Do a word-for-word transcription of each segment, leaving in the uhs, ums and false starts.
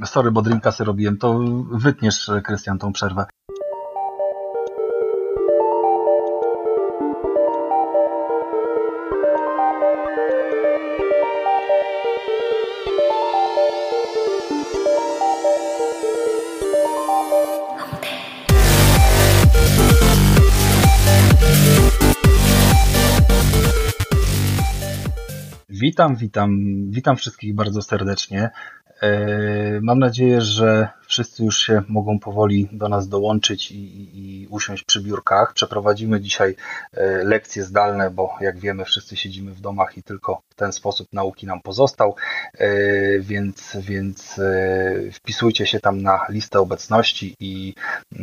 Sorry, bo drinka sobie robiłem, to wytniesz, Krystian, tą przerwę. Witam, witam, witam wszystkich bardzo serdecznie. Mam nadzieję, że wszyscy już się mogą powoli do nas dołączyć i, i, i usiąść przy biurkach. Przeprowadzimy dzisiaj lekcje zdalne, bo jak wiemy, wszyscy siedzimy w domach i tylko w ten sposób nauki nam pozostał, więc, więc wpisujcie się tam na listę obecności i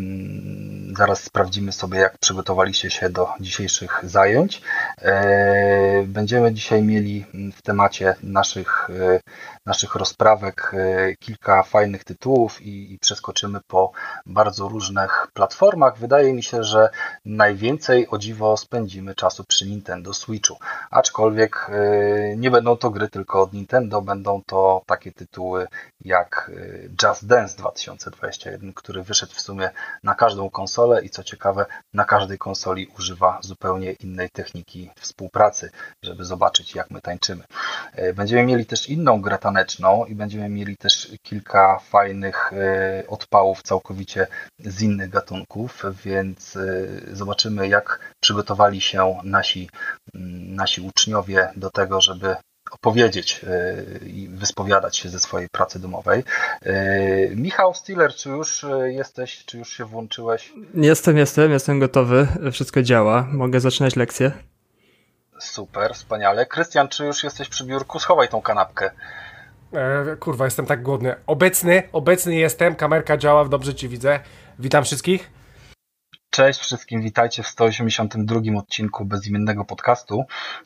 zaraz sprawdzimy sobie, jak przygotowaliście się do dzisiejszych zajęć. Będziemy dzisiaj mieli w temacie naszych, naszych rozprawek kilka fajnych tytułów i, i przeskoczymy po bardzo różnych platformach. Wydaje mi się, że najwięcej, o dziwo, spędzimy czasu przy Nintendo Switchu, aczkolwiek nie będą to gry tylko od Nintendo, będą to takie tytuły jak Just Dance dwa tysiące dwudziesty pierwszy, który wyszedł w sumie na każdą konsolę i co ciekawe, na każdej konsoli używa zupełnie innej techniki współpracy, żeby zobaczyć, jak my tańczymy. Będziemy mieli też inną grę taneczną i będziemy mieli też kilka fajnych odpałów całkowicie z innych gatunków, więc zobaczymy, jak przygotowali się nasi, nasi uczniowie do tego, żeby opowiedzieć i wyspowiadać się ze swojej pracy domowej. Michał Stiller, czy już jesteś, czy już się włączyłeś? Jestem, jestem, jestem gotowy, wszystko działa, mogę zaczynać lekcję. Super, wspaniale. Krystian, czy już jesteś przy biurku? Schowaj tą kanapkę. E, kurwa, jestem tak głodny. Obecny, obecny jestem, kamerka działa, dobrze Cię widzę. Witam wszystkich. Cześć wszystkim, witajcie w sto osiemdziesiątym drugim odcinku bezimiennego podcastu.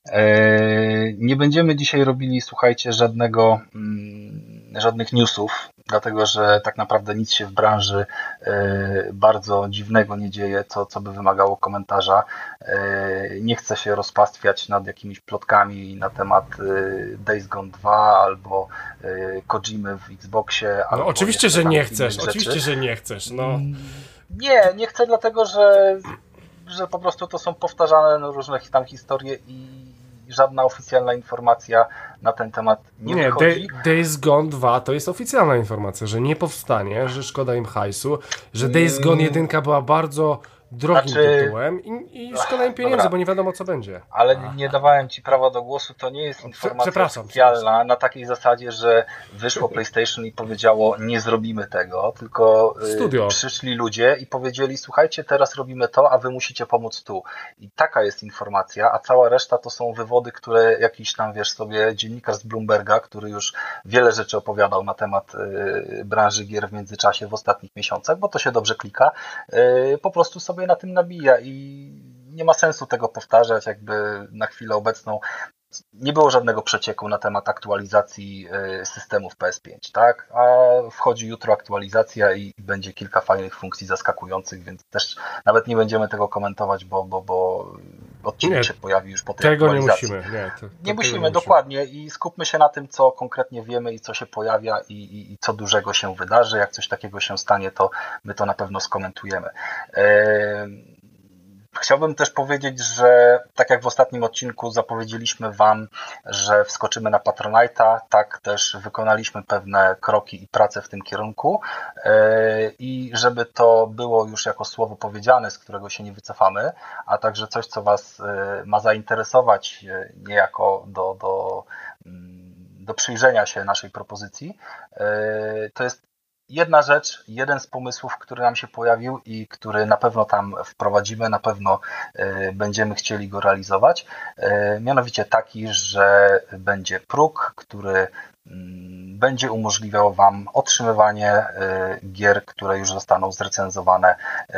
Nie będziemy dzisiaj robili, słuchajcie, żadnego, żadnych newsów, dlatego że tak naprawdę nic się w branży bardzo dziwnego nie dzieje, co, co by wymagało komentarza. Nie chcę się rozpastwiać nad jakimiś plotkami na temat Days Gone dwa albo Kojimy w Xboxie. No albo oczywiście, że nie chcesz, rzeczy. oczywiście, że nie chcesz, no. Nie, nie chcę, dlatego że, że po prostu to są powtarzane no, różne tam historie i żadna oficjalna informacja na ten temat nie, nie wychodzi. Day, Days Gone dwa to jest oficjalna informacja, że nie powstanie, że szkoda im hajsu, że Days Gone jeden była bardzo drogim znaczy... tytułem i, i szkoda im pieniędzy, Dobra. bo nie wiadomo co będzie. Ale Aha. nie dawałem Ci prawa do głosu, to nie jest informacja oficjalna na takiej zasadzie, że wyszło PlayStation i powiedziało nie zrobimy tego, tylko Studio. przyszli ludzie i powiedzieli słuchajcie, teraz robimy to, a Wy musicie pomóc tu. I taka jest informacja, a cała reszta to są wywody, które jakiś tam, wiesz sobie, dziennikarz z Bloomberga, który już wiele rzeczy opowiadał na temat branży gier w międzyczasie w ostatnich miesiącach, bo to się dobrze klika, po prostu sobie na tym nabija i nie ma sensu tego powtarzać, jakby na chwilę obecną nie było żadnego przecieku na temat aktualizacji systemów P S pięć, tak? A wchodzi jutro aktualizacja i będzie kilka fajnych funkcji zaskakujących, więc też nawet nie będziemy tego komentować, bo, bo, bo odcinek nie, się pojawi już po tej tego aktualizacji. Nie musimy, nie. To, to nie musimy, nie dokładnie musimy. I skupmy się na tym, co konkretnie wiemy i co się pojawia i, i, i co dużego się wydarzy. Jak coś takiego się stanie, to my to na pewno skomentujemy. Eee... Chciałbym też powiedzieć, że tak jak w ostatnim odcinku zapowiedzieliśmy Wam, że wskoczymy na Patronite'a, tak też wykonaliśmy pewne kroki i prace w tym kierunku i żeby to było już jako słowo powiedziane, z którego się nie wycofamy, a także coś, co Was ma zainteresować niejako do, do, do przyjrzenia się naszej propozycji, to jest jedna rzecz, jeden z pomysłów, który nam się pojawił i który na pewno tam wprowadzimy, na pewno będziemy chcieli go realizować, mianowicie taki, że będzie próg, który będzie umożliwiał Wam otrzymywanie gier, które już zostaną zrecenzowane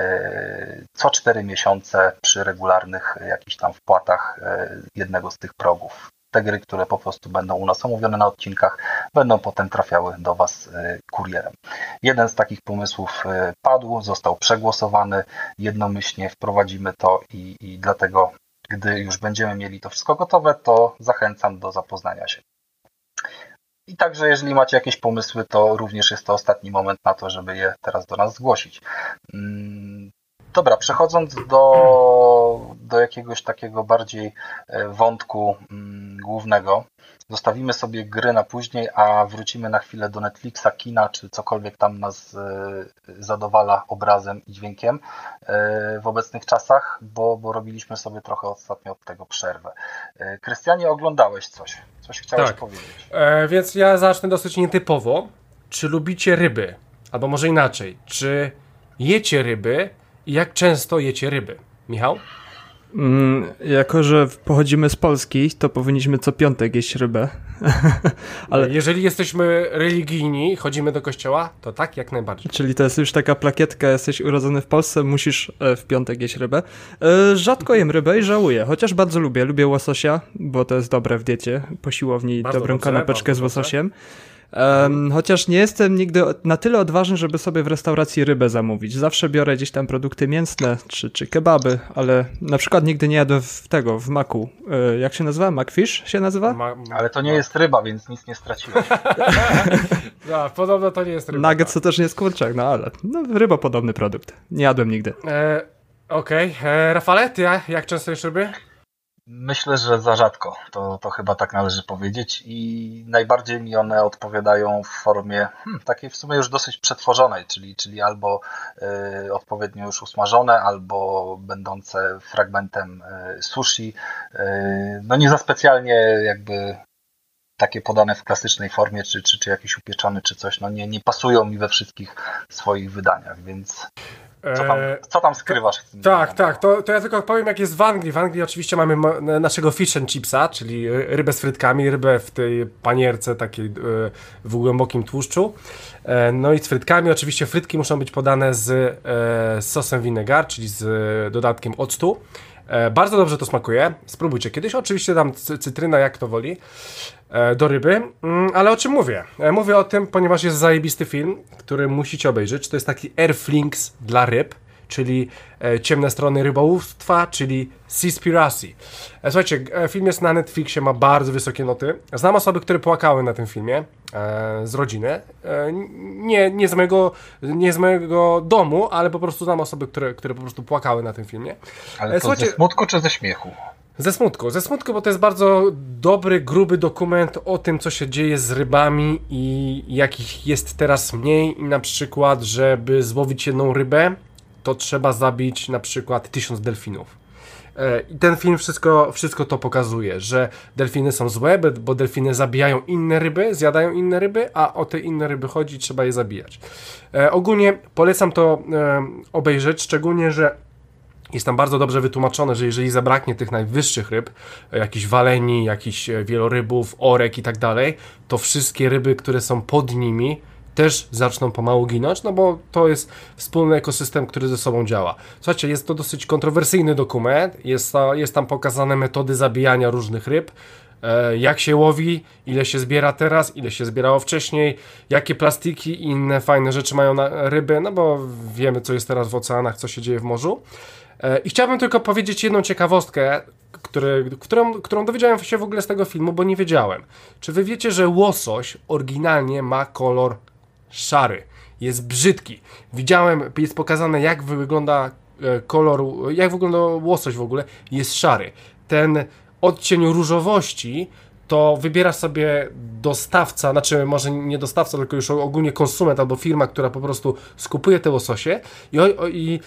co cztery miesiące przy regularnych jakichś tam wpłatach jednego z tych progów. Te gry, które po prostu będą u nas omówione na odcinkach, będą potem trafiały do Was kurierem. Jeden z takich pomysłów padł, został przegłosowany, jednomyślnie wprowadzimy to i, i dlatego, gdy już będziemy mieli to wszystko gotowe, to zachęcam do zapoznania się. I także jeżeli macie jakieś pomysły, to również jest to ostatni moment na to, żeby je teraz do nas zgłosić. Dobra, przechodząc do, do jakiegoś takiego bardziej wątku głównego, zostawimy sobie gry na później, a wrócimy na chwilę do Netflixa, kina, czy cokolwiek tam nas zadowala obrazem i dźwiękiem w obecnych czasach, bo, bo robiliśmy sobie trochę ostatnio od tego przerwę. Krystianie, oglądałeś coś? Coś chciałeś tak. powiedzieć? E, więc ja zacznę dosyć nietypowo. Czy lubicie ryby? Albo może inaczej. Czy jecie ryby i jak często jecie ryby? Michał? Mm, jako, że pochodzimy z Polski, to powinniśmy co piątek jeść rybę. Ale jeżeli jesteśmy religijni i chodzimy do kościoła, to tak, jak najbardziej. Czyli to jest już taka plakietka, jesteś urodzony w Polsce, musisz w piątek jeść rybę. Rzadko jem rybę i żałuję, chociaż bardzo lubię. Lubię łososia, bo to jest dobre w diecie. Po siłowni bardzo dobrą dobrze, kanapeczkę z łososiem. Um, chociaż nie jestem nigdy na tyle odważny, żeby sobie w restauracji rybę zamówić. Zawsze biorę gdzieś tam produkty mięsne czy, czy kebaby, ale na przykład nigdy nie jadłem w tego, w maku. E, jak się nazywa? Macfish się nazywa? Ma, ma, ale to nie ma. jest ryba, więc nic nie straciłeś. No, podobno to nie jest ryba. Nugget to też nie jest kurczak, no ale no, ryba podobny produkt. Nie jadłem nigdy. E, Okej. Okay. Rafale, ty jak często jesz ryby? Myślę, że za rzadko, to, to chyba tak należy powiedzieć i najbardziej mi one odpowiadają w formie hmm, takiej w sumie już dosyć przetworzonej, czyli, czyli albo y, odpowiednio już usmażone, albo będące fragmentem y, sushi, y, no nie za specjalnie jakby takie podane w klasycznej formie, czy, czy, czy jakiś upieczony, czy coś, no nie, nie pasują mi we wszystkich swoich wydaniach, więc... Co tam, co tam skrywasz? W tym tak, tak, to, to ja tylko powiem, jak jest w Anglii. W Anglii oczywiście mamy naszego fish and chipsa, czyli rybę z frytkami, rybę w tej panierce takiej w głębokim tłuszczu. No i z frytkami, oczywiście frytki muszą być podane z sosem vinegar, czyli z dodatkiem octu. Bardzo dobrze to smakuje, spróbujcie kiedyś, oczywiście dam cytryna, jak to woli, do ryby, ale o czym mówię? Mówię o tym, ponieważ jest zajebisty film, który musicie obejrzeć, to jest taki Airflinks dla ryb, czyli ciemne strony rybołówstwa, czyli Seaspiracy. Słuchajcie, film jest na Netflixie, ma bardzo wysokie noty. Znam osoby, które płakały na tym filmie e, z rodziny. E, nie, nie, z mojego, nie z mojego domu, ale po prostu znam osoby, które, które po prostu płakały na tym filmie. Ale to Słuchajcie, ze smutku czy ze śmiechu? Ze smutku, ze smutku, bo to jest bardzo dobry, gruby dokument o tym, co się dzieje z rybami i jakich jest teraz mniej. I na przykład, żeby złowić jedną rybę, to trzeba zabić na przykład tysiąc delfinów. I ten film wszystko, wszystko to pokazuje, że delfiny są złe, bo delfiny zabijają inne ryby, zjadają inne ryby, a o te inne ryby chodzi, trzeba je zabijać. E, ogólnie polecam to e, obejrzeć, szczególnie, że jest tam bardzo dobrze wytłumaczone, że jeżeli zabraknie tych najwyższych ryb, jakichś waleni, jakichś wielorybów, orek i tak dalej, to wszystkie ryby, które są pod nimi, też zaczną pomału ginąć, no bo to jest wspólny ekosystem, który ze sobą działa. Słuchajcie, jest to dosyć kontrowersyjny dokument, jest, jest tam pokazane metody zabijania różnych ryb, e, jak się łowi, ile się zbiera teraz, ile się zbierało wcześniej, jakie plastiki i inne fajne rzeczy mają na ryby, no bo wiemy, co jest teraz w oceanach, co się dzieje w morzu. E, I chciałbym tylko powiedzieć jedną ciekawostkę, Który, którą, którą dowiedziałem się w ogóle z tego filmu, bo nie wiedziałem. Czy wy wiecie, że łosoś oryginalnie ma kolor szary? Jest brzydki. Widziałem, jest pokazane, jak wygląda kolor, jak wygląda łosoś w ogóle. Jest szary. Ten odcień różowości to wybiera sobie dostawca, znaczy może nie dostawca, tylko już ogólnie konsument albo firma, która po prostu skupuje te łososie i, o, i,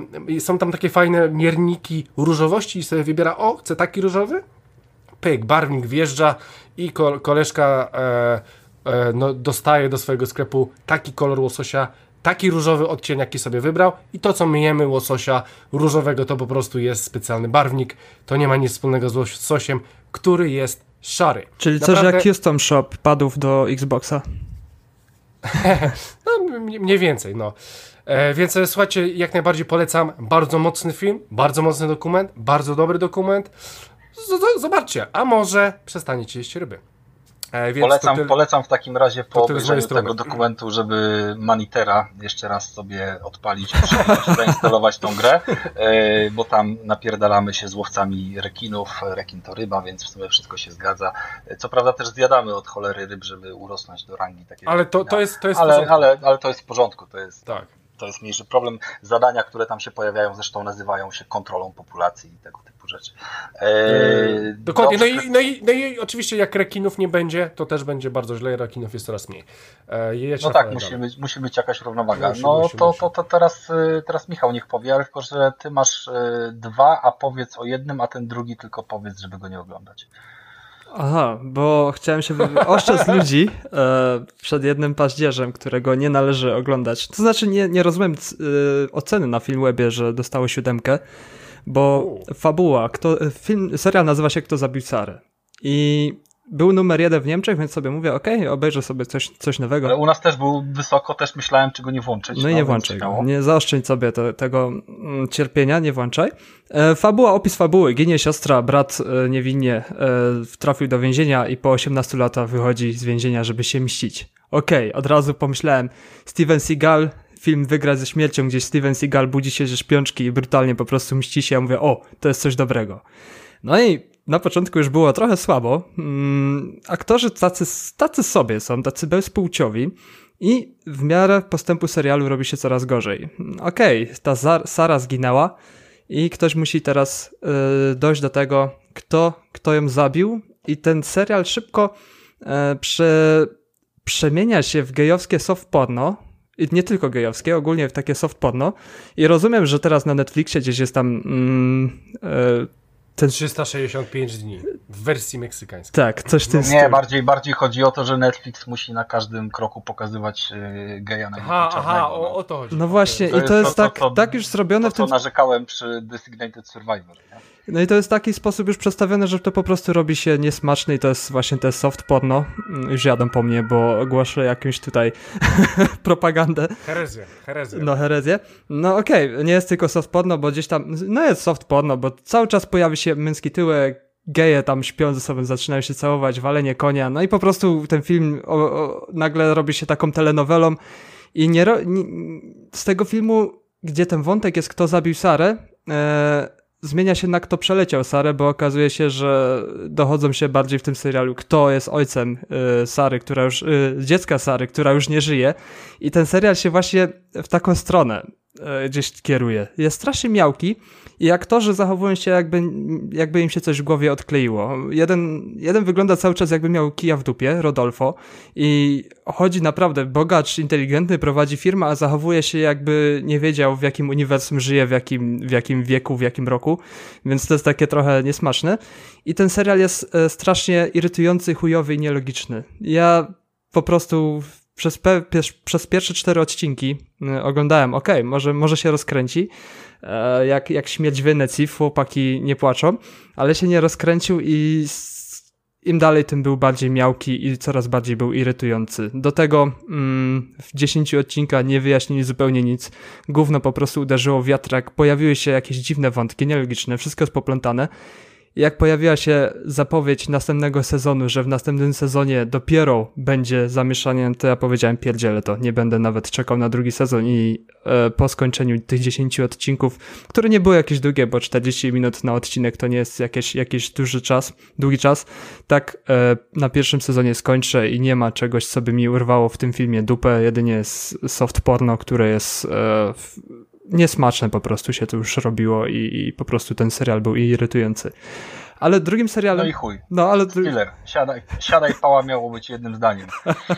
i są tam takie fajne mierniki różowości i sobie wybiera, o, chcę taki różowy? Pyk, barwnik wjeżdża i ko, koleżka e, e, no, dostaje do swojego sklepu taki kolor łososia, taki różowy odcień, jaki sobie wybrał i to, co myjemy łososia różowego, to po prostu jest specjalny barwnik, to nie ma nic wspólnego z łososiem, który jest szary. Czyli coś Naprawdę... jak Custom Shop padów do Xboxa. No, mniej więcej, no. E, więc słuchajcie, jak najbardziej polecam. Bardzo mocny film, bardzo mocny dokument, bardzo dobry dokument. Z- z- zobaczcie, a może przestaniecie jeść ryby. E, więc polecam, tyle, polecam w takim razie po obejrzeniu tego strony. dokumentu, żeby Manitera jeszcze raz sobie odpalić, zainstalować tą grę, e, bo tam napierdalamy się z łowcami rekinów. Rekin to ryba, więc w sumie wszystko się zgadza. Co prawda też zjadamy od cholery ryb, żeby urosnąć do rangi takiego. Ale to, to jest, to jest ale, ale, ale to jest w porządku. To jest, tak. to jest mniejszy problem. Zadania, które tam się pojawiają, zresztą nazywają się kontrolą populacji i tego typu rzeczy. Eee, Dokładnie. No i, no, i, no i oczywiście jak rekinów nie będzie, to też będzie bardzo źle. Rekinów jest coraz mniej. Eee, no tak, musi być, musi być jakaś równowaga. Musi, no musi, to, musi. To, to teraz, teraz Michał niech powie, ale tylko, że ty masz dwa, a powiedz o jednym, a ten drugi tylko powiedz, żeby go nie oglądać. Aha, bo chciałem się oszczędzić ludzi e, przed jednym paździerzem, którego nie należy oglądać. To znaczy nie, nie rozumiem e, oceny na Filmwebie, że dostało siódemkę, bo U. fabuła, kto, film, serial nazywa się Kto zabił Sarę i był numer jeden w Niemczech, więc sobie mówię, okej, okay, obejrzę sobie coś, coś nowego. Ale u nas też był wysoko, też myślałem, czy go nie włączyć. No i nie włączaj go, nie zaoszczędź sobie te, tego mm, cierpienia, nie włączaj. E, fabuła, opis fabuły, ginie siostra, brat e, niewinnie e, trafił do więzienia i po osiemnastu latach wychodzi z więzienia, żeby się mścić. Okej, okay, od razu pomyślałem, Steven Seagal, film Wygrać ze śmiercią, gdzie Steven Seagal budzi się ze śpiączki i brutalnie po prostu mści się, ja mówię, o, to jest coś dobrego. No i na początku już było trochę słabo. Mm, aktorzy tacy, tacy sobie są, tacy bezpłciowi i w miarę postępu serialu robi się coraz gorzej. Okej, okay, ta Zar- Sara zginęła i ktoś musi teraz yy, dojść do tego, kto, kto ją zabił i ten serial szybko yy, prze, przemienia się w gejowskie soft porno. I nie tylko gejowskie, ogólnie w takie soft porno. I rozumiem, że teraz na Netflixie gdzieś jest tam... Mm, yy, Ten... trzysta sześćdziesiąt pięć dni w wersji meksykańskiej. Tak, coś w tym stylu. Nie, bardziej, bardziej chodzi o to, że Netflix musi na każdym kroku pokazywać yy, geja na Aha, aha, o, o to chodzi. No właśnie, to i to jest, jest to, tak, to, to, tak już zrobione to, w tym... To narzekałem przy Designated Survivor, nie? No i to jest w taki sposób już przedstawione, że to po prostu robi się niesmaczne i to jest właśnie te soft porno. Już jadą po mnie, bo ogłoszę jakąś tutaj propagandę. Herezję, herezję. No herezję. No okej, okay. Nie jest tylko soft porno, bo gdzieś tam, no jest soft porno, bo cały czas pojawi się męski tyłek, geje tam śpią ze sobą, zaczynają się całować, walenie konia, no i po prostu ten film o, o, nagle robi się taką telenowelą i nie, ro, nie z tego filmu, gdzie ten wątek jest kto zabił Sarę, e, zmienia się na kto przeleciał Sarę, bo okazuje się, że dochodzą się bardziej w tym serialu, kto jest ojcem y, Sary, która już, y, dziecka Sary, która już nie żyje. I ten serial się właśnie w taką stronę y, gdzieś kieruje. Jest strasznie miałki i aktorzy zachowują się jakby, jakby im się coś w głowie odkleiło. Jeden, jeden wygląda cały czas jakby miał kija w dupie, Rodolfo, i chodzi naprawdę bogacz, inteligentny, prowadzi firmę, a zachowuje się jakby nie wiedział, w jakim uniwersum żyje, w jakim, w jakim wieku, w jakim roku, więc to jest takie trochę niesmaczne. I ten serial jest e, strasznie irytujący, chujowy i nielogiczny. Ja po prostu przez, pe, pier, przez pierwsze cztery odcinki y, oglądałem, okej, okay, może, może się rozkręci, e, jak, jak śmierć w Wenecji, chłopaki nie płaczą, ale się nie rozkręcił i im dalej, tym był bardziej miałki i coraz bardziej był irytujący. Do tego mm, w dziesięciu odcinkach nie wyjaśnili zupełnie nic. Gówno po prostu uderzyło w wiatrak. Pojawiły się jakieś dziwne wątki, nielogiczne, wszystko jest poplątane. Jak pojawiła się zapowiedź następnego sezonu, że w następnym sezonie dopiero będzie zamieszanie, to ja powiedziałem, pierdzielę to, nie będę nawet czekał na drugi sezon i e, po skończeniu tych dziesięciu odcinków, które nie były jakieś długie, bo czterdzieści minut na odcinek to nie jest jakiś, jakiś duży czas, długi czas, tak e, na pierwszym sezonie skończę i nie ma czegoś, co by mi urwało w tym filmie dupę, jedynie soft porno, które jest e, w, niesmaczne po prostu się to już robiło i, i po prostu ten serial był irytujący. Ale drugim serialem... No i chuj. No, ale... Killer. Siadaj, siadaj pała miało być jednym zdaniem.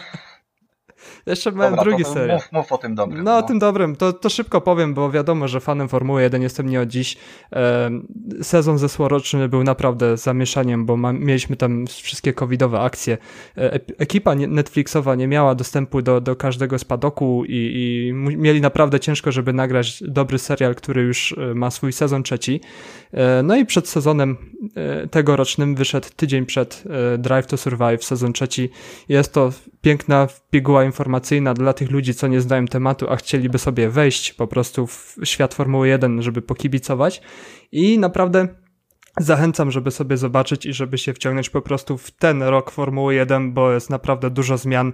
Jeszcze miałem Dobra, drugi to, to serial. Mów, mów o tym dobrym. No, no. o tym dobrym. To, to szybko powiem, bo wiadomo, że fanem Formuły jeden jestem nie od dziś. E, sezon zeszłoroczny był naprawdę zamieszaniem, bo ma, mieliśmy tam wszystkie covidowe akcje. E, ekipa Netflixowa nie miała dostępu do, do każdego spadoku i, i mieli naprawdę ciężko, żeby nagrać dobry serial, który już ma swój sezon trzeci. E, no i przed sezonem e, tegorocznym wyszedł tydzień przed e, Drive to Survive, sezon trzeci. Jest to piękna piguła informacyjna dla tych ludzi, co nie znają tematu, a chcieliby sobie wejść po prostu w świat Formuły jeden, żeby pokibicować. I naprawdę Zachęcam, żeby sobie zobaczyć i żeby się wciągnąć po prostu w ten rok Formuły jeden, bo jest naprawdę dużo zmian.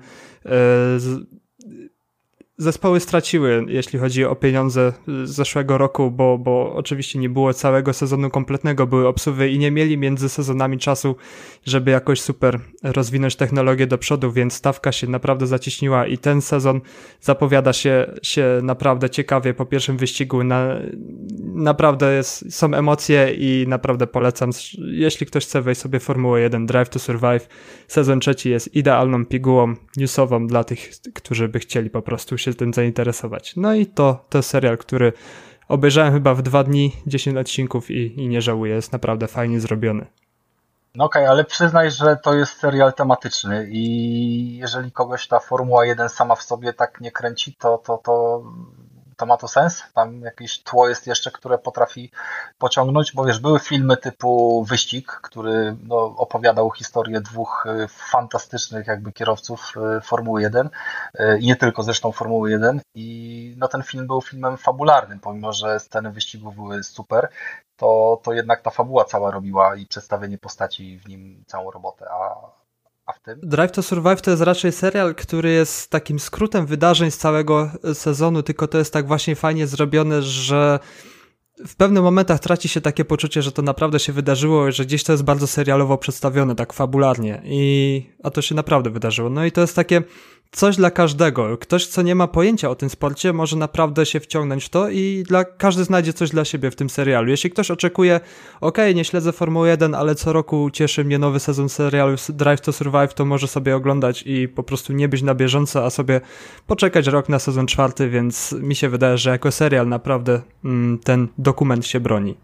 Zespoły straciły, jeśli chodzi o pieniądze z zeszłego roku, bo, bo oczywiście nie było całego sezonu kompletnego, były obsuwy i nie mieli między sezonami czasu, żeby jakoś super rozwinąć technologię do przodu, więc stawka się naprawdę zacieśniła i ten sezon zapowiada się, się naprawdę ciekawie po pierwszym wyścigu. Na, naprawdę jest, są emocje i naprawdę polecam. Jeśli ktoś chce wejść sobie Formułę jeden Drive to Survive, sezon trzeci jest idealną pigułą newsową dla tych, którzy by chcieli po prostu się tym zainteresować. No i to, to serial, który obejrzałem chyba w dwa dni, dziesięć odcinków i, i nie żałuję, jest naprawdę fajnie zrobiony. No okej, okay, ale przyznaj, że to jest serial tematyczny i jeżeli kogoś ta Formuła jeden sama w sobie tak nie kręci, to, to, to, to ma to sens? Tam jakieś tło jest jeszcze, które potrafi pociągnąć, bo wiesz, były filmy typu Wyścig, który no, opowiadał historię dwóch fantastycznych jakby kierowców Formuły jeden i nie tylko zresztą Formuły jeden i no, ten film był filmem fabularnym, pomimo że sceny wyścigów były super, to, to jednak ta fabuła cała robiła i przedstawienie postaci w nim całą robotę, a A w tym? Drive to Survive to jest raczej serial, który jest takim skrótem wydarzeń z całego sezonu, tylko to jest tak właśnie fajnie zrobione, że w pewnych momentach traci się takie poczucie, że to naprawdę się wydarzyło, że gdzieś to jest bardzo serialowo przedstawione, tak fabularnie, i a to się naprawdę wydarzyło. No i to jest takie coś dla każdego. Ktoś, co nie ma pojęcia o tym sporcie, może naprawdę się wciągnąć w to i dla, każdy znajdzie coś dla siebie w tym serialu. Jeśli ktoś oczekuje, okej, okay, nie śledzę Formuły jeden, ale co roku cieszy mnie nowy sezon serialu Drive to Survive, to może sobie oglądać i po prostu nie być na bieżąco, a sobie poczekać rok na sezon czwarty, więc mi się wydaje, że jako serial naprawdę mm, ten dokument się broni.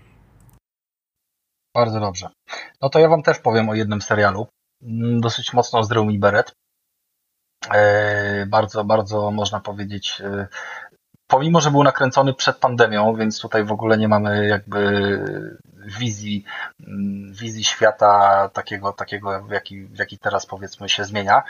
Bardzo dobrze. No to ja wam też powiem o jednym serialu. Dosyć mocno zdrył mi beret. Bardzo, bardzo można powiedzieć, pomimo że był nakręcony przed pandemią, więc tutaj w ogóle nie mamy jakby wizji, wizji świata takiego, takiego w jaki, w jaki teraz powiedzmy się zmienia,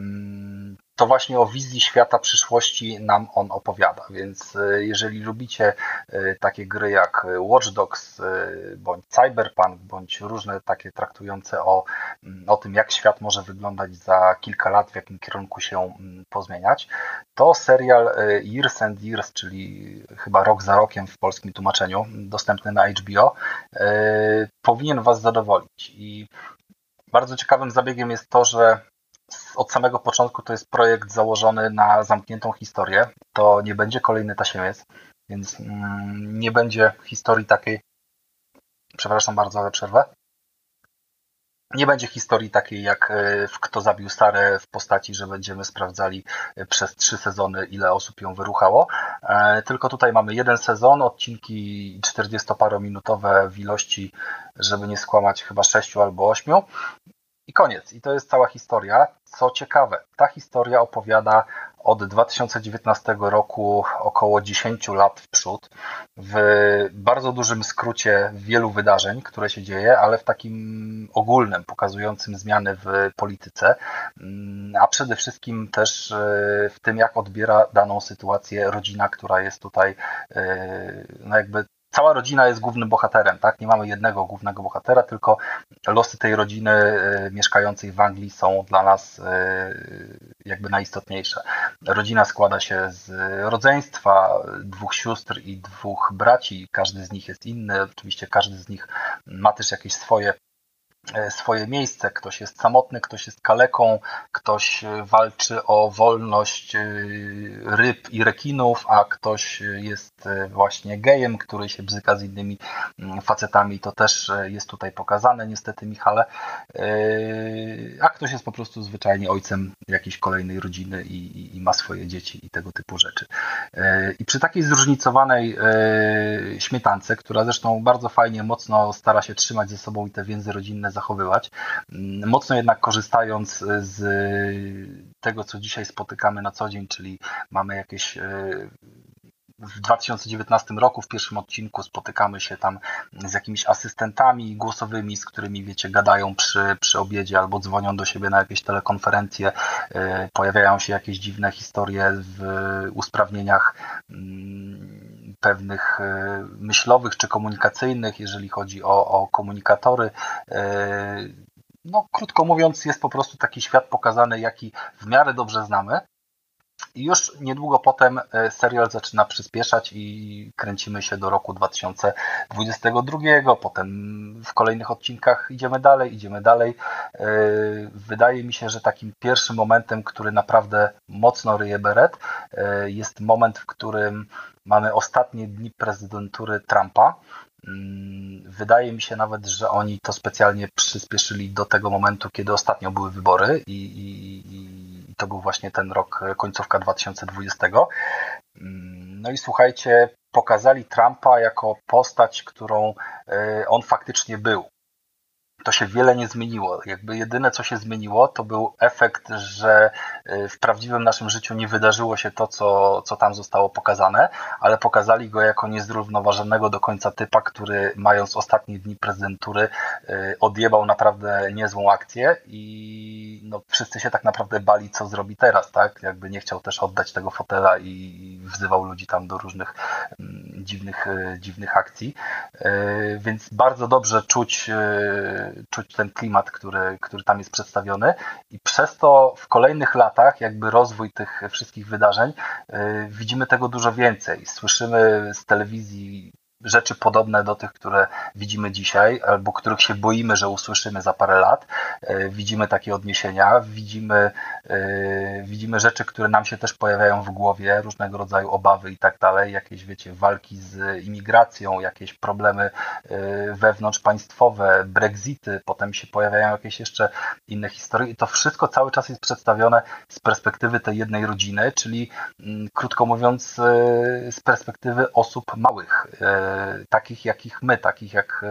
to właśnie o wizji świata przyszłości nam on opowiada, więc jeżeli lubicie takie gry jak Watch Dogs, bądź Cyberpunk, bądź różne takie traktujące o, o tym, jak świat może wyglądać za kilka lat, w jakim kierunku się pozmieniać, to serial Years and Years, czyli chyba Rok za rokiem w polskim tłumaczeniu, dostępny na H B O, powinien was zadowolić. I bardzo ciekawym zabiegiem jest to, że od samego początku to jest projekt założony na zamkniętą historię. To nie będzie kolejny Tasiemiec, więc nie będzie historii takiej, przepraszam bardzo za przerwę, nie będzie historii takiej jak w Kto zabił Sarę w postaci, że będziemy sprawdzali przez trzy sezony, ile osób ją wyruchało. Tylko tutaj mamy jeden sezon, odcinki czterdziestoparominutowe w ilości, żeby nie skłamać, chyba sześciu albo ośmiu. I koniec. I to jest cała historia. Co ciekawe, ta historia opowiada od dwa tysiące dziewiętnastego roku około dziesięć lat w przód, w bardzo dużym skrócie wielu wydarzeń, które się dzieje, ale w takim ogólnym, pokazującym zmiany w polityce, a przede wszystkim też w tym, jak odbiera daną sytuację rodzina, która jest tutaj no jakby cała rodzina jest głównym bohaterem, tak? Nie mamy jednego głównego bohatera, tylko losy tej rodziny mieszkającej w Anglii są dla nas jakby najistotniejsze. Rodzina składa się z rodzeństwa, dwóch sióstr i dwóch braci. Każdy z nich jest inny. Oczywiście każdy z nich ma też jakieś swoje swoje miejsce. Ktoś jest samotny, ktoś jest kaleką, ktoś walczy o wolność ryb i rekinów, a ktoś jest właśnie gejem, który się bzyka z innymi facetami. To też jest tutaj pokazane niestety, Michale. A ktoś jest po prostu zwyczajnie ojcem jakiejś kolejnej rodziny i, i ma swoje dzieci i tego typu rzeczy. I przy takiej zróżnicowanej śmietance, która zresztą bardzo fajnie, mocno stara się trzymać ze sobą i te więzy rodzinne zachowywać, mocno jednak korzystając z tego, co dzisiaj spotykamy na co dzień, czyli mamy jakieś w dwa tysiące dziewiętnastym roku w pierwszym odcinku spotykamy się tam z jakimiś asystentami głosowymi, z którymi, wiecie, gadają przy, przy obiedzie albo dzwonią do siebie na jakieś telekonferencje, pojawiają się jakieś dziwne historie w usprawnieniach pewnych myślowych czy komunikacyjnych, jeżeli chodzi o, o komunikatory. No, krótko mówiąc, jest po prostu taki świat pokazany, jaki w miarę dobrze znamy. I już niedługo potem serial zaczyna przyspieszać i kręcimy się do roku dwa tysiące dwudziestego drugiego. Potem w kolejnych odcinkach idziemy dalej, idziemy dalej. Wydaje mi się, że takim pierwszym momentem, który naprawdę mocno ryje beret, jest moment, w którym mamy ostatnie dni prezydentury Trumpa. Wydaje mi się nawet, że oni to specjalnie przyspieszyli do tego momentu, kiedy ostatnio były wybory i, i, i to był właśnie ten rok, końcówka dwa tysiące dwudziestego. No i słuchajcie, pokazali Trumpa jako postać, którą on faktycznie był. To się wiele nie zmieniło. Jakby jedyne, co się zmieniło, to był efekt, że w prawdziwym naszym życiu nie wydarzyło się to, co, co tam zostało pokazane, ale pokazali go jako niezrównoważonego do końca typa, który mając ostatnie dni prezydentury odjebał naprawdę niezłą akcję i no, wszyscy się tak naprawdę bali, co zrobi teraz, tak? Jakby nie chciał też oddać tego fotela i wzywał ludzi tam do różnych dziwnych, dziwnych akcji. Więc bardzo dobrze czuć czuć ten klimat, który, który tam jest przedstawiony i przez to w kolejnych latach jakby rozwój tych wszystkich wydarzeń yy, widzimy tego dużo więcej. Słyszymy z telewizji rzeczy podobne do tych, które widzimy dzisiaj, albo których się boimy, że usłyszymy za parę lat. Yy, widzimy takie odniesienia, widzimy, yy, widzimy rzeczy, które nam się też pojawiają w głowie, różnego rodzaju obawy i tak dalej, jakieś, wiecie, walki z imigracją, jakieś problemy yy, wewnątrzpaństwowe, brexity, potem się pojawiają jakieś jeszcze inne historie i to wszystko cały czas jest przedstawione z perspektywy tej jednej rodziny, czyli yy, krótko mówiąc yy, z perspektywy osób małych, yy, takich jakich my, takich jak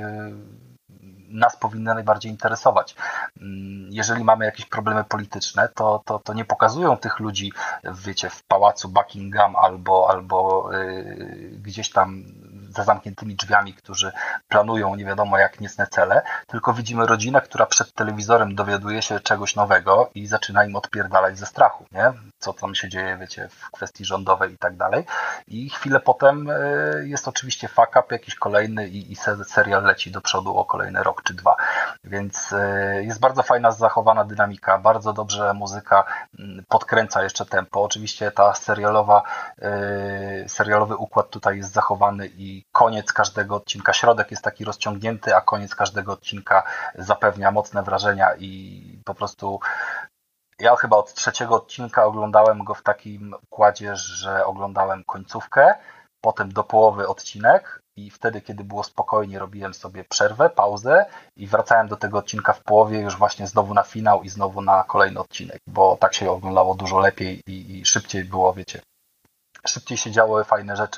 nas powinny najbardziej interesować. Jeżeli mamy jakieś problemy polityczne, to, to, to nie pokazują tych ludzi, wiecie, w pałacu Buckingham albo, albo yy, gdzieś tam za zamkniętymi drzwiami, którzy planują nie wiadomo jak niecne cele, tylko widzimy rodzinę, która przed telewizorem dowiaduje się czegoś nowego i zaczyna im odpierdalać ze strachu, nie? Co tam się dzieje, wiecie, w kwestii rządowej i tak dalej. I chwilę potem yy, jest oczywiście fuck up jakiś kolejny i, i serial leci do przodu o kolejny rok czy dwa. Więc yy, jest bardzo fajna, zachowana dynamika, bardzo dobrze muzyka yy, podkręca jeszcze tempo. Oczywiście ta serialowa, yy, serialowy układ tutaj jest zachowany i koniec każdego odcinka, środek jest taki rozciągnięty, a koniec każdego odcinka zapewnia mocne wrażenia i po prostu ja chyba od trzeciego odcinka oglądałem go w takim układzie, że oglądałem końcówkę, potem do połowy odcinek i wtedy, kiedy było spokojnie, robiłem sobie przerwę, pauzę i wracałem do tego odcinka w połowie już właśnie znowu na finał i znowu na kolejny odcinek, bo tak się oglądało dużo lepiej i, i szybciej było, wiecie, szybciej się działy fajne rzeczy.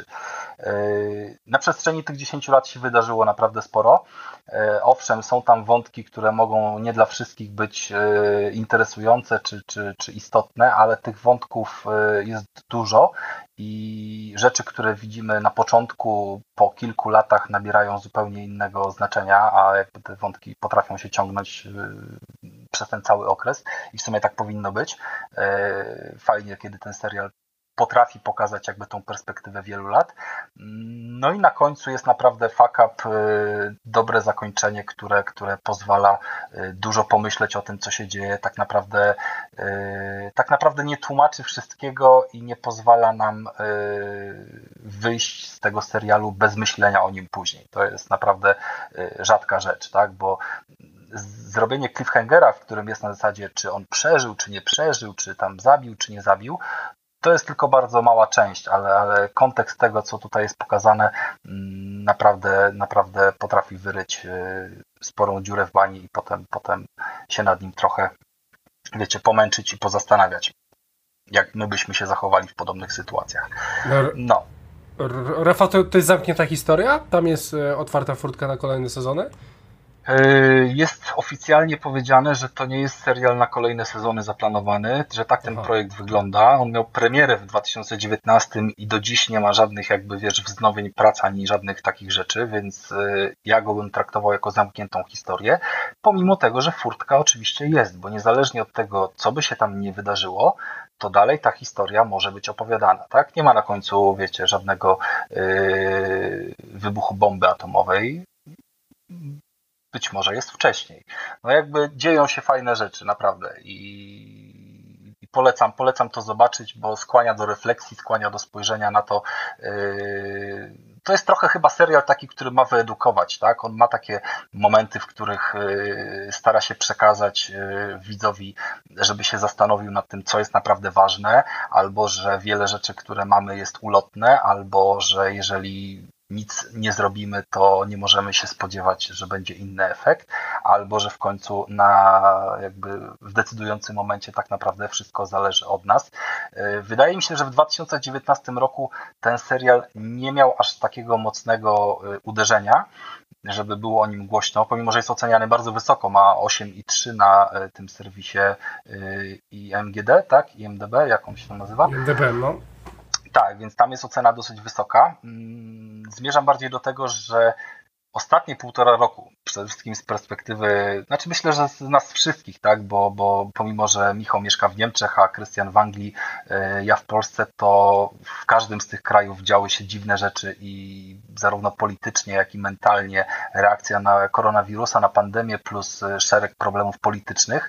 Na przestrzeni tych dziesięciu lat się wydarzyło naprawdę sporo. Owszem, są tam wątki, które mogą nie dla wszystkich być interesujące czy, czy, czy istotne, ale tych wątków jest dużo i rzeczy, które widzimy na początku, po kilku latach nabierają zupełnie innego znaczenia, a jakby te wątki potrafią się ciągnąć przez ten cały okres i w sumie tak powinno być. Fajnie, kiedy ten serial potrafi pokazać jakby tą perspektywę wielu lat. No i na końcu jest naprawdę fuck up, dobre zakończenie, które, które pozwala dużo pomyśleć o tym, co się dzieje. Tak naprawdę, tak naprawdę nie tłumaczy wszystkiego i nie pozwala nam wyjść z tego serialu bez myślenia o nim później. To jest naprawdę rzadka rzecz, tak? Bo zrobienie cliffhangera, w którym jest na zasadzie, czy on przeżył, czy nie przeżył, czy tam zabił, czy nie zabił, to jest tylko bardzo mała część, ale, ale kontekst tego, co tutaj jest pokazane, naprawdę, naprawdę potrafi wyryć sporą dziurę w bani i potem, potem się nad nim trochę, wiecie, pomęczyć i pozastanawiać, jak my byśmy się zachowali w podobnych sytuacjach. No. Rafał, to, to jest zamknięta historia? Tam jest otwarta furtka na kolejne sezony? Jest oficjalnie powiedziane, że to nie jest serial na kolejne sezony zaplanowany, że tak ten Aha. projekt wygląda. On miał premierę w dwa tysiące dziewiętnastym i do dziś nie ma żadnych jakby, wiesz, wznowień prac ani żadnych takich rzeczy, więc ja go bym traktował jako zamkniętą historię, pomimo tego, że furtka oczywiście jest, bo niezależnie od tego, co by się tam nie wydarzyło, to dalej ta historia może być opowiadana, tak? Nie ma na końcu, wiecie, żadnego yy, wybuchu bomby atomowej. Być może jest wcześniej. No jakby dzieją się fajne rzeczy, naprawdę. I, i polecam, polecam to zobaczyć, bo skłania do refleksji, skłania do spojrzenia na to. Yy, to jest trochę chyba serial taki, który ma wyedukować, tak? On ma takie momenty, w których yy, stara się przekazać yy, widzowi, żeby się zastanowił nad tym, co jest naprawdę ważne, albo że wiele rzeczy, które mamy, jest ulotne, albo że jeżeli nic nie zrobimy, to nie możemy się spodziewać, że będzie inny efekt, albo że w końcu na jakby w decydującym momencie tak naprawdę wszystko zależy od nas. Wydaje mi się, że w dwa tysiące dziewiętnastym roku ten serial nie miał aż takiego mocnego uderzenia, żeby było o nim głośno, pomimo że jest oceniany bardzo wysoko, ma osiem i trzy na tym serwisie I M G D, tak? I M D B, jak on się nazywa? I M D B, no. Tak, więc tam jest ocena dosyć wysoka. Zmierzam bardziej do tego, że ostatnie półtora roku, przede wszystkim z perspektywy, znaczy myślę, że z nas wszystkich, tak, bo, bo pomimo, że Michał mieszka w Niemczech, a Krystian w Anglii, ja w Polsce, to w każdym z tych krajów działy się dziwne rzeczy i zarówno politycznie, jak i mentalnie reakcja na koronawirusa, na pandemię plus szereg problemów politycznych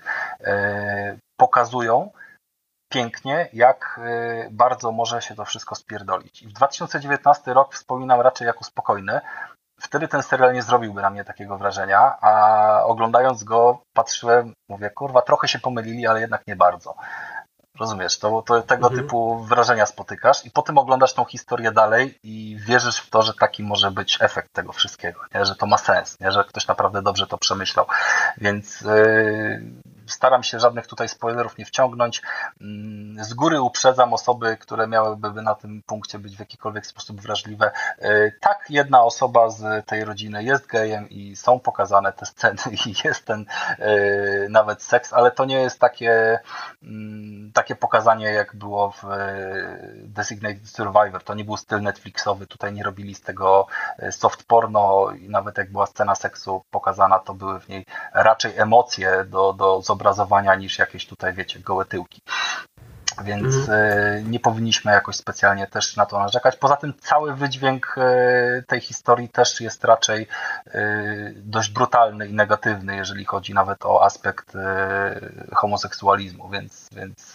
pokazują pięknie, jak bardzo może się to wszystko spierdolić. I w dwa tysiące dziewiętnasty rok wspominam raczej jako spokojny. Wtedy ten serial nie zrobiłby na mnie takiego wrażenia, a oglądając go patrzyłem, mówię, kurwa, trochę się pomylili, ale jednak nie bardzo. Rozumiesz, to, to tego mhm. typu wrażenia spotykasz i potem oglądasz tą historię dalej i wierzysz w to, że taki może być efekt tego wszystkiego, nie? Że to ma sens, nie? Że ktoś naprawdę dobrze to przemyślał. Więc yy, staram się żadnych tutaj spoilerów nie wciągnąć. Yy, z góry uprzedzam osoby, które miałyby na tym punkcie być w jakikolwiek sposób wrażliwe. Yy, tak, jedna osoba z tej rodziny jest gejem i są pokazane te sceny i jest ten yy, nawet seks, ale to nie jest takie yy, takie pokazanie, jak było w Designated Survivor. To nie był styl Netflixowy, tutaj nie robili z tego soft porno i nawet jak była scena seksu pokazana, to były w niej raczej emocje do, do zobrazowania niż jakieś tutaj, wiecie, gołe tyłki. Więc mm. nie powinniśmy jakoś specjalnie też na to narzekać. Poza tym cały wydźwięk tej historii też jest raczej dość brutalny i negatywny, jeżeli chodzi nawet o aspekt homoseksualizmu, więc, więc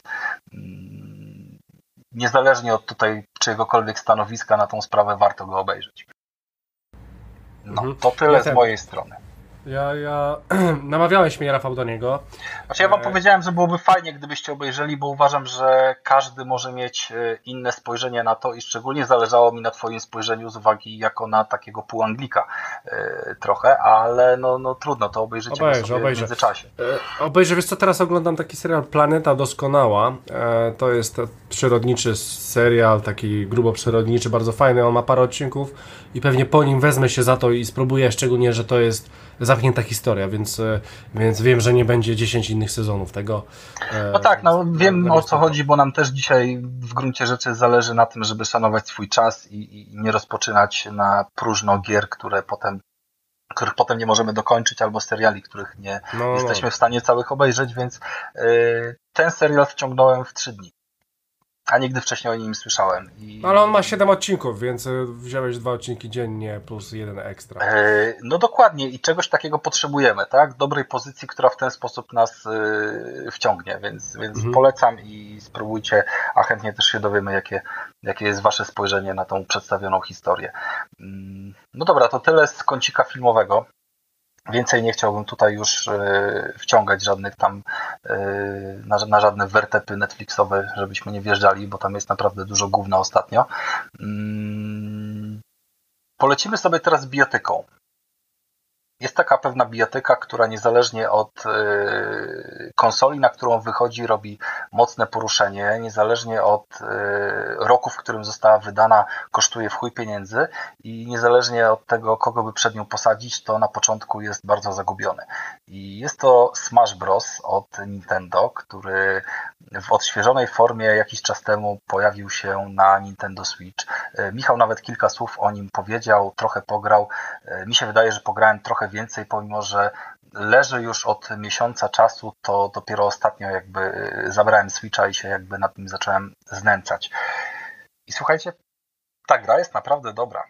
niezależnie od tutaj czyjegokolwiek stanowiska na tą sprawę warto go obejrzeć. No, to tyle ja z mojej strony. Ja, ja namawiałeś mnie, Rafał, do niego. Znaczy ja wam e... powiedziałem, że byłoby fajnie, gdybyście obejrzeli, bo uważam, że każdy może mieć inne spojrzenie na to i szczególnie zależało mi na twoim spojrzeniu z uwagi jako na takiego półanglika e, trochę, ale no, no trudno, to obejrzycie obejrzę, sobie obejrzę. w międzyczasie. E, obejrzę, wiesz co, teraz oglądam taki serial Planeta Doskonała. E, to jest przyrodniczy serial, taki grubo przyrodniczy, bardzo fajny, on ma parę odcinków i pewnie po nim wezmę się za to i spróbuję, szczególnie, że to jest zamknięta historia, więc, więc wiem, że nie będzie dziesięć innych sezonów tego. No tak, no wiem o co chodzi, bo nam też dzisiaj w gruncie rzeczy zależy na tym, żeby szanować swój czas i, i nie rozpoczynać na próżno gier, które potem, których potem nie możemy dokończyć, albo seriali, których nie no, jesteśmy no. w stanie całych obejrzeć, więc yy, ten serial wciągnąłem w trzy dni. A nigdy wcześniej o nim słyszałem. I... Ale on ma siedem odcinków, więc wziąłeś dwa odcinki dziennie plus jeden ekstra. Yy, no dokładnie i czegoś takiego potrzebujemy, tak? Dobrej pozycji, która w ten sposób nas yy, wciągnie, więc, więc mhm. polecam i spróbujcie, a chętnie też się dowiemy, jakie, jakie jest wasze spojrzenie na tą przedstawioną historię. Yy, no dobra, to tyle z kącika filmowego. Więcej nie chciałbym tutaj już y, wciągać żadnych tam y, na, na żadne wertepy Netflixowe, żebyśmy nie wjeżdżali, bo tam jest naprawdę dużo gówna ostatnio. Mm, polecimy sobie teraz z biotyką. jest taka pewna bijatyka, która niezależnie od konsoli, na którą wychodzi, robi mocne poruszenie, niezależnie od roku, w którym została wydana, kosztuje w chuj pieniędzy i niezależnie od tego, kogo by przed nią posadzić, to na początku jest bardzo zagubiony. I jest to Smash Bros. Od Nintendo, który w odświeżonej formie jakiś czas temu pojawił się na Nintendo Switch. Michał nawet kilka słów o nim powiedział, trochę pograł. Mi się wydaje, że pograłem trochę więcej, pomimo że leży już od miesiąca czasu, to dopiero ostatnio jakby zabrałem Switcha i się jakby nad nim zacząłem znęcać. I słuchajcie, ta gra jest naprawdę dobra.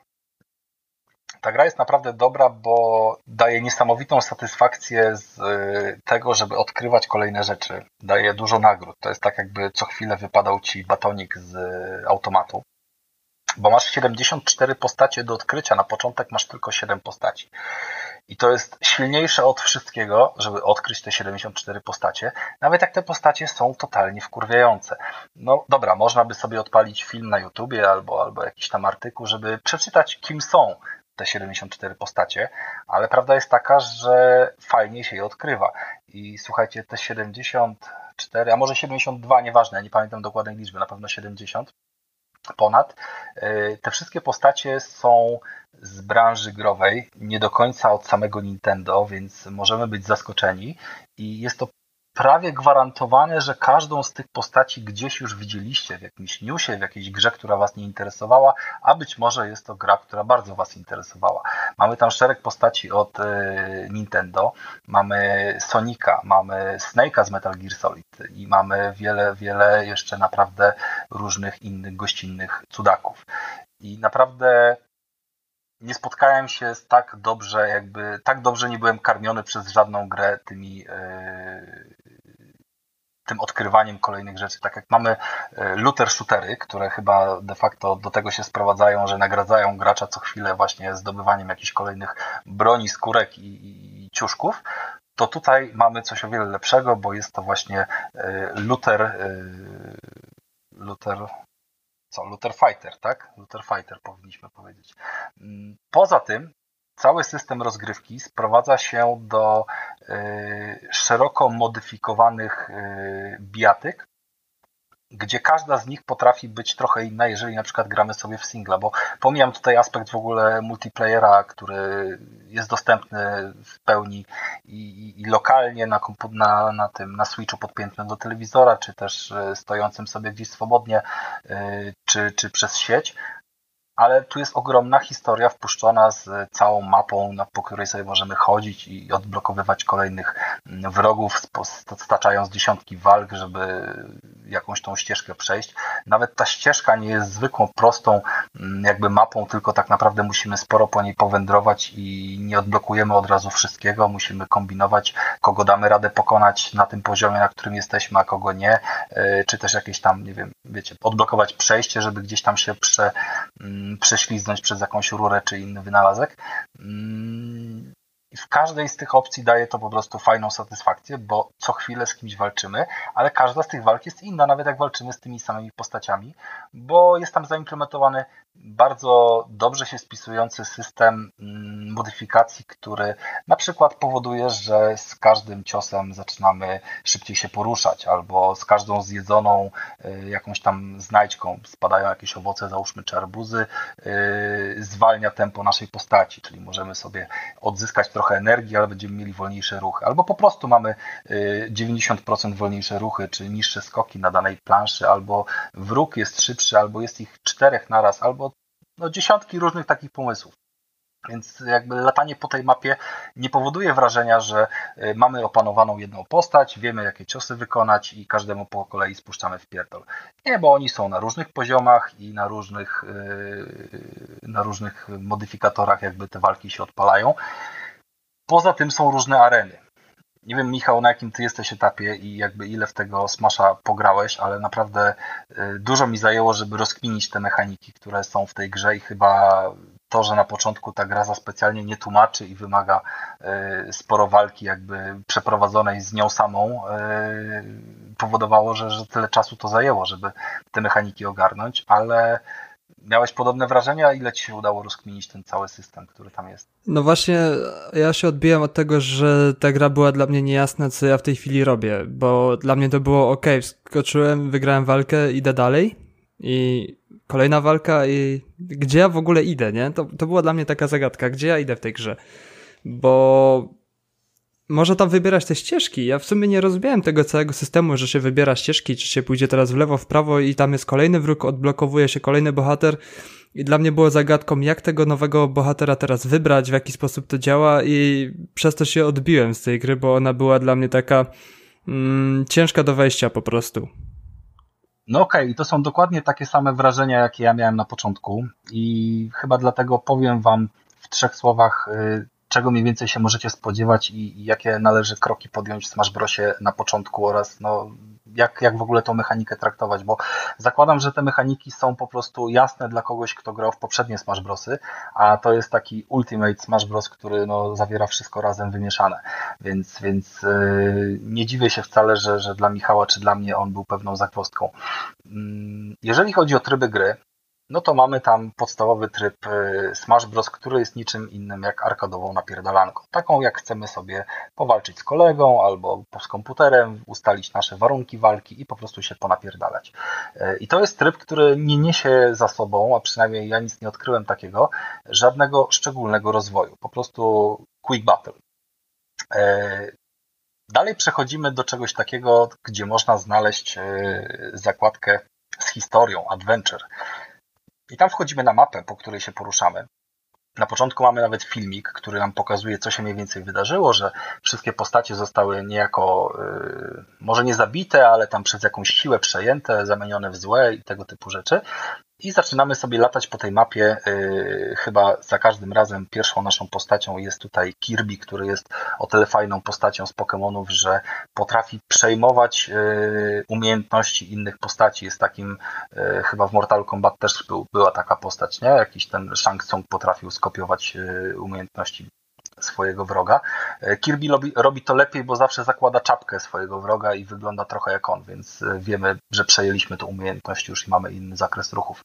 Ta gra jest naprawdę dobra, bo daje niesamowitą satysfakcję z tego, żeby odkrywać kolejne rzeczy. Daje dużo nagród. To jest tak, jakby co chwilę wypadał ci batonik z automatu. Bo masz siedemdziesiąt cztery postacie do odkrycia. Na początek masz tylko siedem postaci. I to jest silniejsze od wszystkiego, żeby odkryć te siedemdziesiąt cztery postacie. Nawet jak te postacie są totalnie wkurwiające. No dobra, można by sobie odpalić film na YouTubie albo, albo jakiś tam artykuł, żeby przeczytać, kim są te siedemdziesiąt cztery postacie, ale prawda jest taka, że fajnie się je odkrywa. I słuchajcie, te siedemdziesiąt cztery, a może siedemdziesiąt dwa, nieważne, ja nie pamiętam dokładnej liczby, na pewno siedemdziesiąt ponad. Te wszystkie postacie są z branży growej, nie do końca od samego Nintendo, więc możemy być zaskoczeni i jest to prawie gwarantowane, że każdą z tych postaci gdzieś już widzieliście w jakimś newsie, w jakiejś grze, która was nie interesowała, a być może jest to gra, która bardzo was interesowała. Mamy tam szereg postaci od y, Nintendo, mamy Sonika, mamy Snake'a z Metal Gear Solid i mamy wiele, wiele jeszcze naprawdę różnych innych gościnnych cudaków. I naprawdę nie spotkałem się z tak dobrze, jakby tak dobrze nie byłem karmiony przez żadną grę tymi yy, tym odkrywaniem kolejnych rzeczy. Tak jak mamy looter shootery, które chyba de facto do tego się sprowadzają, że nagradzają gracza co chwilę właśnie zdobywaniem jakichś kolejnych broni, skórek i, i, i ciuszków, to tutaj mamy coś o wiele lepszego, bo jest to właśnie looter yy, looter Co? Looter Fighter, tak? Looter Fighter powinniśmy powiedzieć. Poza tym cały system rozgrywki sprowadza się do y, szeroko modyfikowanych y, bijatyk, gdzie każda z nich potrafi być trochę inna, jeżeli na przykład gramy sobie w singla, bo pomijam tutaj aspekt w ogóle multiplayera, który jest dostępny w pełni i, i, i lokalnie na, na, na tym na Switchu podpiętym do telewizora, czy też stojącym sobie gdzieś swobodnie, czy, czy przez sieć. Ale tu jest ogromna historia wpuszczona z całą mapą, po której sobie możemy chodzić i odblokowywać kolejnych wrogów, staczając dziesiątki walk, żeby jakąś tą ścieżkę przejść. Nawet ta ścieżka nie jest zwykłą, prostą jakby mapą, tylko tak naprawdę musimy sporo po niej powędrować i nie odblokujemy od razu wszystkiego. Musimy kombinować, kogo damy radę pokonać na tym poziomie, na którym jesteśmy, a kogo nie. Czy też jakieś tam, nie wiem, wiecie, odblokować przejście, żeby gdzieś tam się prze prześliznąć przez jakąś rurę czy inny wynalazek. W każdej z tych opcji daje to po prostu fajną satysfakcję, bo co chwilę z kimś walczymy, ale każda z tych walk jest inna, nawet jak walczymy z tymi samymi postaciami, bo jest tam zaimplementowany bardzo dobrze się spisujący system modyfikacji, który na przykład powoduje, że z każdym ciosem zaczynamy szybciej się poruszać, albo z każdą zjedzoną jakąś tam znajdźką, spadają jakieś owoce, załóżmy, czy arbuzy, zwalnia tempo naszej postaci, czyli możemy sobie odzyskać trochę energii, ale będziemy mieli wolniejsze ruchy, albo po prostu mamy dziewięćdziesiąt procent wolniejsze ruchy, czy niższe skoki na danej planszy, albo wróg jest szybszy, albo jest ich czterech naraz, albo no, dziesiątki różnych takich pomysłów. Więc jakby latanie po tej mapie nie powoduje wrażenia, że mamy opanowaną jedną postać, wiemy jakie ciosy wykonać i każdemu po kolei spuszczamy w pierdol. Nie, bo oni są na różnych poziomach i na różnych, na różnych modyfikatorach jakby te walki się odpalają. Poza tym są różne areny. Nie wiem, Michał, na jakim ty jesteś etapie i jakby ile w tego Smasha pograłeś, ale naprawdę dużo mi zajęło, żeby rozkminić te mechaniki, które są w tej grze i chyba to, że na początku ta gra za specjalnie nie tłumaczy i wymaga sporo walki jakby przeprowadzonej z nią samą, powodowało, że, że tyle czasu to zajęło, żeby te mechaniki ogarnąć, ale Miałeś podobne wrażenia? Ile ci się udało rozkminić ten cały system, który tam jest? No właśnie, ja się odbiłem od tego, że ta gra była dla mnie niejasna, co ja w tej chwili robię, bo dla mnie to było ok, wskoczyłem, wygrałem walkę, idę dalej i kolejna walka i gdzie ja w ogóle idę, nie? To, to była dla mnie taka zagadka, gdzie ja idę w tej grze, bo można tam wybierać te ścieżki. Ja w sumie nie rozumiałem tego całego systemu, że się wybiera ścieżki, czy się pójdzie teraz w lewo, w prawo i tam jest kolejny wróg, odblokowuje się kolejny bohater i dla mnie było zagadką, jak tego nowego bohatera teraz wybrać, w jaki sposób to działa i przez to się odbiłem z tej gry, bo ona była dla mnie taka mm, ciężka do wejścia po prostu. No okej, okay. I to są dokładnie takie same wrażenia, jakie ja miałem na początku i chyba dlatego powiem wam w trzech słowach, czego mniej więcej się możecie spodziewać i, i jakie należy kroki podjąć w Smash Brosie na początku oraz no, jak, jak w ogóle tą mechanikę traktować, bo zakładam, że te mechaniki są po prostu jasne dla kogoś, kto grał w poprzednie Smash Brosy, a to jest taki Ultimate Smash Bros, który no, zawiera wszystko razem wymieszane, więc, więc yy, nie dziwię się wcale, że, że dla Michała czy dla mnie on był pewną zagwozdką. Yy, jeżeli chodzi o tryby gry, no to mamy tam podstawowy tryb Smash Bros, który jest niczym innym jak arkadową napierdalanką. Taką jak chcemy sobie powalczyć z kolegą albo z komputerem, ustalić nasze warunki walki i po prostu się ponapierdalać. I to jest tryb, który nie niesie za sobą, a przynajmniej ja nic nie odkryłem takiego, żadnego szczególnego rozwoju. Po prostu quick battle. Dalej przechodzimy do czegoś takiego, gdzie można znaleźć zakładkę z historią, adventure. I tam wchodzimy na mapę, po której się poruszamy. Na początku mamy nawet filmik, który nam pokazuje, co się mniej więcej wydarzyło, że wszystkie postacie zostały niejako, yy, może nie zabite, ale tam przez jakąś siłę przejęte, zamienione w złe i tego typu rzeczy. I zaczynamy sobie latać po tej mapie. Yy, chyba za każdym razem pierwszą naszą postacią jest tutaj Kirby, który jest o tyle fajną postacią z Pokemonów, że potrafi przejmować yy, umiejętności innych postaci. Jest takim, yy, chyba w Mortal Kombat też był, była taka postać, nie? Jakiś ten Shang Tsung potrafił skopiować yy, umiejętności swojego wroga. Kirby robi, robi to lepiej, bo zawsze zakłada czapkę swojego wroga i wygląda trochę jak on, więc wiemy, że przejęliśmy tę umiejętność już i mamy inny zakres ruchów.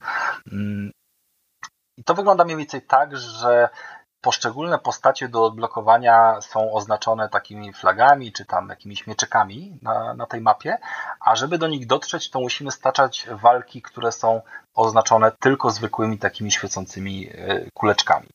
I to wygląda mniej więcej tak, że poszczególne postacie do odblokowania są oznaczone takimi flagami, czy tam jakimiś mieczykami na, na tej mapie, a żeby do nich dotrzeć, to musimy staczać walki, które są oznaczone tylko zwykłymi takimi świecącymi kuleczkami.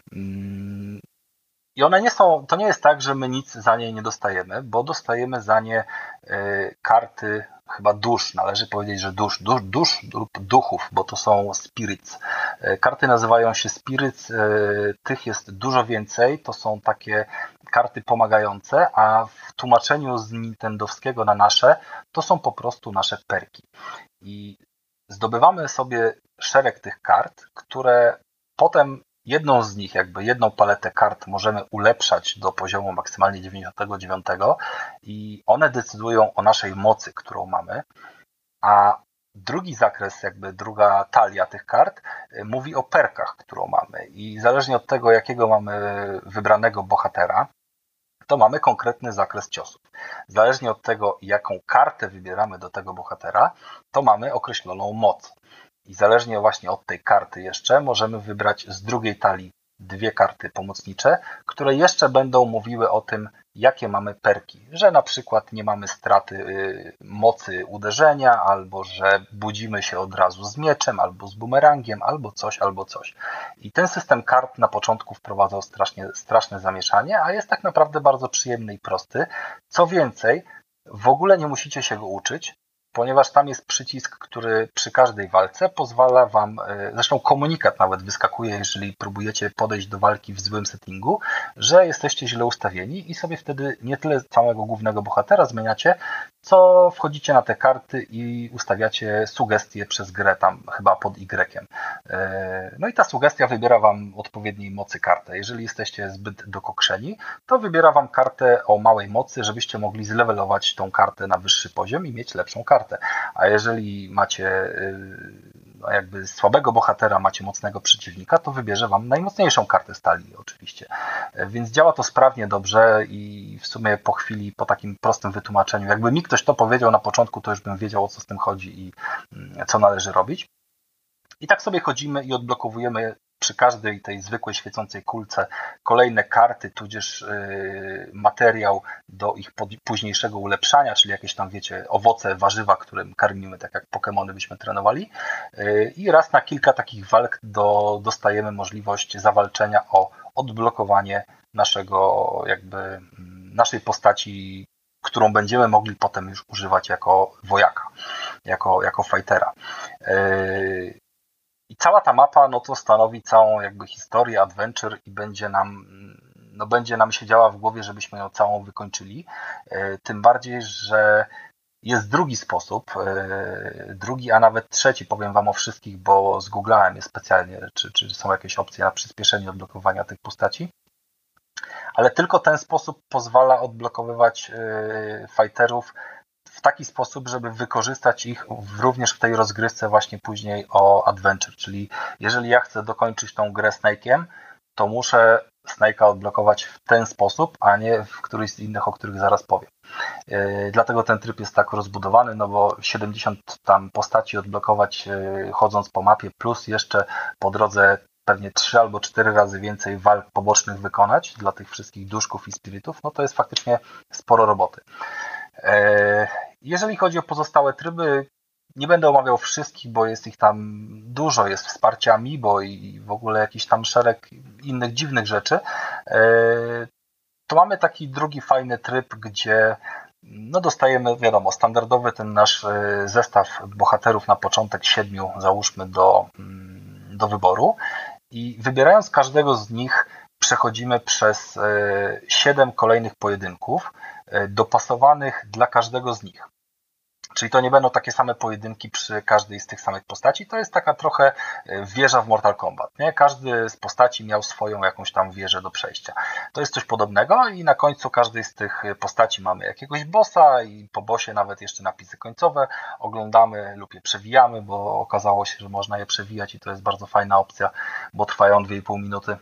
I one nie są, to nie jest tak, że my nic za nie nie dostajemy, bo dostajemy za nie y, karty chyba dusz, należy powiedzieć, że dusz, dusz, dusz lub duchów, bo to są spirits. Y, karty nazywają się spirits, y, tych jest dużo więcej, to są takie karty pomagające, a w tłumaczeniu z nintendowskiego na nasze, to są po prostu nasze perki. I zdobywamy sobie szereg tych kart, które potem jedną z nich, jakby jedną paletę kart możemy ulepszać do poziomu maksymalnie dziewięćdziesiątego dziewiątego i one decydują o naszej mocy, którą mamy, a drugi zakres, jakby druga talia tych kart mówi o perkach, którą mamy i zależnie od tego, jakiego mamy wybranego bohatera, to mamy konkretny zakres ciosów. Zależnie od tego, jaką kartę wybieramy do tego bohatera, to mamy określoną moc. I zależnie właśnie od tej karty jeszcze możemy wybrać z drugiej talii dwie karty pomocnicze, które jeszcze będą mówiły o tym, jakie mamy perki. Że na przykład nie mamy straty y, mocy uderzenia, albo że budzimy się od razu z mieczem, albo z bumerangiem, albo coś, albo coś. I ten system kart na początku wprowadzał strasznie, straszne zamieszanie, a jest tak naprawdę bardzo przyjemny i prosty. Co więcej, w ogóle nie musicie się go uczyć, ponieważ tam jest przycisk, który przy każdej walce pozwala wam, zresztą komunikat nawet wyskakuje, jeżeli próbujecie podejść do walki w złym settingu, że jesteście źle ustawieni i sobie wtedy nie tyle całego głównego bohatera zmieniacie, co wchodzicie na te karty i ustawiacie sugestie przez grę tam chyba pod Y. No i ta sugestia wybiera wam odpowiedniej mocy kartę. Jeżeli jesteście zbyt dokokrzeni, to wybiera wam kartę o małej mocy, żebyście mogli zlevelować tą kartę na wyższy poziom i mieć lepszą kartę. A jeżeli macie no jakby słabego bohatera, macie mocnego przeciwnika, to wybierze wam najmocniejszą kartę stali oczywiście. Więc działa to sprawnie, dobrze i w sumie po chwili, po takim prostym wytłumaczeniu, jakby mi ktoś to powiedział na początku, to już bym wiedział, o co z tym chodzi i co należy robić. I tak sobie chodzimy i odblokowujemy przy każdej tej zwykłej świecącej kulce kolejne karty, tudzież yy, materiał do ich pod, późniejszego ulepszania, czyli jakieś tam, wiecie, owoce, warzywa, którym karmimy, tak jak Pokemony byśmy trenowali. Yy, I raz na kilka takich walk do, dostajemy możliwość zawalczenia o odblokowanie naszego, jakby, naszej postaci, którą będziemy mogli potem już używać jako wojaka, jako, jako fightera. Yy, I cała ta mapa, no to stanowi całą jakby historię, adventure i będzie nam, no będzie nam siedziała w głowie, żebyśmy ją całą wykończyli. Tym bardziej, że jest drugi sposób, drugi, a nawet trzeci, powiem wam o wszystkich, bo zgooglałem je specjalnie, czy, czy są jakieś opcje na przyspieszenie odblokowania tych postaci. Ale tylko ten sposób pozwala odblokowywać fighterów w taki sposób, żeby wykorzystać ich w, również w tej rozgrywce właśnie później o Adventure, czyli jeżeli ja chcę dokończyć tą grę Snake'iem, to muszę Snake'a odblokować w ten sposób, a nie w któryś z innych, o których zaraz powiem. Yy, dlatego ten tryb jest tak rozbudowany, no bo siedemdziesiąt tam postaci odblokować yy, chodząc po mapie, plus jeszcze po drodze pewnie trzy albo cztery razy więcej walk pobocznych wykonać dla tych wszystkich duszków i spirytów, no to jest faktycznie sporo roboty. Jeżeli chodzi o pozostałe tryby, nie będę omawiał wszystkich, bo jest ich tam dużo, jest wsparcie Amiibo i w ogóle jakiś tam szereg innych dziwnych rzeczy. To mamy taki drugi fajny tryb, gdzie no dostajemy, wiadomo, standardowy ten nasz zestaw bohaterów na początek, siedmiu załóżmy do, do wyboru i wybierając każdego z nich przechodzimy przez siedem kolejnych pojedynków dopasowanych dla każdego z nich. Czyli to nie będą takie same pojedynki przy każdej z tych samych postaci. To jest taka trochę wieża w Mortal Kombat. Nie? Każdy z postaci miał swoją jakąś tam wieżę do przejścia. To jest coś podobnego i na końcu każdej z tych postaci mamy jakiegoś bossa i po bossie nawet jeszcze napisy końcowe. Oglądamy lub je przewijamy, bo okazało się, że można je przewijać i to jest bardzo fajna opcja, bo trwają dwie i pół minuty.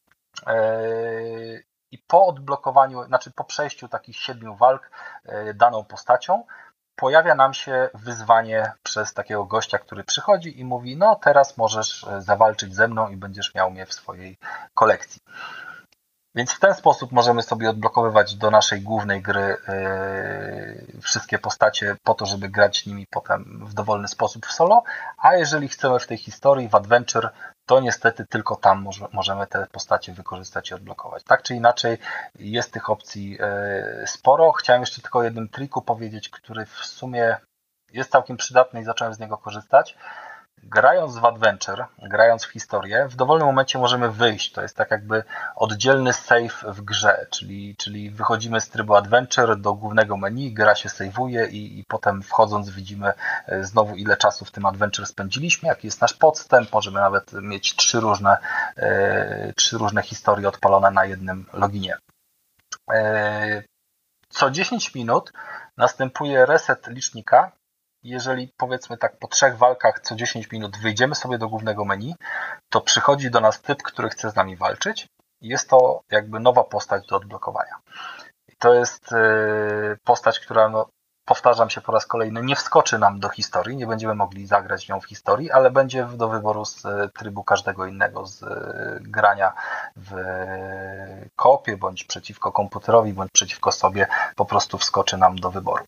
I po odblokowaniu, znaczy po przejściu takich siedmiu walk daną postacią, pojawia nam się wyzwanie przez takiego gościa, który przychodzi i mówi, no teraz możesz zawalczyć ze mną i będziesz miał mnie w swojej kolekcji. Więc w ten sposób możemy sobie odblokowywać do naszej głównej gry yy, wszystkie postacie po to, żeby grać nimi potem w dowolny sposób w solo, a jeżeli chcemy w tej historii, w Adventure, to niestety tylko tam może, możemy te postacie wykorzystać i odblokować. Tak czy inaczej jest tych opcji yy, sporo. Chciałem jeszcze tylko o jednym triku powiedzieć, który w sumie jest całkiem przydatny i zacząłem z niego korzystać. Grając w Adventure, grając w historię, w dowolnym momencie możemy wyjść. To jest tak jakby oddzielny save w grze, czyli, czyli wychodzimy z trybu Adventure do głównego menu, gra się saveuje i, i potem wchodząc widzimy znowu ile czasu w tym Adventure spędziliśmy, jaki jest nasz podstęp, możemy nawet mieć trzy różne, e, trzy różne historie odpalone na jednym loginie. E, co dziesięć minut następuje reset licznika. Jeżeli powiedzmy tak po trzech walkach co dziesięć minut wyjdziemy sobie do głównego menu, to przychodzi do nas typ, który chce z nami walczyć. Jest to jakby nowa postać do odblokowania. I to jest postać, która, no, powtarzam się po raz kolejny, nie wskoczy nam do historii, nie będziemy mogli zagrać nią w historii, ale będzie do wyboru z trybu każdego innego, z grania w koopie, bądź przeciwko komputerowi, bądź przeciwko sobie, po prostu wskoczy nam do wyboru.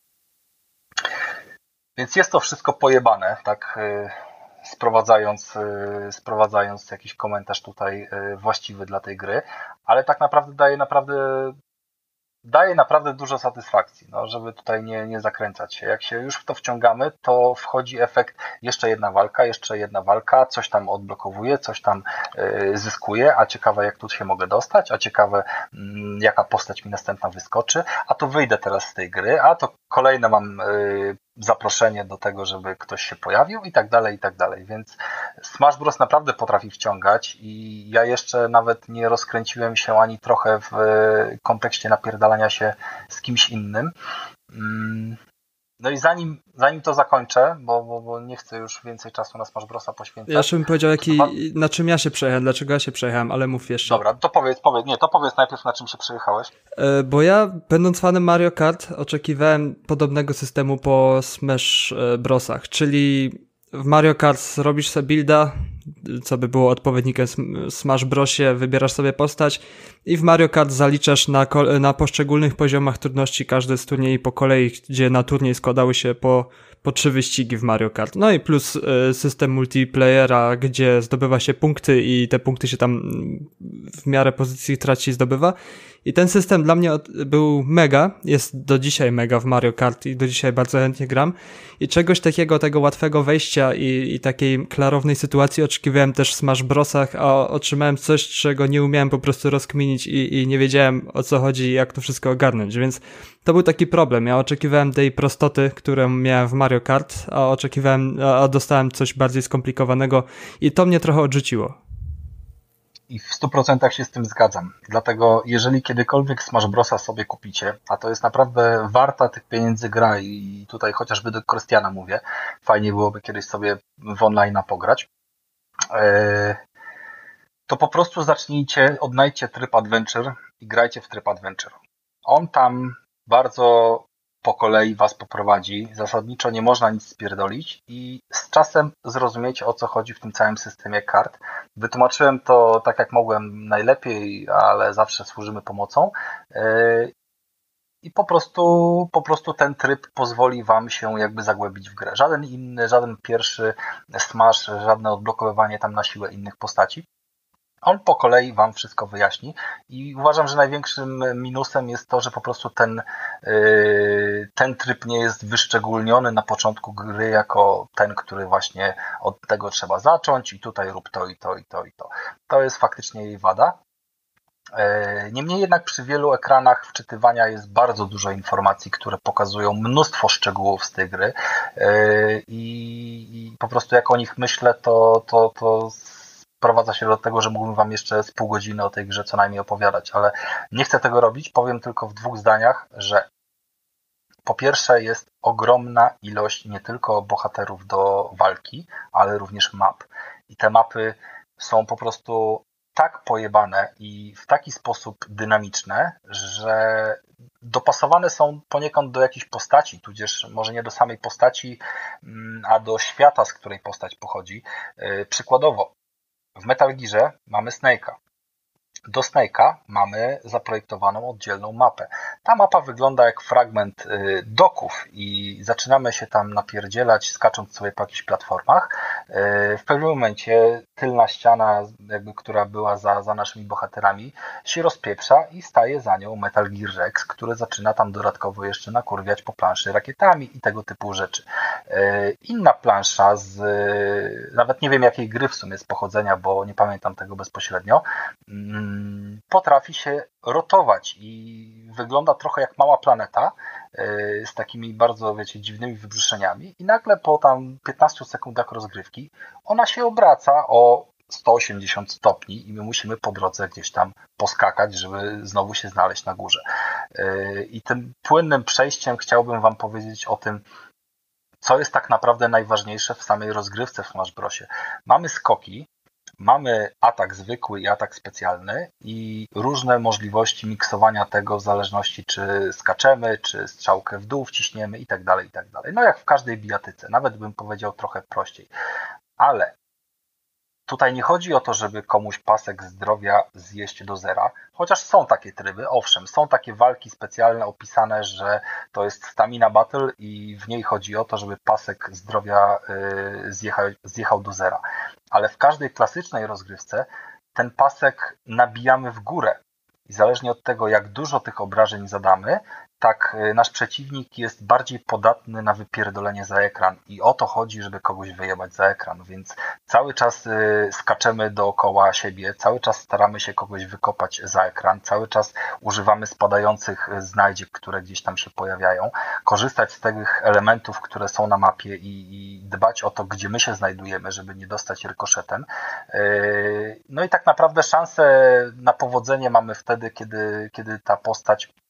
Więc jest to wszystko pojebane, tak sprowadzając, sprowadzając jakiś komentarz tutaj właściwy dla tej gry, ale tak naprawdę daje naprawdę, daje naprawdę dużo satysfakcji, no, żeby tutaj nie, nie zakręcać się. Jak się już w to wciągamy, to wchodzi efekt jeszcze jedna walka, jeszcze jedna walka, coś tam odblokowuje, coś tam zyskuje, a ciekawe jak tu się mogę dostać, a ciekawe jaka postać mi następna wyskoczy, a to wyjdę teraz z tej gry, a to kolejne mam zaproszenie do tego, żeby ktoś się pojawił i tak dalej, i tak dalej. Więc Smash Bros. Naprawdę potrafi wciągać i ja jeszcze nawet nie rozkręciłem się ani trochę w kontekście napierdalania się z kimś innym. No i zanim, zanim to zakończę, bo, bo, bo nie chcę już więcej czasu na Smash Brosa poświęcać. Ja jeszcze bym powiedział, jaki, na czym ja się przejechałem, dlaczego ja się przejechałem, ale mów jeszcze. Dobra, to powiedz, powiedz, nie, to powiedz najpierw, na czym się przejechałeś. E, bo ja, będąc fanem Mario Kart, oczekiwałem podobnego systemu po Smash Brosach, czyli w Mario Kart robisz sobie builda, co by było odpowiednikiem Smash Brosie, wybierasz sobie postać i w Mario Kart zaliczasz na, na poszczególnych poziomach trudności każdy z turniej po kolei, gdzie na turniej składały się po, po trzy wyścigi w Mario Kart. No i plus y, system multiplayera, gdzie zdobywa się punkty i te punkty się tam w miarę pozycji traci zdobywa. I ten system dla mnie był mega, jest do dzisiaj mega w Mario Kart i do dzisiaj bardzo chętnie gram. I czegoś takiego, tego łatwego wejścia i, i takiej klarownej sytuacji oczekiwałem też w Smash Brosach, a otrzymałem coś, czego nie umiałem po prostu rozkminić i, i nie wiedziałem, o co chodzi i jak to wszystko ogarnąć, więc to był taki problem. Ja oczekiwałem tej prostoty, którą miałem w Mario Kart, a oczekiwałem, a dostałem coś bardziej skomplikowanego i to mnie trochę odrzuciło. I w stu procentach się z tym zgadzam. Dlatego jeżeli kiedykolwiek Smash Brosa sobie kupicie, a to jest naprawdę warta tych pieniędzy gra i tutaj chociażby do Krystiana mówię, fajnie byłoby kiedyś sobie w online'a pograć, to po prostu zacznijcie, odnajdźcie tryb Adventure i grajcie w tryb Adventure. On tam bardzo po kolei was poprowadzi, zasadniczo nie można nic spierdolić i z czasem zrozumiecie, o co chodzi w tym całym systemie kart. Wytłumaczyłem to tak jak mogłem najlepiej, ale zawsze służymy pomocą i po prostu, po prostu ten tryb pozwoli wam się jakby zagłębić w grę. Żaden inny, żaden pierwszy smash, żadne odblokowywanie tam na siłę innych postaci. On po kolei wam wszystko wyjaśni i uważam, że największym minusem jest to, że po prostu ten, yy, ten tryb nie jest wyszczególniony na początku gry jako ten, który właśnie od tego trzeba zacząć i tutaj rób to i to i to i to. To jest faktycznie jej wada. Yy, niemniej jednak przy wielu ekranach wczytywania jest bardzo dużo informacji, które pokazują mnóstwo szczegółów z tej gry yy, i, i po prostu jak o nich myślę, to, to, to sprowadza się do tego, że mógłbym wam jeszcze z pół godziny o tej grze co najmniej opowiadać, ale nie chcę tego robić. Powiem tylko w dwóch zdaniach, że po pierwsze jest ogromna ilość nie tylko bohaterów do walki, ale również map. I te mapy są po prostu tak pojebane i w taki sposób dynamiczne, że dopasowane są poniekąd do jakiejś postaci, tudzież może nie do samej postaci, a do świata, z której postać pochodzi. Przykładowo, w Metal Gearze mamy Snake'a. Do Snake'a mamy zaprojektowaną oddzielną mapę. Ta mapa wygląda jak fragment doków i zaczynamy się tam napierdzielać, skacząc sobie po jakichś platformach. W pewnym momencie tylna ściana, jakby, która była za, za naszymi bohaterami, się rozpieprza i staje za nią Metal Gear Rex, który zaczyna tam dodatkowo jeszcze nakurwiać po planszy rakietami i tego typu rzeczy. Inna plansza, z, nawet nie wiem jakiej gry w sumie z pochodzenia, bo nie pamiętam tego bezpośrednio, potrafi się rotować i wygląda trochę jak mała planeta z takimi bardzo, wiecie, dziwnymi wybrzuszeniami i nagle po tam piętnastu sekundach rozgrywki ona się obraca o sto osiemdziesiąt stopni i my musimy po drodze gdzieś tam poskakać, żeby znowu się znaleźć na górze. I tym płynnym przejściem chciałbym wam powiedzieć o tym, co jest tak naprawdę najważniejsze w samej rozgrywce w Smash Brosie. Mamy skoki, mamy atak zwykły i atak specjalny i różne możliwości miksowania tego w zależności czy skaczemy, czy strzałkę w dół wciśniemy i tak dalej, i tak dalej. No jak w każdej bijatyce, nawet bym powiedział trochę prościej. Ale tutaj nie chodzi o to, żeby komuś pasek zdrowia zjeść do zera, chociaż są takie tryby, owszem, są takie walki specjalne opisane, że to jest stamina battle i w niej chodzi o to, żeby pasek zdrowia zjechał, zjechał do zera. Ale w każdej klasycznej rozgrywce ten pasek nabijamy w górę i zależnie od tego, jak dużo tych obrażeń zadamy, tak nasz przeciwnik jest bardziej podatny na wypierdolenie za ekran i o to chodzi, żeby kogoś wyjebać za ekran, więc cały czas skaczemy dookoła siebie, cały czas staramy się kogoś wykopać za ekran, cały czas używamy spadających znajdziek, które gdzieś tam się pojawiają, korzystać z tych elementów, które są na mapie i, i dbać o to, gdzie my się znajdujemy, żeby nie dostać rykoszetem. No i tak naprawdę szansę na powodzenie mamy wtedy, kiedy, kiedy ta postać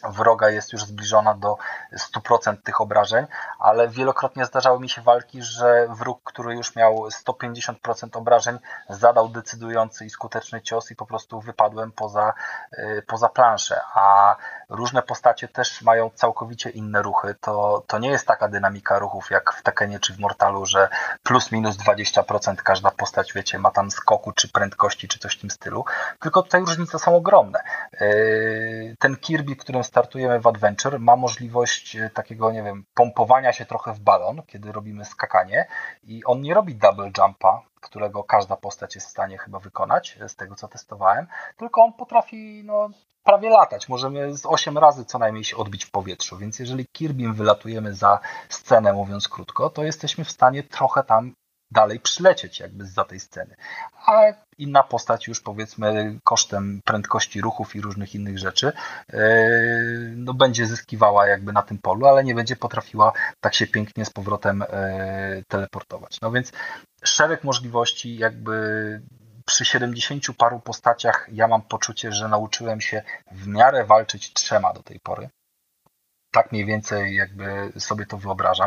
wroga jest już zbliżona do stu procent tych obrażeń, ale wielokrotnie zdarzały mi się walki, że wróg, który już miał sto pięćdziesiąt procent obrażeń, zadał decydujący i skuteczny cios i po prostu wypadłem poza, poza planszę, a różne postacie też mają całkowicie inne ruchy. To, to nie jest taka dynamika ruchów jak w Tekkenie czy w Mortalu, że plus minus dwadzieścia procent każda postać, wiecie, ma tam skoku czy prędkości czy coś w tym stylu, tylko tutaj różnice są ogromne. Ten Kirby, którym startujemy w Adventure, ma możliwość takiego, nie wiem, pompowania się trochę w balon, kiedy robimy skakanie i on nie robi double jumpa, którego każda postać jest w stanie chyba wykonać, z tego co testowałem, tylko on potrafi no, prawie latać. Możemy z osiem razy co najmniej się odbić w powietrzu, więc jeżeli Kirbym wylatujemy za scenę, mówiąc krótko, to jesteśmy w stanie trochę tam dalej przylecieć jakby zza tej sceny. A inna postać już powiedzmy kosztem prędkości ruchów i różnych innych rzeczy yy, no będzie zyskiwała jakby na tym polu, ale nie będzie potrafiła tak się pięknie z powrotem yy, teleportować. No więc szereg możliwości jakby przy siedemdziesięciu paru postaciach ja mam poczucie, że nauczyłem się w miarę walczyć trzema do tej pory. Tak mniej więcej jakby sobie to wyobrażam.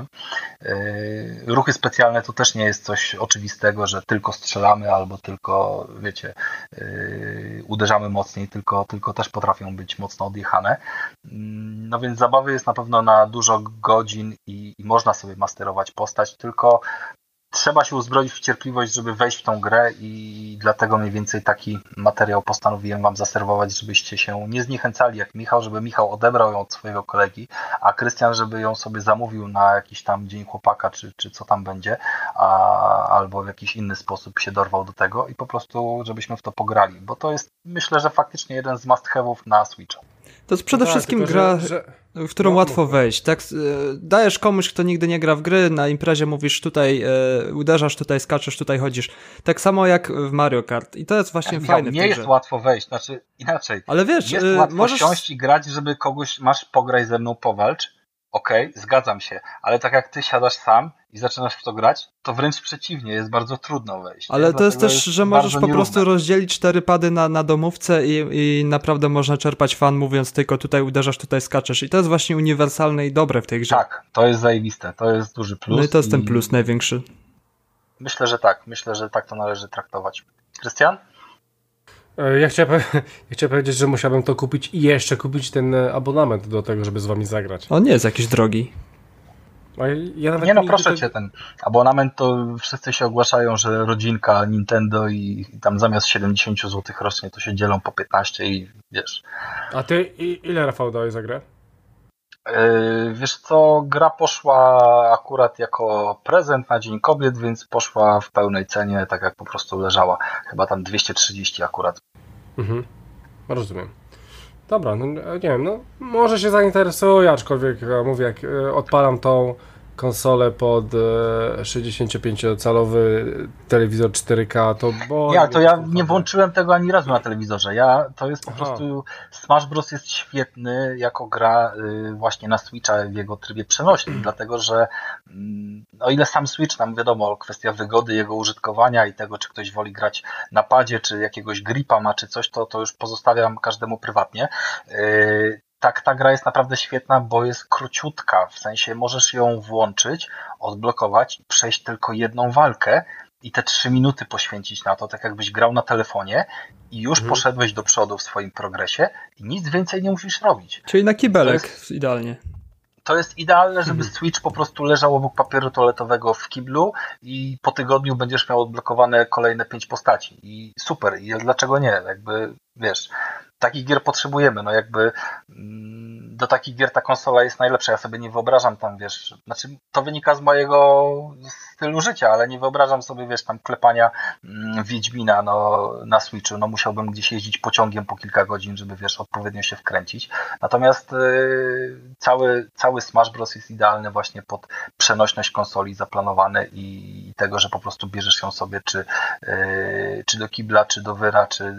Ruchy specjalne to też nie jest coś oczywistego, że tylko strzelamy albo tylko, wiecie, uderzamy mocniej, tylko, tylko też potrafią być mocno odjechane. No więc zabawy jest na pewno na dużo godzin i, i można sobie masterować postać, tylko trzeba się uzbroić w cierpliwość, żeby wejść w tą grę i dlatego mniej więcej taki materiał postanowiłem wam zaserwować, żebyście się nie zniechęcali jak Michał, żeby Michał odebrał ją od swojego kolegi, a Krystian, żeby ją sobie zamówił na jakiś tam dzień chłopaka, czy, czy co tam będzie, a, albo w jakiś inny sposób się dorwał do tego i po prostu, żebyśmy w to pograli, bo to jest, myślę, że faktycznie jeden z must-have'ów na Switcha. To jest przede no tak, wszystkim tylko, gra, że, że... w którą no, łatwo wejść. Tak, dajesz komuś, kto nigdy nie gra w gry, na imprezie mówisz tutaj e, uderzasz, tutaj skaczesz, tutaj chodzisz. Tak samo jak w Mario Kart. I to jest właśnie Michał, fajne w tej nie jest grze. łatwo wejść, znaczy inaczej. Ale wiesz, jest y, łatwo możesz... siąść i grać, żeby kogoś, masz pograj ze mną, powalcz. Okej, okay, zgadzam się, ale tak jak ty siadasz sam i zaczynasz w to grać, to wręcz przeciwnie, jest bardzo trudno wejść. Ale nie? to jest Dlatego też, jest że możesz po nierówne. prostu rozdzielić cztery pady na, na domówce i, i naprawdę można czerpać fan, mówiąc tylko tutaj uderzasz, tutaj skaczesz. I to jest właśnie uniwersalne i dobre w tej grze. Tak, to jest zajebiste, to jest duży plus. No i to jest i... ten plus największy. Myślę, że tak, myślę, że tak to należy traktować. Krystian? Ja chciałem, ja chciałem powiedzieć, że musiałbym to kupić i jeszcze kupić ten abonament do tego, żeby z wami zagrać. On nie jest jakiś drogi. Ja nawet nie no, proszę tego... cię, ten abonament to wszyscy się ogłaszają, że rodzinka Nintendo i, i tam zamiast siedemdziesiąt złotych rocznie to się dzielą po piętnaście i wiesz. A ty i, ile, Rafał, dałeś za grę? Yy, wiesz co, gra poszła akurat jako prezent na Dzień Kobiet, więc poszła w pełnej cenie, tak jak po prostu leżała. Chyba tam dwieście trzydzieści akurat. Mhm, rozumiem. Dobra, no nie wiem, no może się zainteresuję, aczkolwiek mówię, jak odpalam tą konsolę pod e, sześćdziesięciopięciocalowy telewizor cztery K, to bo... Ja, to ja nie włączyłem tego ani razu na telewizorze. Ja, to jest po Aha. prostu... Smash Bros. Jest świetny jako gra y, właśnie na Switcha w jego trybie przenośnym, dlatego że y, o ile sam Switch, nam wiadomo, kwestia wygody jego użytkowania i tego, czy ktoś woli grać na padzie, czy jakiegoś gripa ma, czy coś, to, to już pozostawiam każdemu prywatnie. Y, Tak, ta gra jest naprawdę świetna, bo jest króciutka, w sensie możesz ją włączyć, odblokować i przejść tylko jedną walkę i te trzy minuty poświęcić na to, tak jakbyś grał na telefonie i już mhm. poszedłeś do przodu w swoim progresie i nic więcej nie musisz robić. Czyli na kibelek to jest, idealnie. To jest idealne, żeby mhm. Switch po prostu leżał obok papieru toaletowego w kiblu i po tygodniu będziesz miał odblokowane kolejne pięć postaci i super, i dlaczego nie, jakby wiesz... Takich gier potrzebujemy, no jakby do takich gier ta konsola jest najlepsza, ja sobie nie wyobrażam tam, wiesz, znaczy to wynika z mojego stylu życia, ale nie wyobrażam sobie, wiesz, tam klepania Wiedźmina no, na Switchu, no musiałbym gdzieś jeździć pociągiem po kilka godzin, żeby, wiesz, odpowiednio się wkręcić, natomiast yy, cały, cały Smash Bros. Jest idealny właśnie pod przenośność konsoli zaplanowany i tego, że po prostu bierzesz ją sobie czy, yy, czy do kibla, czy do wyra, czy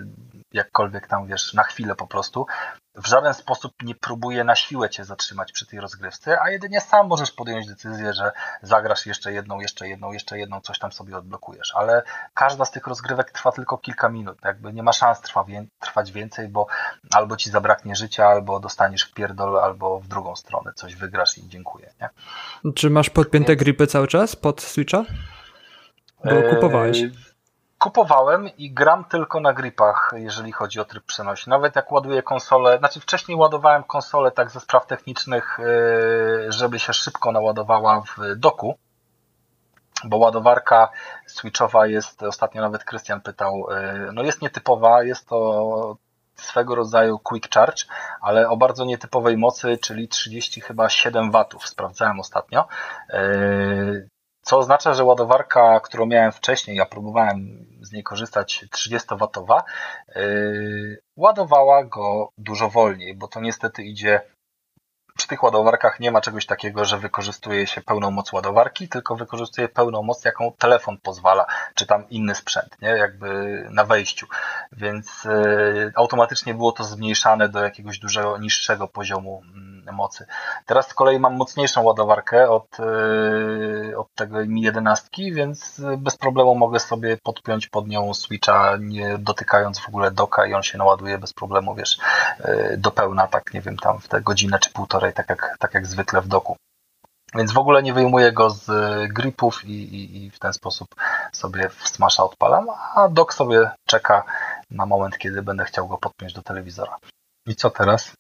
jakkolwiek tam, wiesz, na chwilę po prostu, w żaden sposób nie próbuje na siłę cię zatrzymać przy tej rozgrywce, a jedynie sam możesz podjąć decyzję, że zagrasz jeszcze jedną, jeszcze jedną, jeszcze jedną, coś tam sobie odblokujesz, ale każda z tych rozgrywek trwa tylko kilka minut, jakby nie ma szans trwa, trwać więcej, bo albo ci zabraknie życia, albo dostaniesz w pierdol, albo w drugą stronę, coś wygrasz i dziękuję, nie? Czy masz podpięte Więc... gripy cały czas pod Switcha? Bo kupowałeś. Eee... Kupowałem i gram tylko na gripach, jeżeli chodzi o tryb przenośny. Nawet jak ładuję konsolę, znaczy wcześniej ładowałem konsolę tak ze spraw technicznych, żeby się szybko naładowała w doku, bo ładowarka switchowa jest, ostatnio nawet Krystian pytał, no jest nietypowa, jest to swego rodzaju quick charge, ale o bardzo nietypowej mocy, czyli trzydzieści chyba siedem watów, sprawdzałem ostatnio. Co oznacza, że ładowarka, którą miałem wcześniej, ja próbowałem z niej korzystać, trzydziestowatowa, yy, ładowała go dużo wolniej, bo to niestety idzie, przy tych ładowarkach nie ma czegoś takiego, że wykorzystuje się pełną moc ładowarki, tylko wykorzystuje pełną moc, jaką telefon pozwala, czy tam inny sprzęt, nie? Jakby na wejściu, więc yy, automatycznie było to zmniejszane do jakiegoś dużego, niższego poziomu mocy. Teraz z kolei mam mocniejszą ładowarkę od, od tego Mi jedenaście, więc bez problemu mogę sobie podpiąć pod nią Switcha, nie dotykając w ogóle doka i on się naładuje bez problemu, wiesz, do pełna, tak nie wiem, tam w tę godzinę czy półtorej, tak jak, tak jak zwykle w doku. Więc w ogóle nie wyjmuję go z gripów i, i, i w ten sposób sobie w Smasha odpalam, a dok sobie czeka na moment, kiedy będę chciał go podpiąć do telewizora. I co teraz?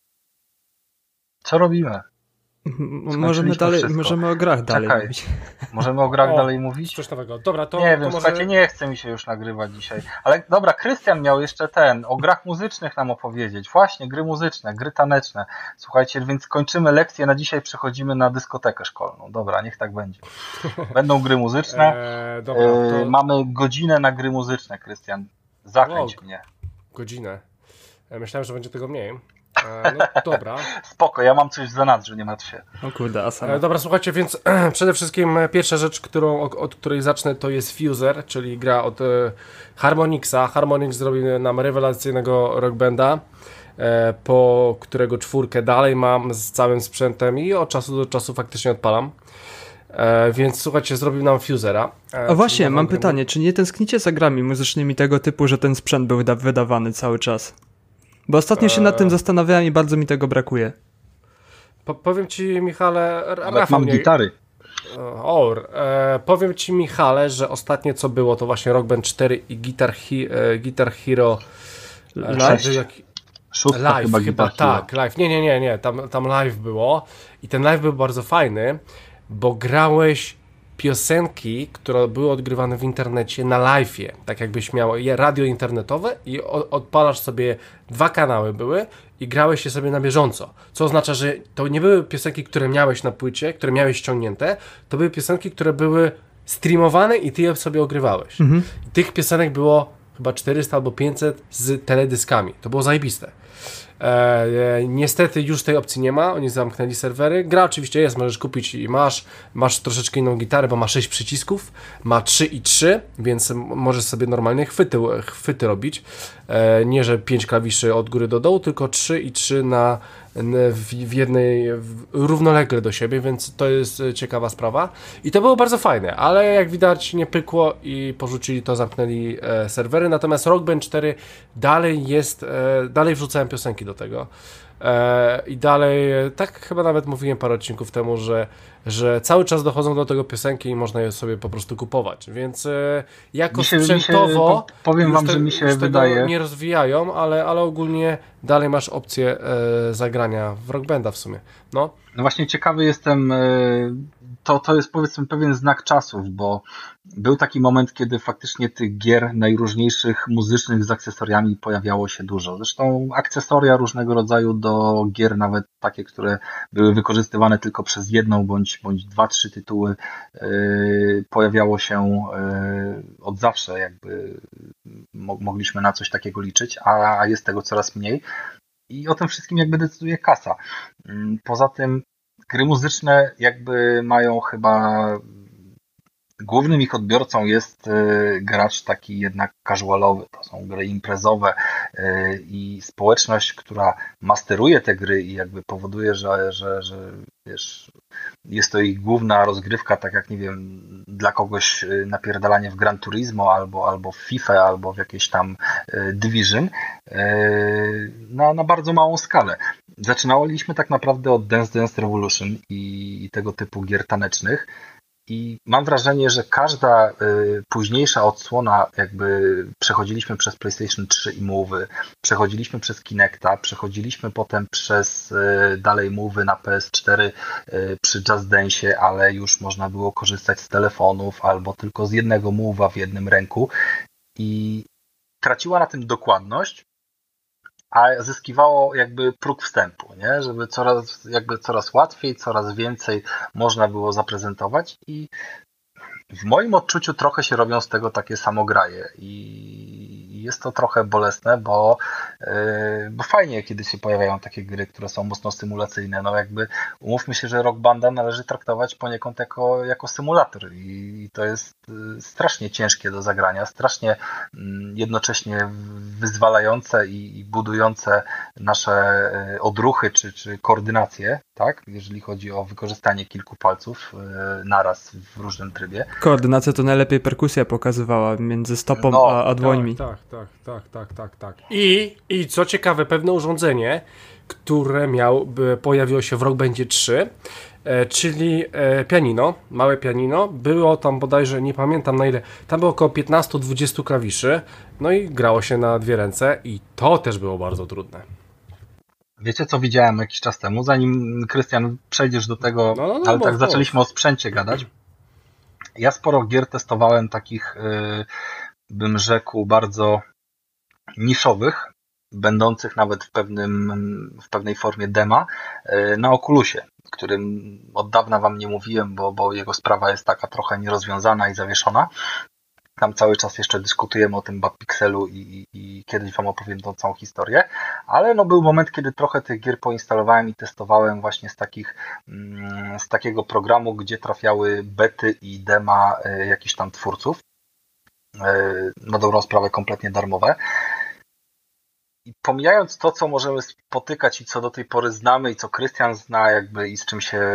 Co robimy? Możemy dalej, możemy o grach dalej Czekaj. mówić. Możemy o grach o, dalej mówić? Coś nowego. Dobra, to, nie wiem, to może... słuchajcie, nie chce mi się już nagrywać dzisiaj. Ale dobra, Krystian miał jeszcze ten, o grach muzycznych nam opowiedzieć. Właśnie, gry muzyczne, gry taneczne. Słuchajcie, więc kończymy lekcję, na dzisiaj przechodzimy na dyskotekę szkolną. Dobra, niech tak będzie. Będą gry muzyczne. Eee, dobra, to... Mamy godzinę na gry muzyczne, Krystian. Zachęć wow. mnie. Godzinę. Myślałem, że będzie tego mniej. No dobra. Spoko, ja mam coś w zanadrzu, nie martw się. O kurde, asana. Dobra, słuchajcie, więc przede wszystkim pierwsza rzecz, którą, od której zacznę, to jest Fuser, czyli gra od Harmonixa. Harmonix zrobił nam rewelacyjnego Rock Banda, po którego czwórkę dalej mam z całym sprzętem i od czasu do czasu faktycznie odpalam. Więc słuchajcie, zrobił nam Fusera. A właśnie, mam grę... pytanie, czy nie tęsknicie za grami muzycznymi tego typu, że ten sprzęt był wydawany cały czas? Bo ostatnio się nad tym zastanawiałem i bardzo mi tego brakuje. Po, powiem ci, Michale... Rafał, mam nie... gitary. O, e, powiem ci, Michale, że ostatnie co było, to właśnie Rock Band cztery i Guitar, Hi, e, Guitar Hero... Live? Jak... Live, chyba, chyba tak, live. Nie, nie, nie, nie. Tam, tam live było i ten live był bardzo fajny, bo grałeś piosenki, które były odgrywane w internecie na live'ie, tak jakbyś miał radio internetowe i odpalasz sobie, dwa kanały były i grałeś je sobie na bieżąco, co oznacza, że to nie były piosenki, które miałeś na płycie, które miałeś ściągnięte, to były piosenki, które były streamowane i ty je sobie ogrywałeś. Mhm. I tych piosenek było chyba czterysta albo pięćset z teledyskami, to było zajebiste. E, niestety już tej opcji nie ma, oni zamknęli serwery. Gra oczywiście jest, możesz kupić i masz masz troszeczkę inną gitarę, bo ma sześć przycisków, ma trzy i trzy, więc możesz sobie normalnie chwyty, chwyty robić, e, nie że pięć klawiszy od góry do dołu, tylko trzy i trzy na, w, w jednej w, równolegle do siebie, więc to jest ciekawa sprawa i to było bardzo fajne, ale jak widać nie pykło i porzucili to, zamknęli e, serwery, natomiast Rock Band cztery dalej jest, e, dalej wrzucałem piosenki do tego e, i dalej, tak chyba nawet mówiłem parę odcinków temu, że, że cały czas dochodzą do tego piosenki i można je sobie po prostu kupować, więc e, jako mi się, sprzętowo mi się, powiem wam, te, że mi się wydaje, nie rozwijają, ale, ale ogólnie dalej masz opcję e, zagrania w Rock Banda w sumie. No. No właśnie ciekawy jestem, to, to jest powiedzmy pewien znak czasów, bo był taki moment, kiedy faktycznie tych gier najróżniejszych muzycznych z akcesoriami pojawiało się dużo. Zresztą akcesoria różnego rodzaju do gier, nawet takie, które były wykorzystywane tylko przez jedną bądź, bądź dwa, trzy tytuły, yy, pojawiało się yy, od zawsze, jakby mo- mogliśmy na coś takiego liczyć, a jest tego coraz mniej. I o tym wszystkim jakby decyduje kasa. Poza tym gry muzyczne jakby mają chyba Głównym ich odbiorcą jest y, gracz taki jednak casualowy, to są gry imprezowe y, i społeczność, która masteruje te gry i jakby powoduje, że, że, że wiesz, jest to ich główna rozgrywka, tak jak nie wiem, dla kogoś napierdalanie w Gran Turismo albo, albo w FIFA, albo w jakieś tam y, Division y, na, na bardzo małą skalę. Zaczynaliśmy tak naprawdę od Dance Dance Revolution i, i tego typu gier tanecznych. I mam wrażenie, że każda y, późniejsza odsłona, jakby przechodziliśmy przez PlayStation trzy i Move'y, przechodziliśmy przez Kinecta, przechodziliśmy potem przez y, dalej Move'y na P S cztery y, przy Just Dance'ie, ale już można było korzystać z telefonów albo tylko z jednego Move'a w jednym ręku i traciła na tym dokładność, a zyskiwało jakby próg wstępu, nie? Żeby coraz, jakby coraz łatwiej, coraz więcej można było zaprezentować i w moim odczuciu trochę się robią z tego takie samograje i jest to trochę bolesne, bo, yy, bo fajnie, kiedy się pojawiają takie gry, które są mocno symulacyjne. No jakby umówmy się, że Rock Banda należy traktować poniekąd jako, jako symulator i to jest strasznie ciężkie do zagrania, strasznie jednocześnie wyzwalające i, i budujące nasze odruchy czy, czy koordynację, tak? Jeżeli chodzi o wykorzystanie kilku palców naraz w różnym trybie. Koordynacja to najlepiej perkusja pokazywała między stopą no, a, a dłońmi. Tak, tak, tak, tak, tak, tak. I, I co ciekawe, pewne urządzenie, które miał, pojawiło się w Rock Bandzie trzy, e, czyli e, pianino, małe pianino. Było tam bodajże, nie pamiętam na ile, tam było około piętnaście do dwudziestu klawiszy, no i grało się na dwie ręce i to też było bardzo trudne. Wiecie, co widziałem jakiś czas temu, zanim Krystian przejdziesz do tego, no, no, no, ale tak zaczęliśmy o sprzęcie gadać. Ja sporo gier testowałem takich, yy, bym rzekł, bardzo niszowych, będących nawet w, pewnym, w pewnej formie dema yy, na Oculusie, którym od dawna wam nie mówiłem, bo, bo jego sprawa jest taka trochę nierozwiązana i zawieszona. Tam cały czas jeszcze dyskutujemy o tym Badpixelu i, i, i kiedyś wam opowiem tą całą historię, ale no był moment, kiedy trochę tych gier poinstalowałem i testowałem właśnie z takich, z takiego programu, gdzie trafiały bety i dema jakichś tam twórców. Na dobrą sprawę kompletnie darmowe. I pomijając to, co możemy spotykać i co do tej pory znamy i co Krystian zna jakby i z czym się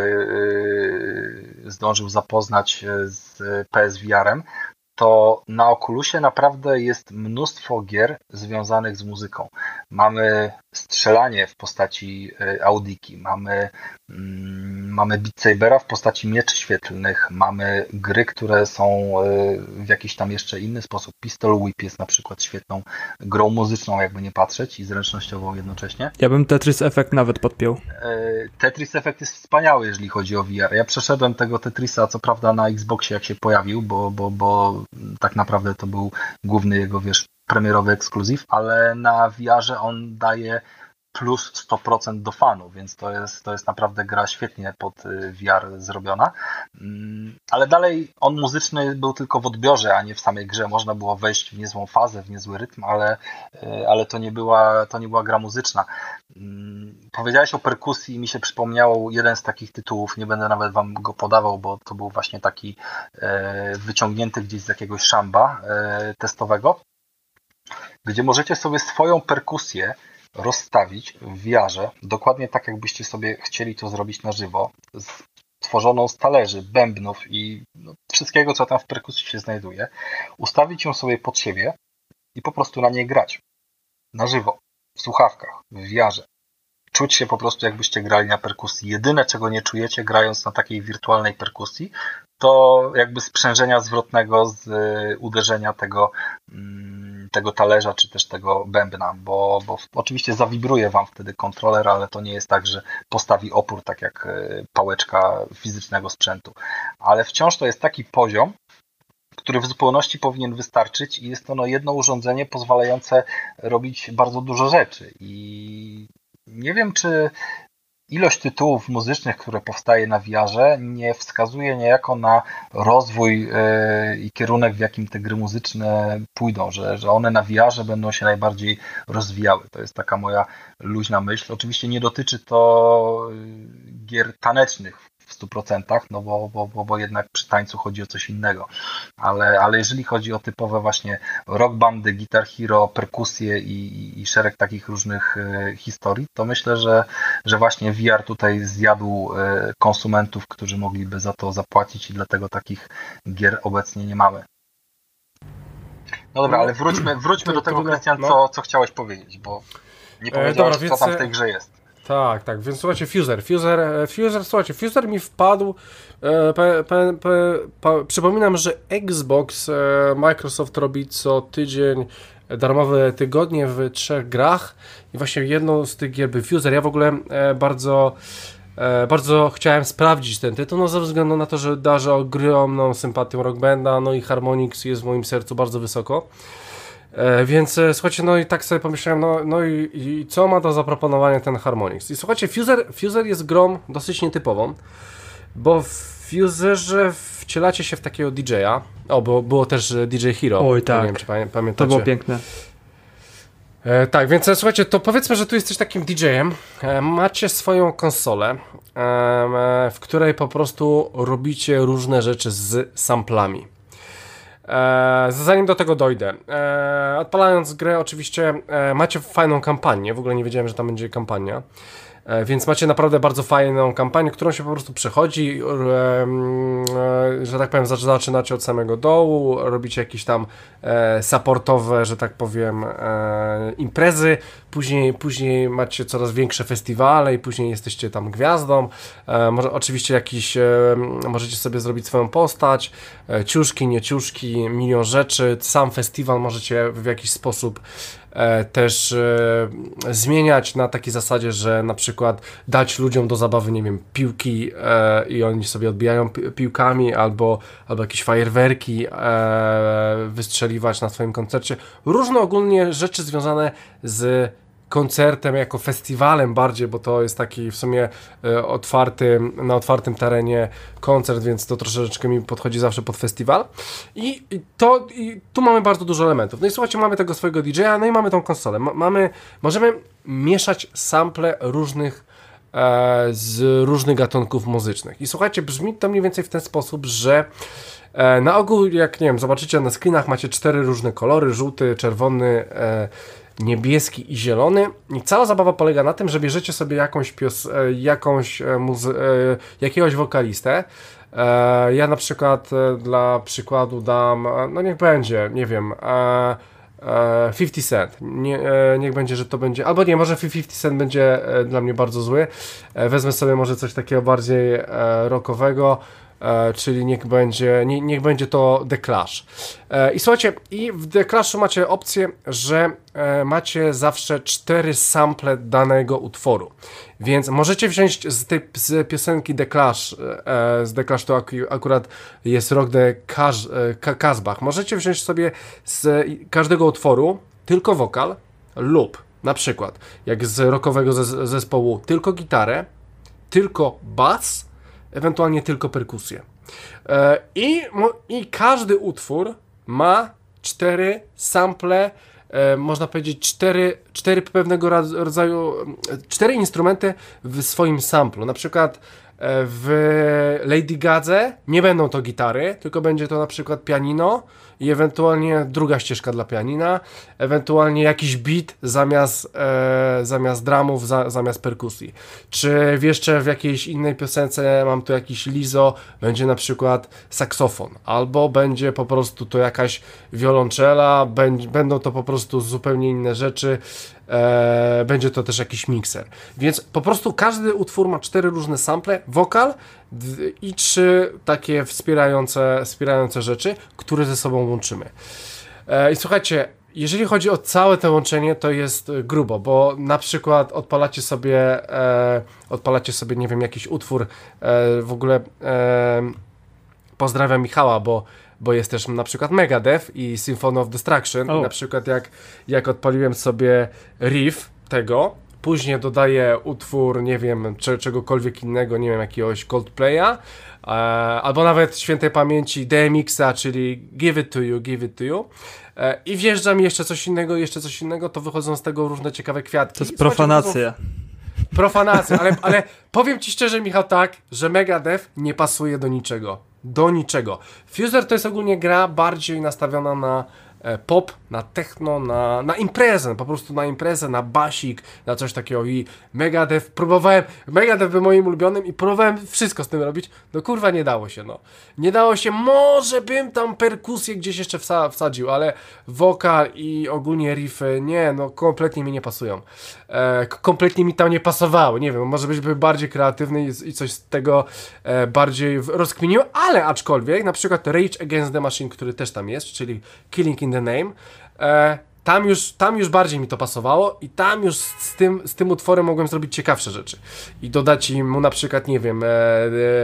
yy, zdążył zapoznać z P S V R-em, to na Oculusie naprawdę jest mnóstwo gier związanych z muzyką. Mamy strzelanie w postaci Audiki, mamy, mm, mamy Beat Sabera w postaci mieczy świetlnych, mamy gry, które są w jakiś tam jeszcze inny sposób. Pistol Whip jest na przykład świetną grą muzyczną, jakby nie patrzeć, i zręcznościową jednocześnie. Ja bym Tetris Effect nawet podpiął. Tetris Effect jest wspaniały, jeżeli chodzi o V R. Ja przeszedłem tego Tetrisa, co prawda na Xboxie, jak się pojawił, bo, bo, bo tak naprawdę to był główny jego, wiesz, premierowy ekskluzyw, ale na V R-ze on daje plus sto procent do fanów, więc to jest, to jest naprawdę gra świetnie pod V R zrobiona. Ale dalej on muzyczny był tylko w odbiorze, a nie w samej grze. Można było wejść w niezłą fazę, w niezły rytm, ale, ale to nie była, to nie była gra muzyczna. Powiedziałeś o perkusji i mi się przypomniał jeden z takich tytułów, nie będę nawet wam go podawał, bo to był właśnie taki wyciągnięty gdzieś z jakiegoś szamba testowego, gdzie możecie sobie swoją perkusję rozstawić w V R-ze, dokładnie tak jakbyście sobie chcieli to zrobić na żywo, stworzoną z talerzy, bębnów i no, wszystkiego, co tam w perkusji się znajduje, ustawić ją sobie pod siebie i po prostu na niej grać. Na żywo, w słuchawkach, w V R-ze. Czuć się po prostu, jakbyście grali na perkusji. Jedyne, czego nie czujecie, grając na takiej wirtualnej perkusji, to jakby sprzężenia zwrotnego z uderzenia tego, tego talerza, czy też tego bębna, bo, bo oczywiście zawibruje wam wtedy kontroler, ale to nie jest tak, że postawi opór, tak jak pałeczka fizycznego sprzętu. Ale wciąż to jest taki poziom, który w zupełności powinien wystarczyć i jest to no, jedno urządzenie pozwalające robić bardzo dużo rzeczy. I nie wiem, czy ilość tytułów muzycznych, które powstaje na V R-ze, nie wskazuje niejako na rozwój yy, i kierunek, w jakim te gry muzyczne pójdą, że, że one na V R-ze będą się najbardziej rozwijały. To jest taka moja luźna myśl. Oczywiście nie dotyczy to gier tanecznych w stu procentach, no bo, bo, bo, bo jednak przy tańcu chodzi o coś innego. Ale, ale jeżeli chodzi o typowe właśnie rock bandy, Guitar Hero, perkusje i, i, i szereg takich różnych e, historii, to myślę, że, że właśnie V R tutaj zjadł e, konsumentów, którzy mogliby za to zapłacić i dlatego takich gier obecnie nie mamy. No dobra, ale wróćmy, wróćmy do tego, Krystian, co, co chciałeś powiedzieć, bo nie powiedziałeś, e, dobra, co tam w tej grze jest. Tak, tak, więc słuchajcie, Fuser, Fuser, Fuser, słuchajcie, Fuser mi wpadł, e, pe, pe, pe, pe, przypominam, że Xbox, e, Microsoft robi co tydzień darmowe tygodnie w trzech grach i właśnie jedną z tych gier był Fuser. Ja w ogóle e, bardzo, e, bardzo chciałem sprawdzić ten tytuł, no ze względu na to, że darzę ogromną sympatią Rock Banda, no i Harmonix jest w moim sercu bardzo wysoko. E, więc e, słuchajcie, no i tak sobie pomyślałem, no, no i, i co ma do zaproponowania ten Harmonix? I słuchajcie, Fuser, Fuser jest grą dosyć nietypową, bo w Fuserze wcielacie się w takiego D J a. O, bo było też D J Hero. Oj, tak. Nie wiem, czy pamię pamiętacie. To było piękne. E, tak, więc e, słuchajcie, to powiedzmy, że tu jesteś takim D J em. E, macie swoją konsolę, e, e, w której po prostu robicie różne rzeczy z samplami. E, zanim do tego dojdę, e, odpalając grę oczywiście e, macie fajną kampanię, w ogóle nie wiedziałem, że tam będzie kampania, e, więc macie naprawdę bardzo fajną kampanię, którą się po prostu przechodzi, e, e, że tak powiem, zaczynacie od samego dołu, robicie jakieś tam e, supportowe, że tak powiem, e, imprezy, później, później macie coraz większe festiwale i później jesteście tam gwiazdą, e, może, oczywiście jakiś, e, możecie sobie zrobić swoją postać, e, ciuszki, nie ciuszki, milion rzeczy, sam festiwal możecie w jakiś sposób e, też e, zmieniać na takiej zasadzie, że na przykład dać ludziom do zabawy, nie wiem, piłki e, i oni sobie odbijają pi piłkami albo, albo jakieś fajerwerki e, wystrzeliwać na swoim koncercie. Różne ogólnie rzeczy związane z koncertem jako festiwalem bardziej, bo to jest taki w sumie e, otwarty, na otwartym terenie koncert, więc to troszeczkę mi podchodzi zawsze pod festiwal. I, i to i tu mamy bardzo dużo elementów. No i słuchajcie, mamy tego swojego D J a, no i mamy tą konsolę. M mamy, możemy mieszać sample różnych e, z różnych gatunków muzycznych. I słuchajcie, brzmi to mniej więcej w ten sposób, że e, na ogół, jak nie wiem, zobaczycie na screenach, macie cztery różne kolory, żółty, czerwony, e, niebieski i zielony i cała zabawa polega na tym, że bierzecie sobie jakąś, pios jakąś muzy jakiegoś wokalistę. E, ja na przykład e, dla przykładu dam, no niech będzie, nie wiem, e, e, fifty cent. Nie, e, niech będzie, że to będzie, albo nie, może fifty cent będzie e, dla mnie bardzo zły. E, wezmę sobie może coś takiego bardziej e, rockowego. E, czyli niech będzie, nie, niech będzie to The Clash. E, I słuchajcie, i w The Clashu macie opcję, że e, macie zawsze cztery sample danego utworu. Więc możecie wziąć z tej z piosenki The Clash, e, z The Clash to ak akurat jest Rock the Casbah. Możecie wziąć sobie z każdego utworu tylko wokal lub na przykład jak z rockowego zes zespołu tylko gitarę, tylko bas, ewentualnie tylko perkusję. E, i, I każdy utwór ma cztery sample, e, można powiedzieć cztery, cztery pewnego rodzaju, cztery instrumenty w swoim samplu. Na przykład w Lady Gadze nie będą to gitary, tylko będzie to na przykład pianino i ewentualnie druga ścieżka dla pianina, ewentualnie jakiś beat zamiast, e, zamiast drumów, za, zamiast perkusji. Czy jeszcze w jakiejś innej piosence mam tu jakiś lizo, będzie na przykład saksofon, albo będzie po prostu to jakaś wiolonczela, będ, będą to po prostu zupełnie inne rzeczy, e, będzie to też jakiś mikser. Więc po prostu każdy utwór ma cztery różne sample, wokal i trzy takie wspierające, wspierające rzeczy, które ze sobą łączymy. E, I słuchajcie, jeżeli chodzi o całe to łączenie, to jest grubo, bo na przykład odpalacie sobie, e, odpalacie sobie, nie wiem, jakiś utwór, e, w ogóle e, pozdrawiam Michała, bo bo jest też na przykład Megadeth i Symphony of Destruction. Oh. Na przykład jak, jak odpaliłem sobie riff tego, później dodaję utwór, nie wiem, czy, czegokolwiek innego, nie wiem, jakiegoś Coldplaya, e, albo nawet świętej pamięci D M X-a, czyli Give It To You, Give It To You, e, i wjeżdża mi jeszcze coś innego, jeszcze coś innego, to wychodzą z tego różne ciekawe kwiatki. To jest profanacja. Profanacja, ale, ale powiem ci szczerze, Michał, tak, że Megadeath nie pasuje do niczego. Do niczego. Fuser to jest ogólnie gra bardziej nastawiona na pop, na techno, na, na imprezę, po prostu na imprezę, na basik, na coś takiego i Megadeath, próbowałem, Megadeath był moim ulubionym i próbowałem wszystko z tym robić, no kurwa nie dało się, no. Nie dało się, może bym tam perkusję gdzieś jeszcze wsa- wsadził, ale wokal i ogólnie riffy, nie, no kompletnie mi nie pasują. E, kompletnie mi tam nie pasowały, nie wiem, może być by bardziej kreatywny i, i coś z tego e, bardziej rozkminił, ale aczkolwiek, na przykład Rage Against the Machine, który też tam jest, czyli Killing in the Name, e, tam, już, tam już bardziej mi to pasowało i tam już z tym, z tym utworem mogłem zrobić ciekawsze rzeczy i dodać mu na przykład, nie wiem, e, e,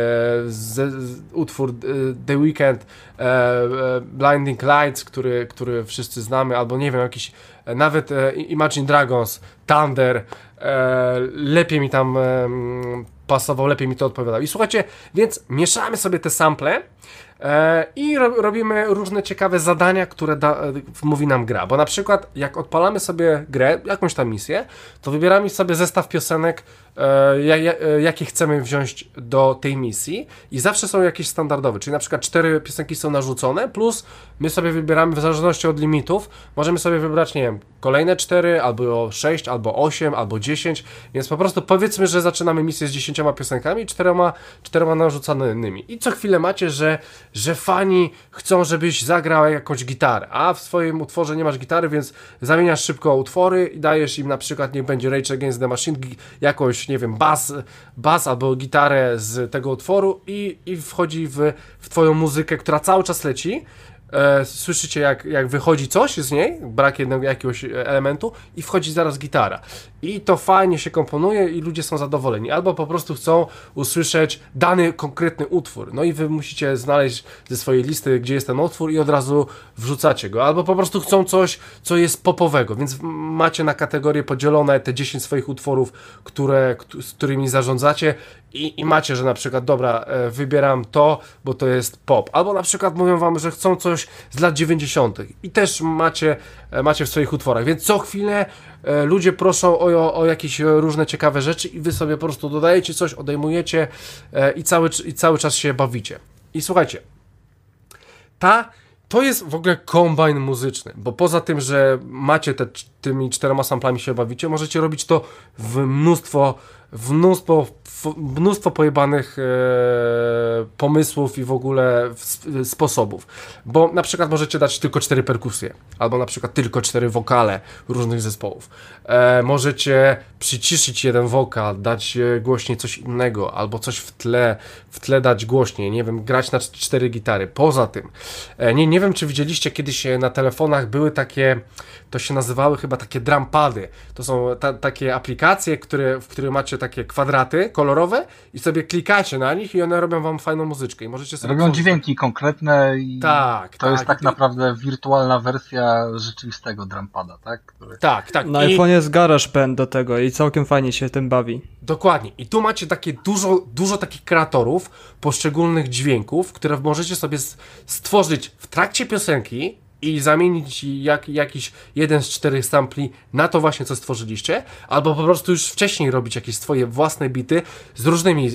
z, z, utwór e, The Weeknd, e, e, Blinding Lights, który, który wszyscy znamy, albo nie wiem, jakiś e, nawet e, Imagine Dragons, Thunder, e, lepiej mi tam e, pasował, lepiej mi to odpowiadał. I słuchajcie, więc mieszamy sobie te sample e, i ro, robimy różne ciekawe zadania, które da, e, mówi nam gra. Bo na przykład jak odpalamy sobie grę, jakąś tam misję, to wybieramy sobie zestaw piosenek, e, ja, ja, e, jakie chcemy wziąć do tej misji i zawsze są jakieś standardowe, czyli na przykład cztery piosenki są narzucone, plus my sobie wybieramy w zależności od limitów, możemy sobie wybrać, nie wiem, kolejne cztery, albo sześć, albo osiem, albo dziesięć, więc po prostu powiedzmy, że zaczynamy misję z dziesięcioma piosenkami i czterema, czterema narzucanymi. I co chwilę macie, że, że fani chcą, żebyś zagrał jakąś gitarę, a w swoim utworze nie masz gitary, więc zamieniasz szybko utwory i dajesz im na przykład, niech będzie Rage Against the Machine, jakąś, nie wiem, bas, bas albo gitarę z tego utworu i, i wchodzi w, w twoją muzykę, która cały czas leci. E, słyszycie jak, jak wychodzi coś z niej, brak jednego jakiegoś elementu i wchodzi zaraz gitara i to fajnie się komponuje i ludzie są zadowoleni, albo po prostu chcą usłyszeć dany konkretny utwór, no i wy musicie znaleźć ze swojej listy, gdzie jest ten utwór i od razu wrzucacie go, albo po prostu chcą coś, co jest popowego, więc macie na kategorie podzielone te dziesięć swoich utworów, które, z którymi zarządzacie i, i macie, że na przykład dobra, e, wybieram to, bo to jest pop, albo na przykład mówią wam, że chcą coś z lat dziewięćdziesiątych i też macie, macie w swoich utworach, więc co chwilę e, ludzie proszą o, o jakieś różne ciekawe rzeczy i wy sobie po prostu dodajecie coś, odejmujecie e, i, cały, i cały czas się bawicie. I słuchajcie, ta, to jest w ogóle kombajn muzyczny, bo poza tym, że macie te, tymi czterema samplami się bawicie, możecie robić to w mnóstwo w mnóstwo, w mnóstwo pojebanych e, pomysłów i w ogóle w, sposobów, bo na przykład możecie dać tylko cztery perkusje, albo na przykład tylko cztery wokale różnych zespołów, e, możecie przyciszyć jeden wokal, dać głośniej coś innego, albo coś w tle, w tle dać głośniej, nie wiem, grać na cztery gitary. Poza tym, e, nie, nie wiem czy widzieliście kiedyś na telefonach były takie, to się nazywały chyba takie drumpady, to są ta, takie aplikacje, które, w których macie takie kwadraty kolorowe i sobie klikacie na nich i one robią wam fajną muzyczkę i możecie sobie... Robią tworzyć dźwięki konkretne i tak, to tak, jest tak i... naprawdę wirtualna wersja rzeczywistego drumpada, tak? Który... Tak, tak. Na I... iPhone'ie jest GarageBand do tego i całkiem fajnie się tym bawi. Dokładnie. I tu macie takie dużo, dużo takich kreatorów poszczególnych dźwięków, które możecie sobie stworzyć w trakcie piosenki i zamienić jak, jakiś jeden z czterech sampli na to właśnie, co stworzyliście, albo po prostu już wcześniej robić jakieś swoje własne bity z różnymi, e,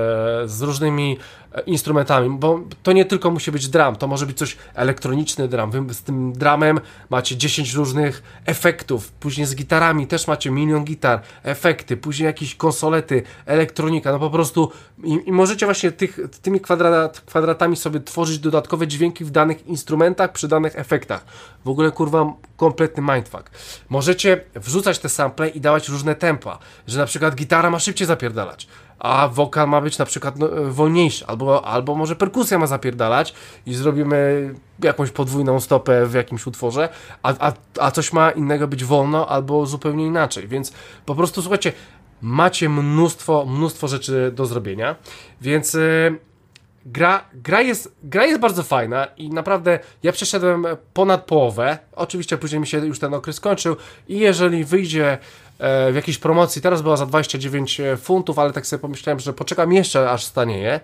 z różnymi instrumentami, bo to nie tylko musi być drum, to może być coś elektroniczny drum. Wy z tym drumem macie dziesięć różnych efektów, później z gitarami też macie milion gitar, efekty, później jakieś konsolety, elektronika, no po prostu i, i możecie właśnie tych, tymi kwadrat, kwadratami sobie tworzyć dodatkowe dźwięki w danych instrumentach, przy danych efektach. W ogóle kurwa kompletny mindfuck. Możecie wrzucać te sample i dawać różne tempa, że na przykład gitara ma szybciej zapierdalać, a wokal ma być na przykład no, wolniejszy, albo, albo może perkusja ma zapierdalać i zrobimy jakąś podwójną stopę w jakimś utworze, a, a, a coś ma innego być wolno, albo zupełnie inaczej, więc po prostu słuchajcie, macie mnóstwo, mnóstwo rzeczy do zrobienia, więc yy, gra, gra, jest, gra jest bardzo fajna i naprawdę ja przeszedłem ponad połowę, oczywiście później mi się już ten okres skończył i jeżeli wyjdzie w jakiejś promocji, teraz była za dwadzieścia dziewięć funtów, ale tak sobie pomyślałem, że poczekam jeszcze aż stanieje.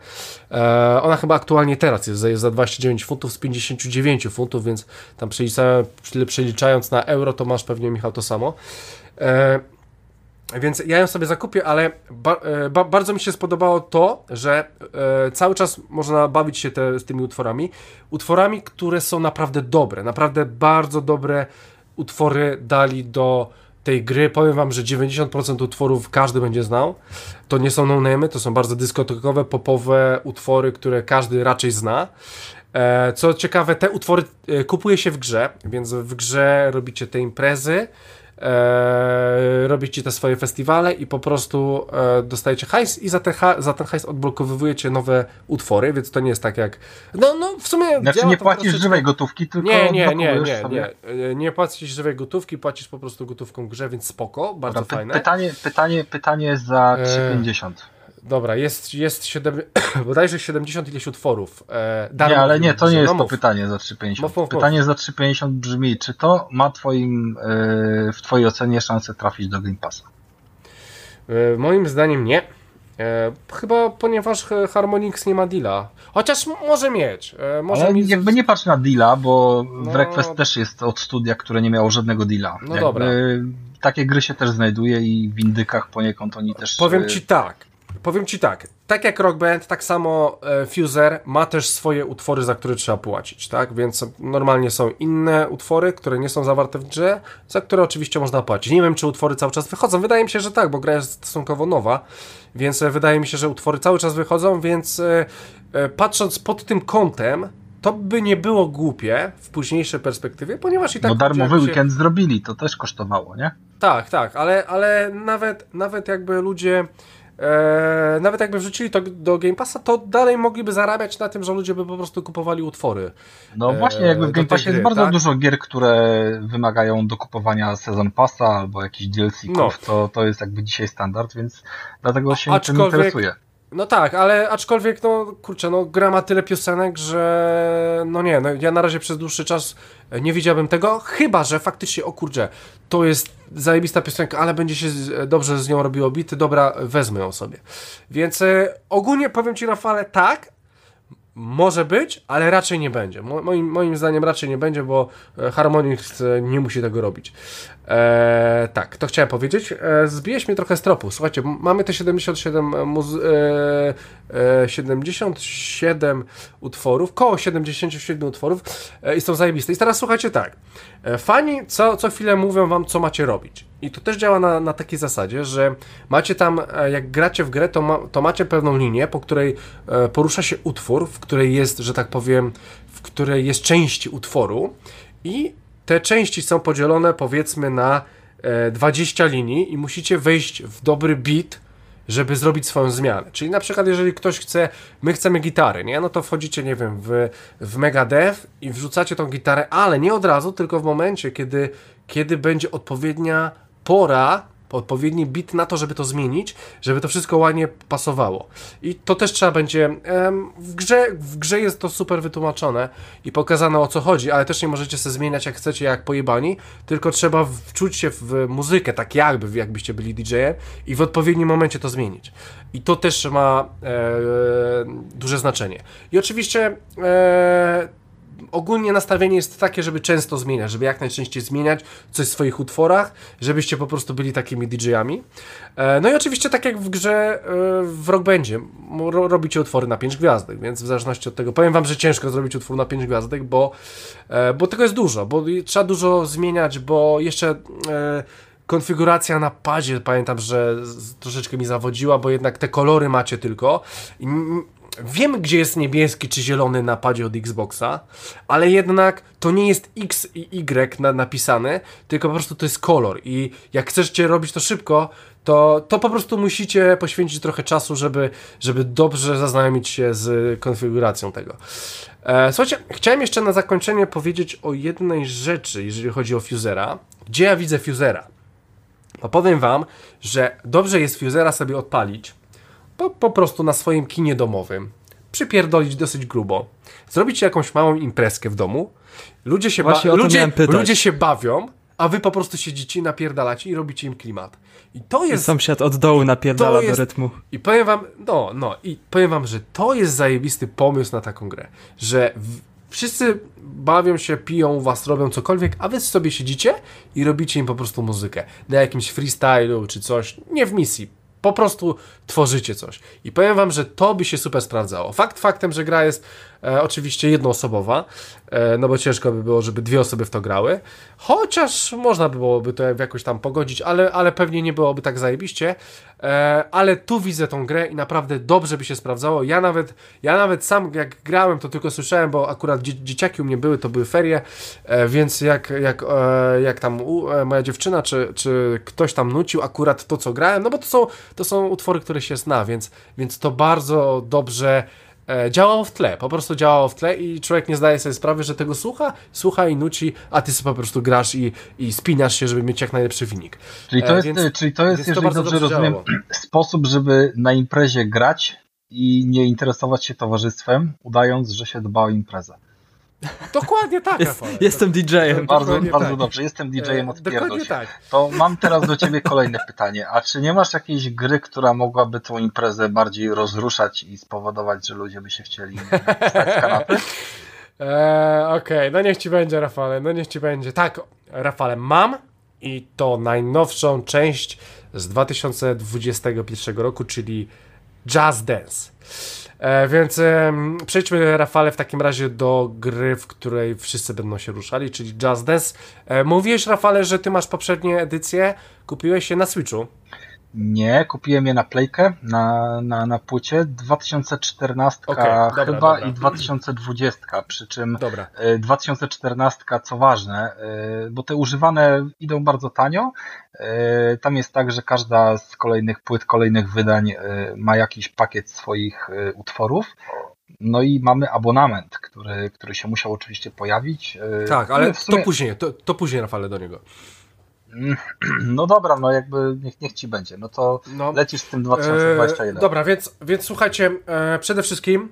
E, ona chyba aktualnie teraz jest, jest za dwadzieścia dziewięć funtów z pięćdziesiąt dziewięć funtów, więc tam przeliczając, przeliczając na euro, to masz pewnie, Michał, to samo. E, Więc ja ją sobie zakupię, ale ba, ba, bardzo mi się spodobało to, że e, cały czas można bawić się te, z tymi utworami. Utworami, które są naprawdę dobre, naprawdę bardzo dobre utwory dali do tej gry. Powiem wam, że dziewięćdziesiąt procent utworów każdy będzie znał. To nie są no-name'y, to są bardzo dyskotekowe, popowe utwory, które każdy raczej zna. E, co ciekawe, te utwory e, kupuje się w grze, więc w grze robicie te imprezy, e, robicie te swoje festiwale i po prostu e, dostajecie hajs i za, te ha- za ten hajs odblokowujecie nowe utwory, więc to nie jest tak jak... No, no w sumie... Znaczy nie płacisz troszeczkę... żywej gotówki, tylko nie, nie, nie, nie, sobie. nie, nie płacisz żywej gotówki, płacisz po prostu gotówką w grze, więc spoko, bardzo Dobra, fajne. Pytanie, pytanie, pytanie za trzy pięćdziesiąt. Dobra, jest, jest siedem, bodajże siedemdziesiąt ileś utworów. E, nie, ale nie, to nie jest no, to pytanie za trzy Mów, pięćdziesiąt. mów, pytanie mów. za trzy pięćdziesiąt brzmi, czy to ma twoim, yy, w twojej ocenie szansę trafić do Game Passa? E, moim zdaniem nie. E, chyba ponieważ Harmonix nie ma deala. Chociaż m- może mieć. E, może ale mieć... jakby nie patrz na deala, bo no... w Request też jest od studia, które nie miało żadnego deala. No jakby dobra. Takie gry się też znajduje i w indykach poniekąd oni też... Powiem ci tak. Powiem ci tak, tak jak Rock Band, tak samo e, Fuser ma też swoje utwory, za które trzeba płacić, tak? Więc normalnie są inne utwory, które nie są zawarte w grze, za które oczywiście można płacić. Nie wiem, czy utwory cały czas wychodzą. Wydaje mi się, że tak, bo gra jest stosunkowo nowa, więc e, wydaje mi się, że utwory cały czas wychodzą, więc e, e, patrząc pod tym kątem, to by nie było głupie w późniejszej perspektywie, ponieważ i tak... No darmowy się... weekend zrobili, to też kosztowało, nie? Tak, tak, ale, ale nawet, nawet jakby ludzie... Eee, nawet jakby wrzucili to do Game Passa, to dalej mogliby zarabiać na tym, że ludzie by po prostu kupowali utwory. No właśnie, jakby w Game Passie gry, jest bardzo tak? dużo gier, które wymagają dokupowania Season Passa albo jakichś D L C-ków, no. to, to jest jakby dzisiaj standard, więc dlatego się A, tym interesuje. No tak, ale aczkolwiek, no kurczę, no gra ma tyle piosenek, że no nie, no ja na razie przez dłuższy czas nie widziałbym tego, chyba że faktycznie, o kurczę, to jest zajebista piosenka, ale będzie się dobrze z nią robiło bity, dobra, wezmę ją sobie. Więc e, ogólnie powiem ci, Rafale, tak, może być, ale raczej nie będzie. Moim, moim zdaniem raczej nie będzie, bo Harmonix nie musi tego robić. E, tak, to chciałem powiedzieć. E, zbiłeś mnie trochę z tropu. Słuchajcie, mamy te siedemdziesiąt siedem, muzy- e, e, siedemdziesiąt siedem utworów, koło siedemdziesiąt siedem utworów e, i są zajebiste. I teraz słuchajcie tak. E, fani co, co chwilę mówią wam, co macie robić. I to też działa na, na takiej zasadzie, że macie tam, jak gracie w grę, to, ma, to macie pewną linię, po której e, porusza się utwór, w której jest, że tak powiem, w której jest części utworu i te części są podzielone powiedzmy na e, dwadzieścia linii i musicie wejść w dobry beat, żeby zrobić swoją zmianę. Czyli na przykład jeżeli ktoś chce, my chcemy gitary, nie? No to wchodzicie, nie wiem, w, w Megadev i wrzucacie tą gitarę, ale nie od razu, tylko w momencie, kiedy, kiedy będzie odpowiednia pora, odpowiedni bit na to, żeby to zmienić, żeby to wszystko ładnie pasowało. I to też trzeba będzie... Em, w, grze, w grze jest to super wytłumaczone i pokazane, o co chodzi, ale też nie możecie sobie zmieniać jak chcecie, jak pojebani, tylko trzeba wczuć się w muzykę, tak jakby, jakbyście byli D J-em i w odpowiednim momencie to zmienić. I to też ma e, duże znaczenie. I oczywiście e, ogólnie nastawienie jest takie, żeby często zmieniać, żeby jak najczęściej zmieniać coś w swoich utworach, żebyście po prostu byli takimi D J-ami. No i oczywiście tak jak w grze w Rock Bandzie robicie utwory na pięć gwiazdek, więc w zależności od tego, powiem wam, że ciężko zrobić utwór na pięć gwiazdek, bo, bo tego jest dużo, bo trzeba dużo zmieniać, bo jeszcze konfiguracja na padzie, pamiętam, że troszeczkę mi zawodziła, bo jednak te kolory macie tylko i wiem, gdzie jest niebieski czy zielony na padzie od Xboxa, ale jednak to nie jest X i Y na, napisane, tylko po prostu to jest kolor i jak chcecie robić to szybko, to, to po prostu musicie poświęcić trochę czasu, żeby, żeby dobrze zaznajomić się z konfiguracją tego. E, słuchajcie, chciałem jeszcze na zakończenie powiedzieć o jednej rzeczy, jeżeli chodzi o Fusera. Gdzie ja widzę Fusera? Bo powiem wam, że dobrze jest Fusera sobie odpalić, Po, po prostu na swoim kinie domowym, przypierdolić dosyć grubo, zrobić jakąś małą imprezkę w domu, ludzie się, ba- ludzie, ludzie się bawią, a wy po prostu siedzicie, napierdalacie i robicie im klimat. I to jest... I sąsiad od dołu napierdala jest, do rytmu. I powiem wam, no, no, i powiem wam, że to jest zajebisty pomysł na taką grę, że w, Wszyscy bawią się, piją u was, robią cokolwiek, a wy sobie siedzicie i robicie im po prostu muzykę. Na jakimś freestylu czy coś, nie w misji. Po prostu tworzycie coś. I powiem wam, że to by się super sprawdzało. Fakt faktem, że gra jest e, oczywiście jednoosobowa, e, no bo ciężko by było, żeby dwie osoby w to grały. Chociaż można by byłoby to jakoś tam pogodzić, ale, ale pewnie nie byłoby tak zajebiście. E, ale tu widzę tą grę i naprawdę dobrze by się sprawdzało. Ja nawet, ja nawet sam jak grałem, to tylko słyszałem, bo akurat dzie dzieciaki u mnie były, to były ferie, e, więc jak, jak, e, jak tam u, e, moja dziewczyna, czy, czy ktoś tam nucił akurat to, co grałem, no bo to są, to są utwory, które się zna, więc, więc to bardzo dobrze e, działało w tle, po prostu działało w tle i człowiek nie zdaje sobie sprawy, że tego słucha, słucha i nuci, a ty sobie po prostu grasz i, i spinasz się, żeby mieć jak najlepszy wynik. Czyli to jest, e, więc, czyli to jest jeżeli to dobrze rozumiem, działało. Sposób, żeby na imprezie grać i nie interesować się towarzystwem, udając, że się dba o imprezę. Dokładnie tak, Jest, Jestem D J-em. Bardzo, bardzo tak. dobrze, jestem D J-em od Dokładnie tak. To mam teraz do ciebie kolejne pytanie. A czy nie masz jakiejś gry, która mogłaby tą imprezę bardziej rozruszać i spowodować, że ludzie by się chcieli wstać z kanapy? Eee, Okej, okay. no niech ci będzie, Rafale, no niech ci będzie. Tak, Rafale, mam i to najnowszą część z dwa tysiące dwudziestego pierwszego roku, czyli Just Dance. E, więc e, przejdźmy, Rafale, w takim razie do gry, w której wszyscy będą się ruszali, czyli Just Dance. E, mówiłeś, Rafale, że ty masz poprzednie edycje, kupiłeś je na Switchu. Nie, kupiłem je na Playkę, na, na, na płycie, dwa tysiące czternastka okay, dobra, chyba dobra. i dwa tysiące dwudziestka, przy czym dobra. dwa tysiące czternastka, co ważne, bo te używane idą bardzo tanio, tam jest tak, że każda z kolejnych płyt, kolejnych wydań ma jakiś pakiet swoich utworów. No i mamy abonament, który, który się musiał oczywiście pojawić. Tak, ale sumie... to później, to, to później, Rafale, do niego. No dobra, no jakby niech, niech ci będzie. No to no, lecisz z tym dwa tysiące dwudziestym jeden. E, dobra, więc, więc słuchajcie, e, przede wszystkim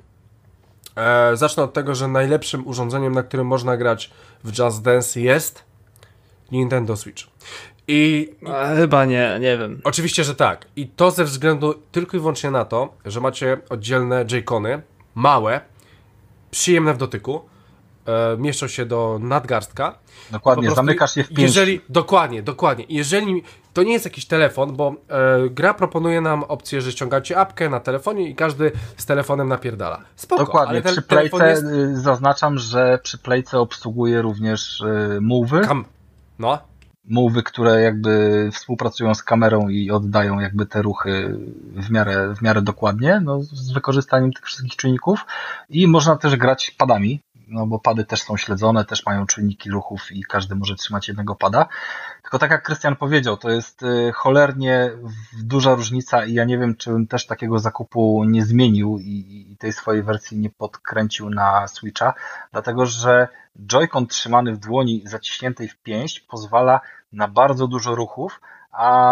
e, zacznę od tego, że najlepszym urządzeniem, na którym można grać w Just Dance jest Nintendo Switch. I, A, chyba nie, nie wiem. Oczywiście, że tak. I to ze względu tylko i wyłącznie na to, że macie oddzielne Joy-Cony, małe, przyjemne w dotyku, e, mieszczą się do nadgarstka. Dokładnie, zamykasz je w pięść. Jeżeli, dokładnie, dokładnie. Jeżeli to nie jest jakiś telefon, bo e, gra proponuje nam opcję, że ściągacie apkę na telefonie i każdy z telefonem napierdala. Spoko, dokładnie, ale ten przy Playce jest... zaznaczam, że przy Playce obsługuje również y, move'y. Kam... No. Move'y, które jakby współpracują z kamerą i oddają jakby te ruchy w miarę, w miarę dokładnie, no, z wykorzystaniem tych wszystkich czynników i można też grać padami, no bo pady też są śledzone, też mają czujniki ruchów i każdy może trzymać jednego pada. Tylko tak jak Krystian powiedział, to jest cholernie duża różnica i ja nie wiem, czy bym też takiego zakupu nie zmienił i, i tej swojej wersji nie podkręcił na Switcha, dlatego że Joy-Con trzymany w dłoni zaciśniętej w pięść pozwala na bardzo dużo ruchów, a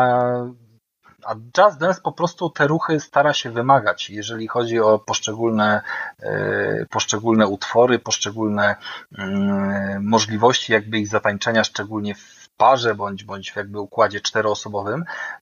A Just Dance po prostu te ruchy stara się wymagać, jeżeli chodzi o poszczególne, yy, poszczególne utwory, poszczególne yy, możliwości jakby ich zatańczenia, szczególnie w parze bądź, bądź w jakby układzie czteroosobowym,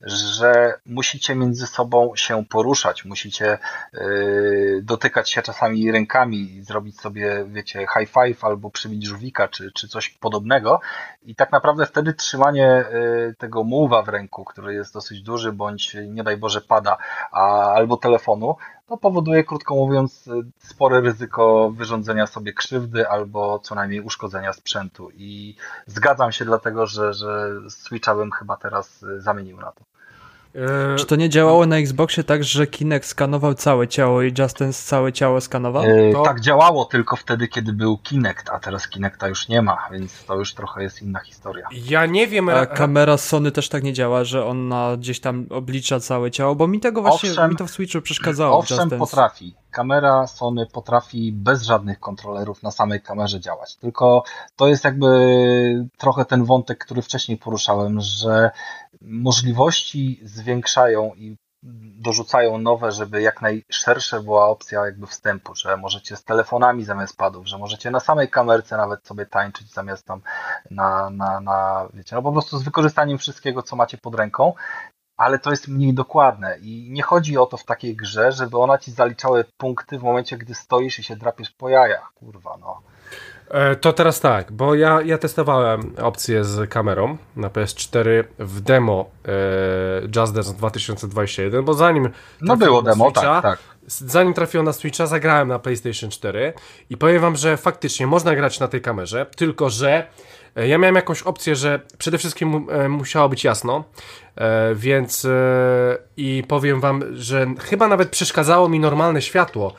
że musicie między sobą się poruszać, musicie yy, dotykać się czasami rękami i zrobić sobie, wiecie, high five albo przybić żółwika czy, czy coś podobnego i tak naprawdę wtedy trzymanie yy, tego move'a w ręku, który jest dosyć duży bądź nie daj Boże pada, a, albo telefonu, to powoduje, krótko mówiąc, spore ryzyko wyrządzenia sobie krzywdy albo co najmniej uszkodzenia sprzętu i zgadzam się dlatego, że, że Switcha bym chyba teraz zamienił na to. Czy to nie działało na Xboxie tak, że Kinect skanował całe ciało i Just Dance całe ciało skanował? Yy, to... Tak działało tylko wtedy, kiedy był Kinect, a teraz Kinecta już nie ma, więc to już trochę jest inna historia. Ja nie wiem... A kamera Sony też tak nie działa, że ona gdzieś tam oblicza całe ciało, bo mi tego właśnie, owszem, mi to w Switchu przeszkadzało. Owszem, Just Dance. potrafi. Kamera Sony potrafi bez żadnych kontrolerów na samej kamerze działać. Tylko to jest jakby trochę ten wątek, który wcześniej poruszałem, że możliwości zwiększają i dorzucają nowe, żeby jak najszersza była opcja jakby wstępu, że możecie z telefonami zamiast padów, że możecie na samej kamerce nawet sobie tańczyć zamiast tam na, na, na wiecie, no po prostu z wykorzystaniem wszystkiego, co macie pod ręką. Ale to jest mniej dokładne i nie chodzi o to w takiej grze, żeby ona ci zaliczały punkty w momencie, gdy stoisz i się drapiesz po jajach, kurwa, no. To teraz tak, bo ja, ja testowałem opcję z kamerą na P S cztery w demo e, Just Dance dwa tysiące dwudziesty jeden, bo zanim no było demo, Switcha, tak, tak. Zanim trafiło na Switcha, zagrałem na PlayStation cztery i powiem wam, że faktycznie można grać na tej kamerze, tylko że ja miałem jakąś opcję, że przede wszystkim e, musiało być jasno, e, więc e, i powiem wam, że chyba nawet przeszkadzało mi normalne światło,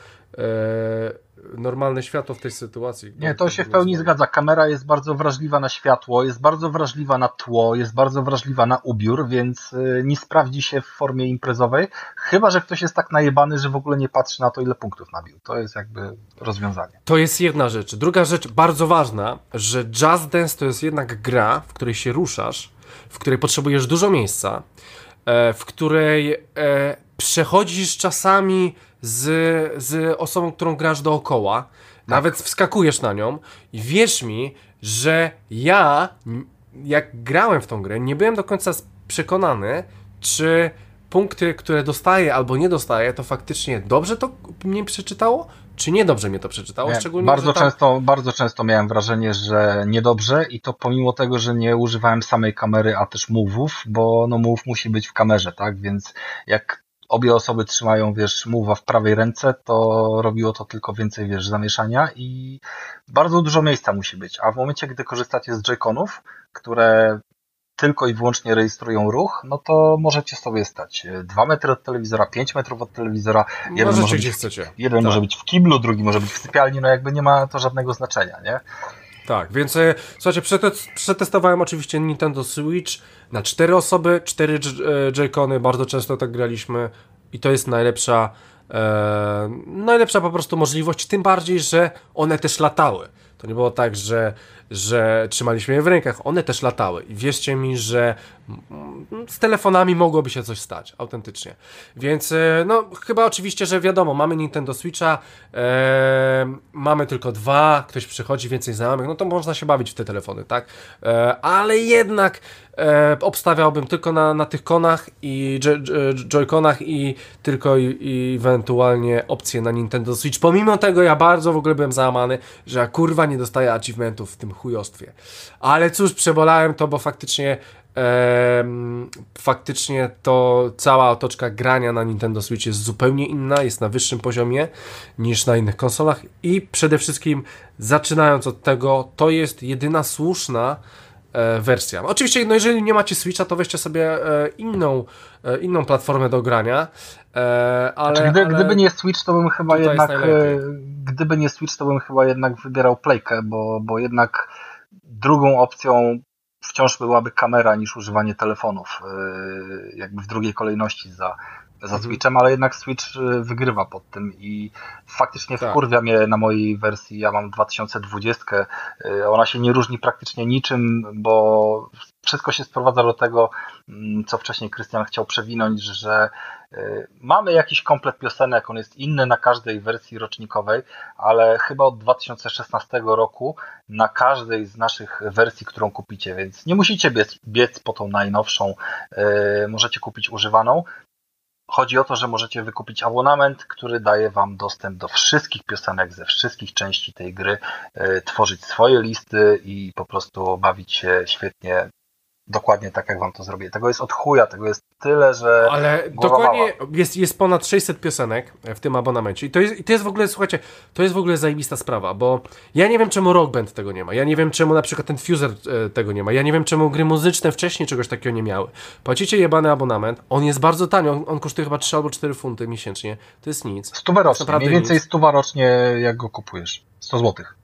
e, normalne światło w tej sytuacji. Nie, to się w pełni zgadza. Kamera jest bardzo wrażliwa na światło, jest bardzo wrażliwa na tło, jest bardzo wrażliwa na ubiór, więc nie sprawdzi się w formie imprezowej, chyba że ktoś jest tak najebany, że w ogóle nie patrzy na to, ile punktów nabił. To jest jakby rozwiązanie. To jest jedna rzecz. Druga rzecz bardzo ważna, że Just Dance to jest jednak gra, w której się ruszasz, w której potrzebujesz dużo miejsca, w której przechodzisz czasami z, z osobą, którą grasz dookoła, tak. Nawet wskakujesz na nią i wierz mi, że ja, jak grałem w tą grę, nie byłem do końca przekonany, czy punkty, które dostaję albo nie dostaję, to faktycznie dobrze to mnie przeczytało, czy niedobrze mnie to przeczytało? Nie, Szczególnie, bardzo, tam... często, bardzo często miałem wrażenie, że niedobrze i to pomimo tego, że nie używałem samej kamery, a też move'ów, bo no move musi być w kamerze, tak, więc jak obie osoby trzymają, wiesz, move'a w prawej ręce, to robiło to tylko więcej, wiesz, zamieszania i bardzo dużo miejsca musi być, a w momencie, gdy korzystacie z Joy-Conów, które tylko i wyłącznie rejestrują ruch, no to możecie sobie stać dwa metry od telewizora, pięć metrów od telewizora, jeden, możecie, może, gdzie być, chcecie. jeden tak. może być w kiblu, drugi może być w sypialni, no jakby nie ma to żadnego znaczenia, nie? Tak, więc e, słuchajcie, przete- przetestowałem oczywiście Nintendo Switch na cztery osoby, cztery Joy-Cony, bardzo często tak graliśmy i to jest najlepsza, e, najlepsza po prostu możliwość, tym bardziej, że one też latały. To nie było tak, że, że trzymaliśmy je w rękach, one też latały i wierzcie mi, że z telefonami mogłoby się coś stać, autentycznie. Więc no chyba oczywiście, że wiadomo, mamy Nintendo Switcha, e, mamy tylko dwa, ktoś przychodzi, więcej znajomych, no to można się bawić w te telefony, tak? E, ale jednak e, obstawiałbym tylko na, na tych konach i Joy-Conach i tylko i, i ewentualnie opcje na Nintendo Switch. Pomimo tego ja bardzo w ogóle byłem załamany, że ja kurwa nie dostaję achievementów w tym chujostwie. Ale cóż, przebolałem to, bo faktycznie Ehm, faktycznie to cała otoczka grania na Nintendo Switch jest zupełnie inna, jest na wyższym poziomie niż na innych konsolach i przede wszystkim zaczynając od tego, to jest jedyna słuszna e, wersja. Oczywiście, no jeżeli nie macie Switcha, to weźcie sobie e, inną, e, inną platformę do grania, e, ale, znaczy, gdy, ale gdyby nie Switch, to bym chyba jednak e, gdyby nie Switch, to bym chyba jednak wybierał Playkę, bo, bo jednak drugą opcją wciąż byłaby kamera niż używanie telefonów, jakby w drugiej kolejności za, za Switchem, ale jednak Switch wygrywa pod tym i faktycznie tak. wkurwia mnie na mojej wersji, ja mam dwa tysiące dwudziestkę, ona się nie różni praktycznie niczym, bo wszystko się sprowadza do tego, co wcześniej Krystian chciał przewinąć, że mamy jakiś komplet piosenek, on jest inny na każdej wersji rocznikowej, ale chyba od dwa tysiące szesnastego roku na każdej z naszych wersji, którą kupicie, więc nie musicie biec, biec po tą najnowszą, możecie kupić używaną. Chodzi o to, że możecie wykupić abonament, który daje wam dostęp do wszystkich piosenek ze wszystkich części tej gry, tworzyć swoje listy i po prostu bawić się świetnie. Dokładnie tak, jak wam to zrobię. Tego jest od chuja, tego jest tyle, że... Ale dokładnie jest, jest ponad sześćset piosenek w tym abonamencie. I to jest, i to jest w ogóle, słuchajcie, to jest w ogóle zajebista sprawa, bo ja nie wiem, czemu Rock Band tego nie ma. Ja nie wiem, czemu na przykład ten Fuser e, tego nie ma. Ja nie wiem, czemu gry muzyczne wcześniej czegoś takiego nie miały. Płacicie jebany abonament, on jest bardzo tani, on, on kosztuje chyba trzy albo cztery funty miesięcznie. To jest nic. Stówę rocznie, mniej więcej stuwa rocznie, jak go kupujesz. sto złotych.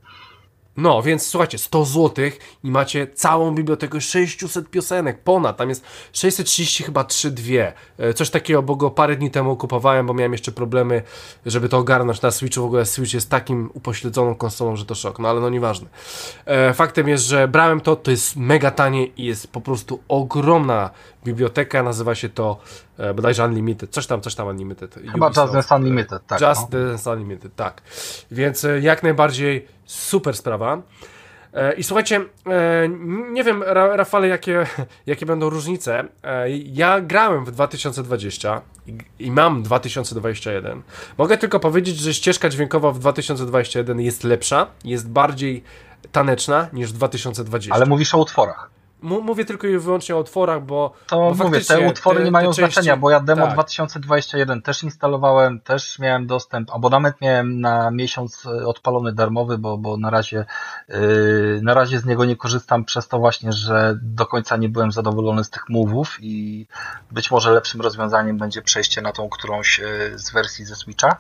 No, więc słuchajcie, sto złotych i macie całą bibliotekę sześćset piosenek, ponad, tam jest sześćset trzydzieści chyba trzy dwie, coś takiego, bo go parę dni temu kupowałem, bo miałem jeszcze problemy, żeby to ogarnąć na Switchu, w ogóle Switch jest takim upośledzoną konsolą, że to szok, no ale no nieważne. E, faktem jest, że brałem to, to jest mega tanie i jest po prostu ogromna biblioteka, nazywa się to e, bodajże Unlimited, coś tam, coś tam Unlimited. Chyba Just Dance Unlimited, tak. Just no. Dance Unlimited, tak. Więc e, jak najbardziej super sprawa. E, I słuchajcie, e, nie wiem, Ra, Rafale, jakie, jakie będą różnice. E, ja grałem w dwa tysiące dwudziestym i, i mam dwa tysiące dwudziesty jeden. Mogę tylko powiedzieć, że ścieżka dźwiękowa w dwa tysiące dwudziestym jeden jest lepsza, jest bardziej taneczna niż w dwa tysiące dwudziestym. Ale mówisz o utworach. Mówię tylko i wyłącznie o utworach, bo To bo mówię, te utwory te, nie mają te części... znaczenia, bo ja demo tak. dwa tysiące dwudziesty pierwszy też instalowałem, też miałem dostęp, abonament miałem na miesiąc odpalony darmowy, bo, bo na razie yy, na razie z niego nie korzystam przez to właśnie, że do końca nie byłem zadowolony z tych move'ów i być może lepszym rozwiązaniem będzie przejście na tą którąś z wersji ze Switcha.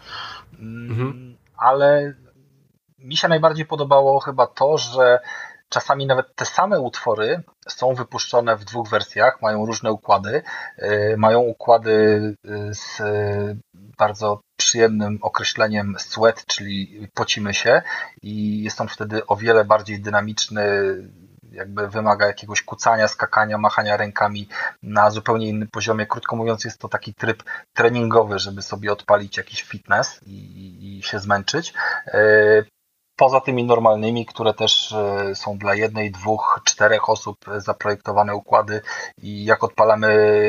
Mhm. Ale mi się najbardziej podobało chyba to, że czasami nawet te same utwory są wypuszczone w dwóch wersjach, mają różne układy, yy, mają układy z bardzo przyjemnym określeniem sweat, czyli pocimy się i jest on wtedy o wiele bardziej dynamiczny, jakby wymaga jakiegoś kucania, skakania, machania rękami na zupełnie innym poziomie. Krótko mówiąc, jest to taki tryb treningowy, żeby sobie odpalić jakiś fitness i, i się zmęczyć. Yy, Poza tymi normalnymi, które też są dla jednej, dwóch, czterech osób zaprojektowane układy i jak odpalamy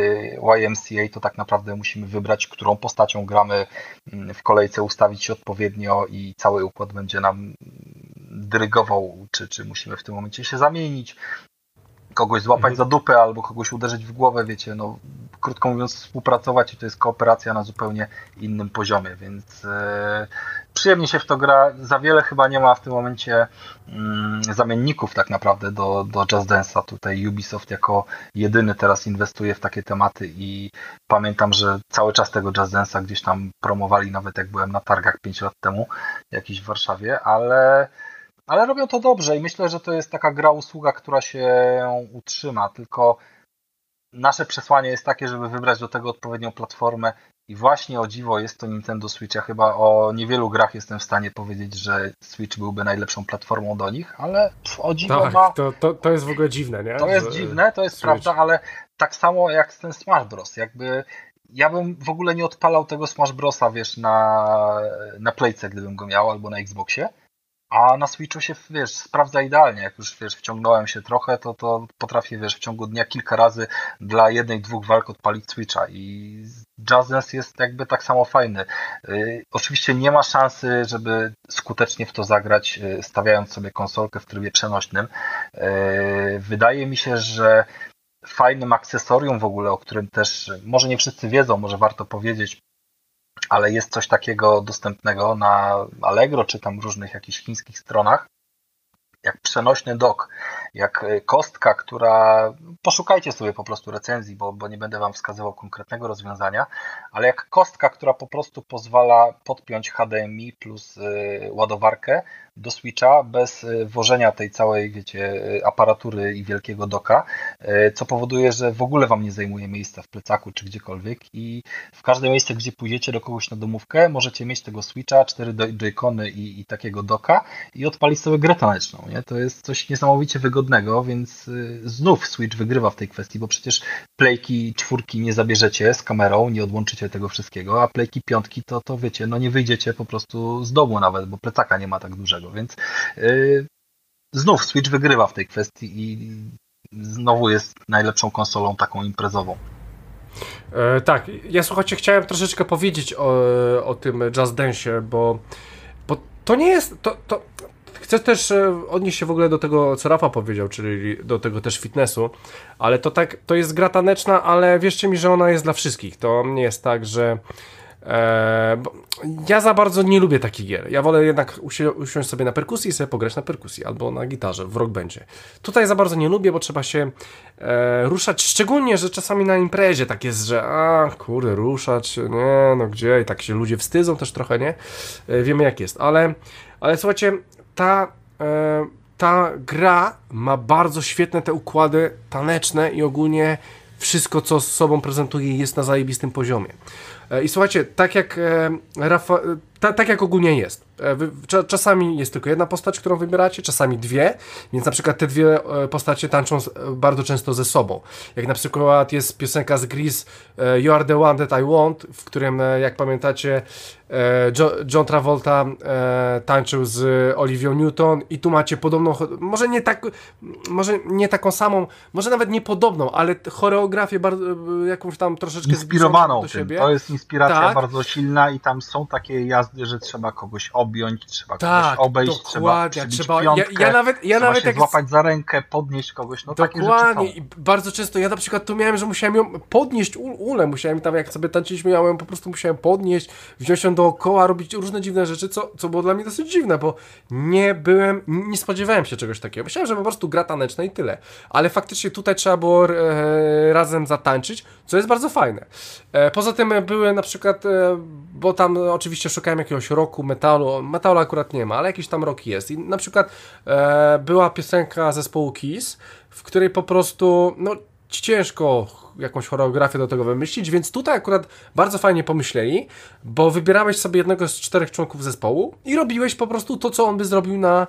Y M C A, to tak naprawdę musimy wybrać, którą postacią gramy w kolejce, ustawić się odpowiednio i cały układ będzie nam dyrygował, czy, czy musimy w tym momencie się zamienić, kogoś złapać mhm. za dupę albo kogoś uderzyć w głowę, wiecie, no krótko mówiąc współpracować i to jest kooperacja na zupełnie innym poziomie, więc e, przyjemnie się w to gra, za wiele chyba nie ma w tym momencie mm, zamienników tak naprawdę do, do Just Dance'a, tutaj Ubisoft jako jedyny teraz inwestuje w takie tematy i pamiętam, że cały czas tego Just Dance'a gdzieś tam promowali, nawet jak byłem na targach pięć lat temu, jakiś w Warszawie, ale Ale robią to dobrze i myślę, że to jest taka gra usługa, która się utrzyma, tylko nasze przesłanie jest takie, żeby wybrać do tego odpowiednią platformę i właśnie o dziwo jest to Nintendo Switch. Ja chyba o niewielu grach jestem w stanie powiedzieć, że Switch byłby najlepszą platformą do nich, ale o dziwo tak, ma... to, to, to jest w ogóle dziwne, nie? To jest że... dziwne, to jest Switch. Prawda, ale tak samo jak ten Smash Bros. Jakby ja bym w ogóle nie odpalał tego Smash Brosa, wiesz, na, na Playce, gdybym go miał, albo na Xboxie. A na Switchu się, wiesz, sprawdza idealnie. Jak już, wiesz, wciągnąłem się trochę, to, to potrafię, wiesz, w ciągu dnia kilka razy dla jednej, dwóch walk odpalić Switcha i Just Dance jest jakby tak samo fajny. Yy, oczywiście nie ma szansy, żeby skutecznie w to zagrać, yy, stawiając sobie konsolkę w trybie przenośnym. Yy, wydaje mi się, że fajnym akcesorium w ogóle, o którym też może nie wszyscy wiedzą, może warto powiedzieć, ale jest coś takiego dostępnego na Allegro czy tam różnych jakichś chińskich stronach, jak przenośny dock, jak kostka, która, poszukajcie sobie po prostu recenzji, bo, bo nie będę wam wskazywał konkretnego rozwiązania, ale jak kostka, która po prostu pozwala podpiąć H D M I plus y, ładowarkę do Switcha bez włożenia tej całej, wiecie, aparatury i wielkiego docka, co powoduje, że w ogóle wam nie zajmuje miejsca w plecaku czy gdziekolwiek i w każde miejsce, gdzie pójdziecie do kogoś na domówkę, możecie mieć tego Switcha, cztery joycony i, i takiego docka i odpalić sobie grę taneczną, nie? To jest coś niesamowicie wygodnego, więc znów Switch wygrywa w tej kwestii, bo przecież playki czwórki nie zabierzecie z kamerą, nie odłączycie tego wszystkiego, a playki piątki to, to wiecie, no nie wyjdziecie po prostu z domu nawet, bo plecaka nie ma tak dużego. Więc yy, znów Switch wygrywa w tej kwestii i znowu jest najlepszą konsolą taką imprezową. E, tak, ja słuchajcie, chciałem troszeczkę powiedzieć o, o tym Just Dance'ie, bo, bo to nie jest, to, to chcę też odnieść się w ogóle do tego, co Rafa powiedział, czyli do tego też fitnessu, ale to tak, to jest gra taneczna, ale wierzcie mi, że ona jest dla wszystkich. To nie jest tak, że Eee, bo ja za bardzo nie lubię takich gier. Ja wolę jednak usi- usiąść sobie na perkusji i sobie pograć na perkusji albo na gitarze w rock bandzie. Tutaj za bardzo nie lubię, bo trzeba się e, ruszać, szczególnie, że czasami na imprezie tak jest, że a kurde, ruszać, nie, no gdzie, i tak się ludzie wstydzą też trochę, nie? E, wiemy jak jest, ale, ale słuchajcie, ta e, ta gra ma bardzo świetne te układy taneczne i ogólnie wszystko, co z sobą prezentuje, jest na zajebistym poziomie. I słuchajcie, tak jak Rafa, ta, tak jak ogólnie jest. Czasami jest tylko jedna postać, którą wybieracie, czasami dwie, więc na przykład te dwie postacie tańczą bardzo często ze sobą. Jak na przykład jest piosenka z Grease You Are The One That I Want, w którym, jak pamiętacie, John Travolta tańczył z Olivią Newton i tu macie podobną, może nie tak, może nie taką samą, może nawet nie podobną, ale choreografię bardzo, jakąś tam troszeczkę inspirowaną do siebie. Tym. To jest inspiracja tak. bardzo silna i tam są takie jazdy, że trzeba kogoś objąć, objąć, trzeba tak, kogoś obejść, trzeba przybić trzeba, piątkę, ja, ja nawet, ja trzeba nawet się jak złapać za rękę, podnieść kogoś, no takie rzeczy dokładnie są. i bardzo często ja na przykład tu miałem, że musiałem ją podnieść ulę, musiałem tam jak sobie tańczyliśmy, ja ją po prostu musiałem podnieść, wziąć ją dookoła, robić różne dziwne rzeczy, co, co było dla mnie dosyć dziwne, bo nie byłem, nie spodziewałem się czegoś takiego, myślałem, że po prostu gra taneczna i tyle, ale faktycznie tutaj trzeba było e, razem zatańczyć, co jest bardzo fajne. E, poza tym były na przykład, e, bo tam oczywiście szukałem jakiegoś rocku, metalu, metalu akurat nie ma, ale jakiś tam rock jest i na przykład e, była piosenka zespołu Kiss, w której po prostu, no ciężko jakąś choreografię do tego wymyślić, więc tutaj akurat bardzo fajnie pomyśleli, bo wybierałeś sobie jednego z czterech członków zespołu i robiłeś po prostu to, co on by zrobił na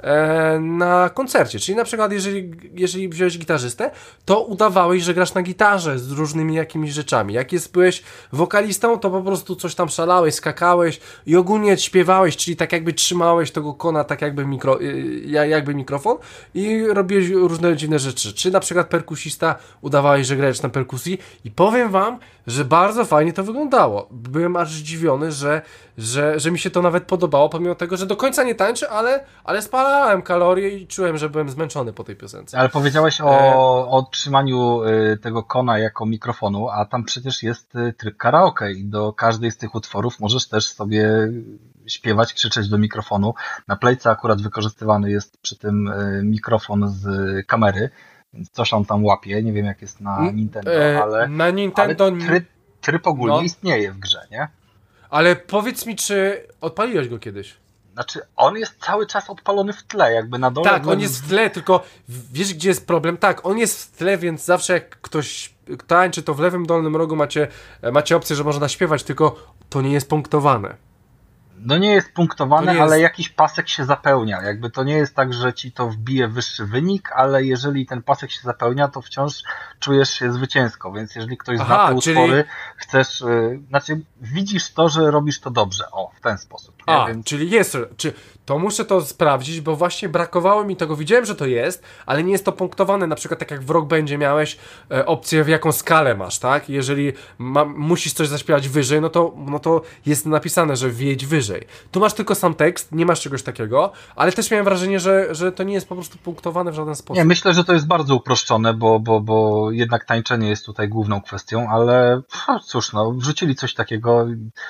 na koncercie, czyli na przykład jeżeli, jeżeli wziąłeś gitarzystę, to udawałeś, że grasz na gitarze z różnymi jakimiś rzeczami. Jak jest, byłeś wokalistą, to po prostu coś tam szalałeś, skakałeś i ogólnie śpiewałeś, czyli tak jakby trzymałeś tego kona, tak jakby, mikro, jakby mikrofon i robiłeś różne dziwne rzeczy. Czy na przykład perkusista, udawałeś, że grałeś na perkusji i powiem wam, że bardzo fajnie to wyglądało. Byłem aż zdziwiony, że, że, że mi się to nawet podobało, pomimo tego, że do końca nie tańczę, ale, ale spalałem kalorie i czułem, że byłem zmęczony po tej piosence. Ale powiedziałeś o, e... o trzymaniu tego kona jako mikrofonu, a tam przecież jest tryb karaoke i do każdej z tych utworów możesz też sobie śpiewać, krzyczeć do mikrofonu. Na Playce akurat wykorzystywany jest przy tym mikrofon z kamery, więc coś on tam łapie, nie wiem jak jest na Nintendo, e, ale, na Nintendo ale tryb, tryb ogólnie no. istnieje w grze, nie? Ale powiedz mi, czy odpaliłeś go kiedyś? Znaczy, on jest cały czas odpalony w tle, jakby na dole. Tak, on jest w tle, tylko wiesz, gdzie jest problem? Tak, on jest w tle, więc zawsze jak ktoś tańczy, to w lewym dolnym rogu macie, macie opcję, że można śpiewać, tylko to nie jest punktowane. No nie jest punktowane, nie ale jest... jakiś pasek się zapełnia. Jakby to nie jest tak, że ci to wbije wyższy wynik, ale jeżeli ten pasek się zapełnia, to wciąż czujesz się zwycięsko, więc jeżeli ktoś Aha, zna te czyli... utwory, chcesz, yy, znaczy widzisz to, że robisz to dobrze, o, w ten sposób. Nie? A, więc... czyli jest, czy to muszę to sprawdzić, bo właśnie brakowało mi tego, widziałem, że to jest, ale nie jest to punktowane, na przykład tak jak w Rock Bandzie miałeś e, opcję, w jaką skalę masz, tak? Jeżeli ma, musisz coś zaśpiewać wyżej, no to, no to jest napisane, że wjedź wyżej. Tu masz tylko sam tekst, nie masz czegoś takiego, ale też miałem wrażenie, że, że to nie jest po prostu punktowane w żaden sposób. Nie, myślę, że to jest bardzo uproszczone, bo, bo, bo jednak tańczenie jest tutaj główną kwestią, ale cóż, no, wrzucili coś takiego.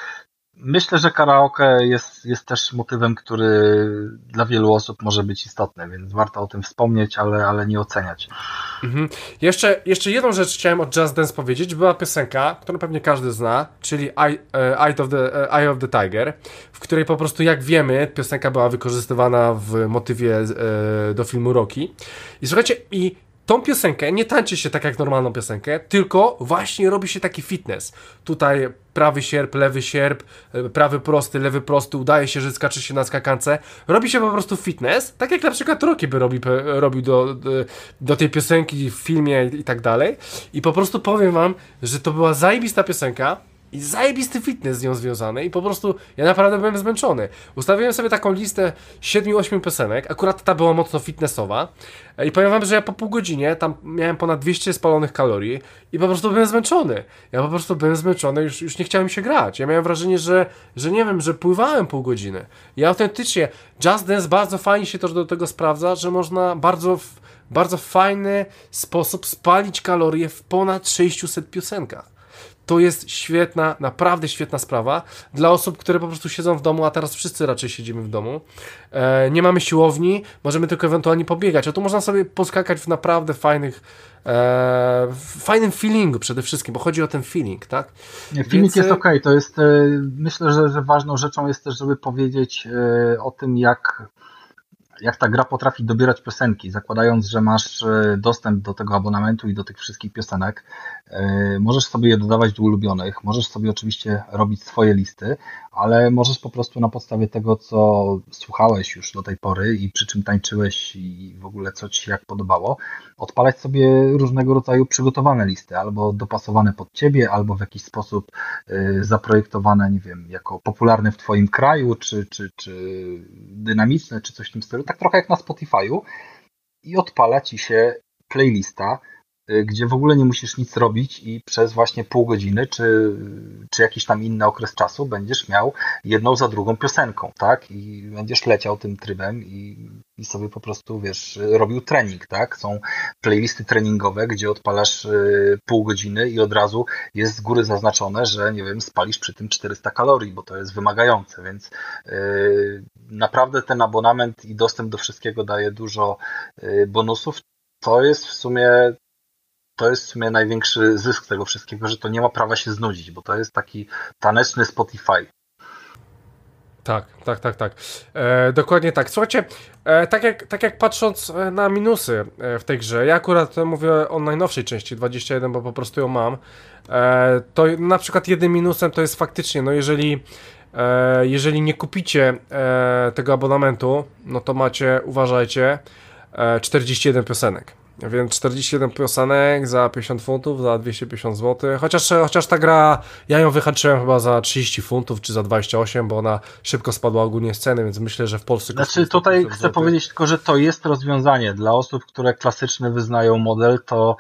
Myślę, że karaoke jest, jest też motywem, który dla wielu osób może być istotny, więc warto o tym wspomnieć, ale, ale nie oceniać. Mhm. Jeszcze, jeszcze jedną rzecz chciałem o Just Dance powiedzieć. Była piosenka, którą pewnie każdy zna, czyli Eye, Eye, of, the, Eye of the Tiger, w której po prostu, jak wiemy, piosenka była wykorzystywana w motywie e, do filmu Rocky. I słuchajcie, i tą piosenkę nie tańczy się tak jak normalną piosenkę, tylko właśnie robi się taki fitness. Tutaj prawy sierp, lewy sierp, prawy prosty, lewy prosty, udaje się, że skacze się na skakance. Robi się po prostu fitness, tak jak na przykład Rocky by robi, robił do, do, do tej piosenki w filmie i tak dalej. I po prostu powiem wam, że to była zajebista piosenka, i zajebisty fitness z nią związany i po prostu ja naprawdę byłem zmęczony. Ustawiłem sobie taką listę siedmiu ośmiu piosenek, akurat ta była mocno fitnessowa i powiem wam, że ja po pół godzinie tam miałem ponad dwieście spalonych kalorii i po prostu byłem zmęczony. Ja po prostu byłem zmęczony, już, już nie chciałem się grać. Ja miałem wrażenie, że, że nie wiem, że pływałem pół godziny. I autentycznie Just Dance bardzo fajnie się też do tego sprawdza, że można bardzo w bardzo fajny sposób spalić kalorie w ponad sześciuset piosenkach. To jest świetna, naprawdę świetna sprawa dla osób, które po prostu siedzą w domu, a teraz wszyscy raczej siedzimy w domu. E, nie mamy siłowni, możemy tylko ewentualnie pobiegać, a tu można sobie poskakać w naprawdę fajnych, e, fajnym feelingu przede wszystkim, bo chodzi o ten feeling, tak? Nie, feeling Więc... jest okej, okay. To jest, myślę, że, że ważną rzeczą jest też, żeby powiedzieć o tym, jak jak ta gra potrafi dobierać piosenki, zakładając, że masz dostęp do tego abonamentu i do tych wszystkich piosenek, możesz sobie je dodawać do ulubionych, możesz sobie oczywiście robić swoje listy, ale możesz po prostu na podstawie tego, co słuchałeś już do tej pory i przy czym tańczyłeś i w ogóle co ci się jak podobało, odpalać sobie różnego rodzaju przygotowane listy, albo dopasowane pod ciebie, albo w jakiś sposób zaprojektowane, nie wiem, jako popularne w twoim kraju, czy, czy, czy dynamiczne, czy coś w tym stylu, tak trochę jak na Spotify'u, i odpala ci się playlista gdzie w ogóle nie musisz nic robić i przez właśnie pół godziny, czy, czy jakiś tam inny okres czasu będziesz miał jedną za drugą piosenką, tak? I będziesz leciał tym trybem i, i sobie po prostu, wiesz, robił trening, tak? Są playlisty treningowe, gdzie odpalasz pół godziny i od razu jest z góry zaznaczone, że, nie wiem, spalisz przy tym czterysta kalorii, bo to jest wymagające, więc yy, naprawdę ten abonament i dostęp do wszystkiego daje dużo yy, bonusów. To jest w sumie to jest w sumie największy zysk tego wszystkiego, że to nie ma prawa się znudzić, bo to jest taki taneczny Spotify. Tak, tak, tak, tak. E, dokładnie tak. Słuchajcie, e, tak, jak, tak jak patrząc na minusy w tej grze, ja akurat mówię o najnowszej części dwadzieścia jeden, bo po prostu ją mam, e, to na przykład jednym minusem to jest faktycznie, no jeżeli e, jeżeli nie kupicie e, tego abonamentu, no to macie, uważajcie, e, czterdzieści jeden piosenek. Więc czterdzieści jeden piosenek za pięćdziesiąt funtów, za dwieście pięćdziesiąt złotych. Chociaż, chociaż ta gra, ja ją wyhaczyłem chyba za trzydzieści funtów, czy za dwadzieścia osiem, bo ona szybko spadła ogólnie z ceny, więc myślę, że w Polsce... Znaczy tutaj chcę złotych. powiedzieć tylko, że to jest rozwiązanie. Dla osób, które klasyczny wyznają model, to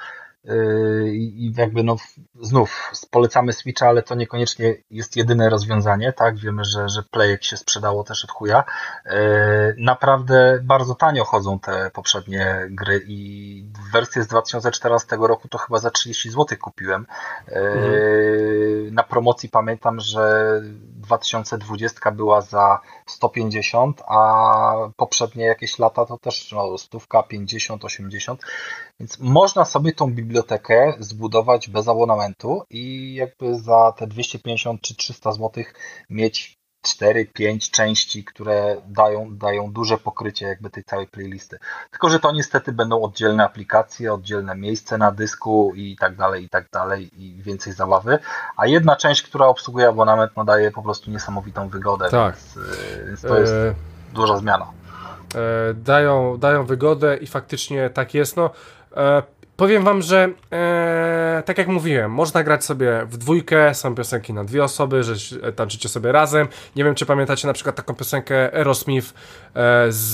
i jakby no znów polecamy Switcha, ale to niekoniecznie jest jedyne rozwiązanie, tak? Wiemy, że, że Playek się sprzedało też od chuja. Naprawdę bardzo tanio chodzą te poprzednie gry i wersję z dwa tysiące czternastego roku to chyba za trzydzieści złotych kupiłem. Mhm. Na promocji pamiętam, że dwa tysiące dwudziestka była za sto pięćdziesiąt, a poprzednie jakieś lata to też no, stówka, pięćdziesiąt, osiemdziesiąt, więc można sobie tą bibliotekę zbudować bez abonamentu i jakby za te dwieście pięćdziesiąt czy trzysta złotych mieć cztery pięć części, które dają, dają duże pokrycie jakby tej całej playlisty. Tylko że to niestety będą oddzielne aplikacje, oddzielne miejsce na dysku i tak dalej, i tak dalej, i więcej zabawy. A jedna część, która obsługuje abonament, no daje po prostu niesamowitą wygodę, tak. więc, więc to jest e... duża zmiana. E, dają, dają wygodę i faktycznie tak jest. No, e, powiem wam, że e, tak jak mówiłem, można grać sobie w dwójkę, są piosenki na dwie osoby, że tańczycie sobie razem. Nie wiem, czy pamiętacie na przykład taką piosenkę Aerosmith e, z,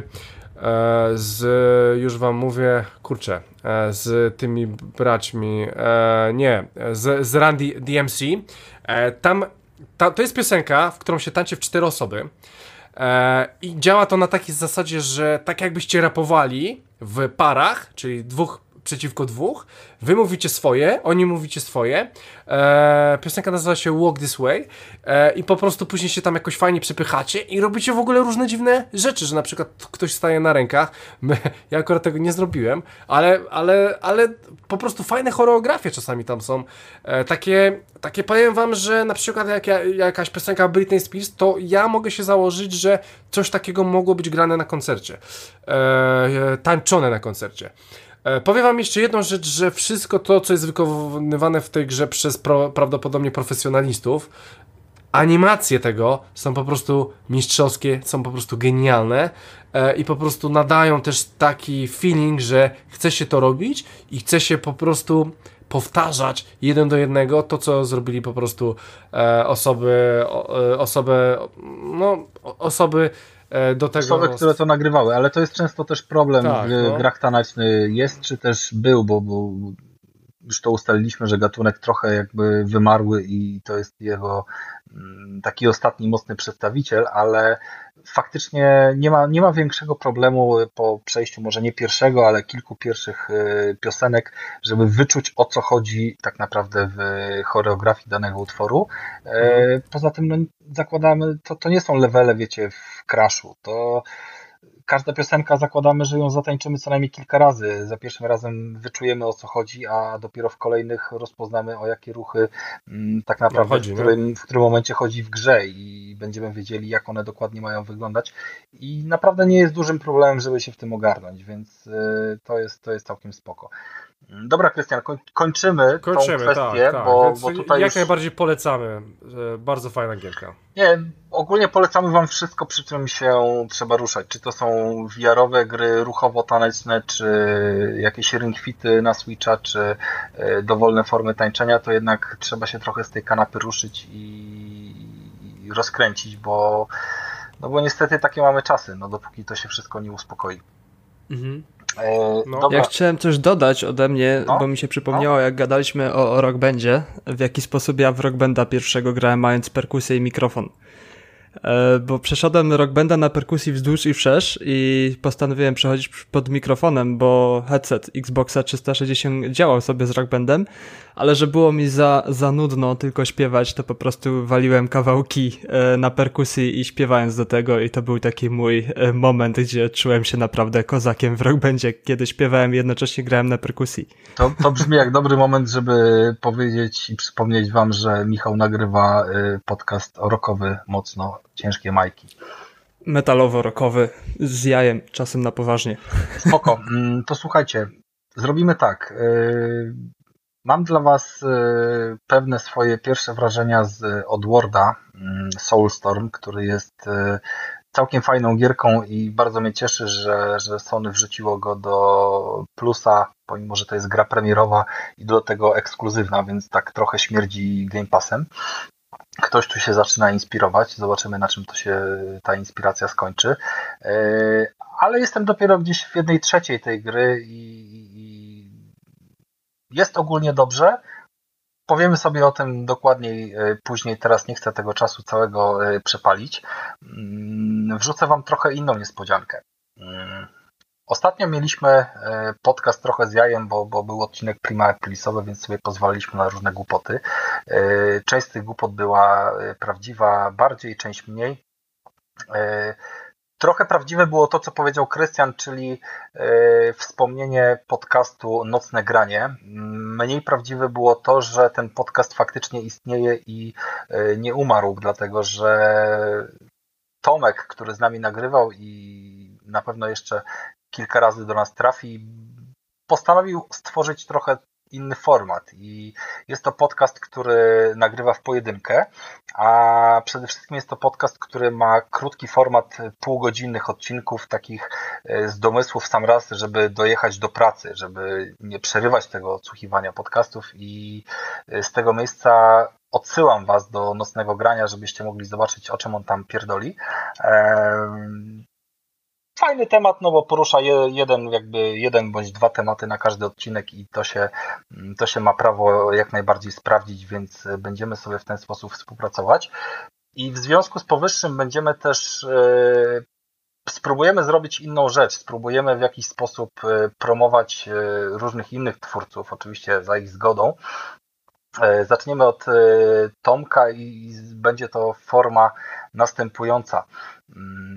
e, z, już wam mówię, kurczę, e, z tymi braćmi, e, nie, z, z Randy D M C. E, tam, ta, to jest piosenka, w którą się tańczy w cztery osoby. I działa to na takiej zasadzie, że tak jakbyście rapowali w parach, czyli dwóch przeciwko dwóch, wy mówicie swoje, oni mówicie swoje, e, piosenka nazywa się Walk This Way e, i po prostu później się tam jakoś fajnie przepychacie i robicie w ogóle różne dziwne rzeczy, że na przykład ktoś staje na rękach, my, ja akurat tego nie zrobiłem, ale, ale, ale po prostu fajne choreografie czasami tam są, e, takie, takie powiem wam, że na przykład jak ja, jakaś piosenka Britney Spears, to ja mogę się założyć, że coś takiego mogło być grane na koncercie, e, tańczone na koncercie. Powiem wam jeszcze jedną rzecz, że wszystko to, co jest wykonywane w tej grze przez pro, prawdopodobnie profesjonalistów, animacje tego są po prostu mistrzowskie, są po prostu genialne e, i po prostu nadają też taki feeling, że chce się to robić i chce się po prostu powtarzać jeden do jednego to, co zrobili po prostu e, osoby, o, osoby, no, osoby do tego... Osoby, które to nagrywały, ale to jest często też problem tak, w no. grach tanecznych jest, czy też był, bo, bo już to ustaliliśmy, że gatunek trochę jakby wymarły i to jest jego taki ostatni mocny przedstawiciel, ale faktycznie nie ma, nie ma większego problemu po przejściu może nie pierwszego, ale kilku pierwszych piosenek, żeby wyczuć, o co chodzi tak naprawdę w choreografii danego utworu. Mhm. Poza tym no, zakładamy, to, to nie są levele, wiecie, w Crashu. To każda piosenka zakładamy, że ją zatańczymy co najmniej kilka razy. Za pierwszym razem wyczujemy, o co chodzi, a dopiero w kolejnych rozpoznamy, o jakie ruchy m, tak naprawdę no, chodzi, w, którym, w którym momencie chodzi w grze i będziemy wiedzieli, jak one dokładnie mają wyglądać. I naprawdę nie jest dużym problemem, żeby się w tym ogarnąć, więc y, to jest, to jest całkiem spoko. Dobra, Krystian, koń, kończymy, kończymy tą kwestię, tak, tak. bo, bo tutaj jak już... najbardziej polecamy. Bardzo fajna gierka. Nie, ogólnie polecamy wam wszystko, przy czym się trzeba ruszać. Czy to są V R-owe gry ruchowo-taneczne, czy jakieś ringfity na Switcha, czy dowolne formy tańczenia, to jednak trzeba się trochę z tej kanapy ruszyć i, i rozkręcić, bo, no bo niestety takie mamy czasy, no dopóki to się wszystko nie uspokoi. Mhm. No. Ja chciałem coś dodać ode mnie, no, bo mi się przypomniało, no. jak gadaliśmy o, o Rock Bandzie, w jaki sposób ja w Rock Banda pierwszego grałem, mając perkusję i mikrofon. E, bo przeszedłem Rock Banda na perkusji wzdłuż i wszerz i postanowiłem przechodzić pod mikrofonem, bo headset Xboxa trzysta sześćdziesiąt działał sobie z Rock Bandem, ale że było mi za, za nudno tylko śpiewać, to po prostu waliłem kawałki e, na perkusji i śpiewając do tego i to był taki mój e, moment, gdzie czułem się naprawdę kozakiem w Rock Bandzie, kiedy śpiewałem i jednocześnie grałem na perkusji. To, to brzmi jak dobry moment, żeby powiedzieć i przypomnieć wam, że Michał nagrywa e, podcast rockowy mocno. Ciężkie majki. Metalowo-rockowy, z jajem, czasem na poważnie. Spoko. To słuchajcie, zrobimy tak. Mam dla was pewne swoje pierwsze wrażenia z Oddworlda, Soulstorm, który jest całkiem fajną gierką i bardzo mnie cieszy, że, że Sony wrzuciło go do plusa, pomimo że to jest gra premierowa i do tego ekskluzywna, więc tak trochę śmierdzi Game Passem. Ktoś tu się zaczyna inspirować, zobaczymy na czym to się ta inspiracja skończy, ale jestem dopiero gdzieś w jednej trzeciej tej gry i jest ogólnie dobrze. Powiemy sobie o tym dokładniej później, teraz nie chcę tego czasu całego przepalić. Wrzucę wam trochę inną niespodziankę. Ostatnio mieliśmy podcast trochę z jajem, bo, bo był odcinek Prima Aprilisowy, więc sobie pozwoliliśmy na różne głupoty. Część z tych głupot była prawdziwa bardziej, część mniej. Trochę prawdziwe było to, co powiedział Krystian, czyli wspomnienie podcastu Nocne Granie. Mniej prawdziwe było to, że ten podcast faktycznie istnieje i nie umarł, dlatego że Tomek, który z nami nagrywał i na pewno jeszcze kilka razy do nas trafi, postanowił stworzyć trochę inny format i jest to podcast, który nagrywa w pojedynkę, a przede wszystkim jest to podcast, który ma krótki format półgodzinnych odcinków, takich z domysłów sam raz, żeby dojechać do pracy, żeby nie przerywać tego odsłuchiwania podcastów i z tego miejsca odsyłam was do Nocnego Grania, żebyście mogli zobaczyć, o czym on tam pierdoli. Fajny temat, no bo porusza jeden, jakby jeden bądź dwa tematy na każdy odcinek i to się, to się ma prawo jak najbardziej sprawdzić, więc będziemy sobie w ten sposób współpracować. I w związku z powyższym będziemy też, yy, spróbujemy zrobić inną rzecz, spróbujemy w jakiś sposób promować yy, różnych innych twórców, oczywiście za ich zgodą. Yy, zaczniemy od yy, Tomka i będzie to forma następująca. Yy,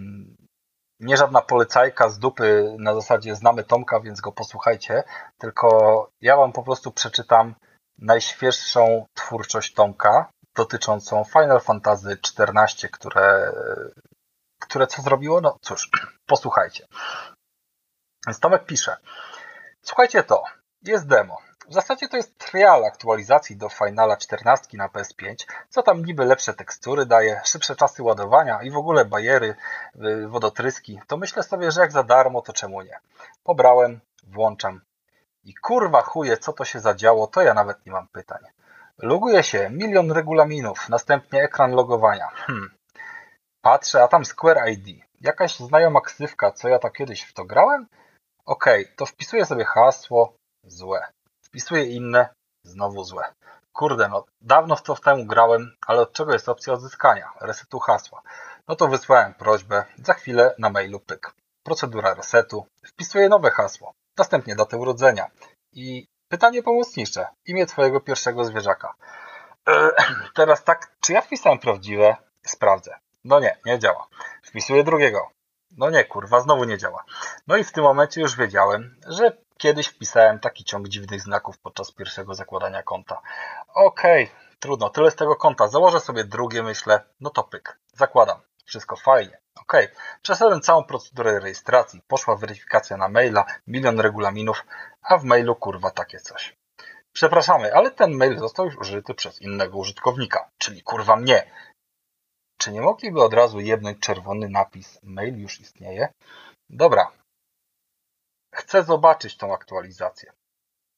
Nie żadna polecajka z dupy na zasadzie znamy Tomka, więc go posłuchajcie, tylko ja wam po prostu przeczytam najświeższą twórczość Tomka dotyczącą Final Fantasy czternaście, które, które co zrobiło? No cóż, posłuchajcie. Więc Tomek pisze: słuchajcie to, jest demo. W zasadzie to jest trial aktualizacji do Finala czternastki na P S pięć, co tam niby lepsze tekstury daje, szybsze czasy ładowania i w ogóle bajery, wodotryski, to myślę sobie, że jak za darmo, to czemu nie. Pobrałem, włączam i kurwa chuje, co to się zadziało, to ja nawet nie mam pytań. Loguje się, milion regulaminów, następnie ekran logowania. Hmm. Patrzę, a tam Square I D. Jakaś znajoma ksywka, co ja tak kiedyś w to grałem? Okej, okay, to wpisuję sobie hasło, złe. Wpisuję inne, znowu złe. Kurde, no dawno w to w temu grałem, ale od czego jest opcja odzyskania? Resetu hasła. No to wysłałem prośbę, za chwilę na mailu pyk. Procedura resetu, wpisuję nowe hasło, następnie datę urodzenia i pytanie pomocnicze, imię twojego pierwszego zwierzaka. Eee, teraz tak, czy ja wpisałem prawdziwe? Sprawdzę. No nie, nie działa. Wpisuję drugiego. No nie, kurwa, znowu nie działa. No i w tym momencie już wiedziałem, że kiedyś wpisałem taki ciąg dziwnych znaków podczas pierwszego zakładania konta. Okej, okay, trudno, tyle z tego konta. Założę sobie drugie, myślę, no to pyk. Zakładam. Wszystko fajnie. Okej. Okay. Przeszedłem całą procedurę rejestracji. Poszła weryfikacja na maila, milion regulaminów, a w mailu kurwa takie coś. Przepraszamy, ale ten mail został już użyty przez innego użytkownika, czyli kurwa mnie. Czy nie mogliby od razu jebnąć czerwony napis mail już istnieje? Dobra. Chcę zobaczyć tą aktualizację.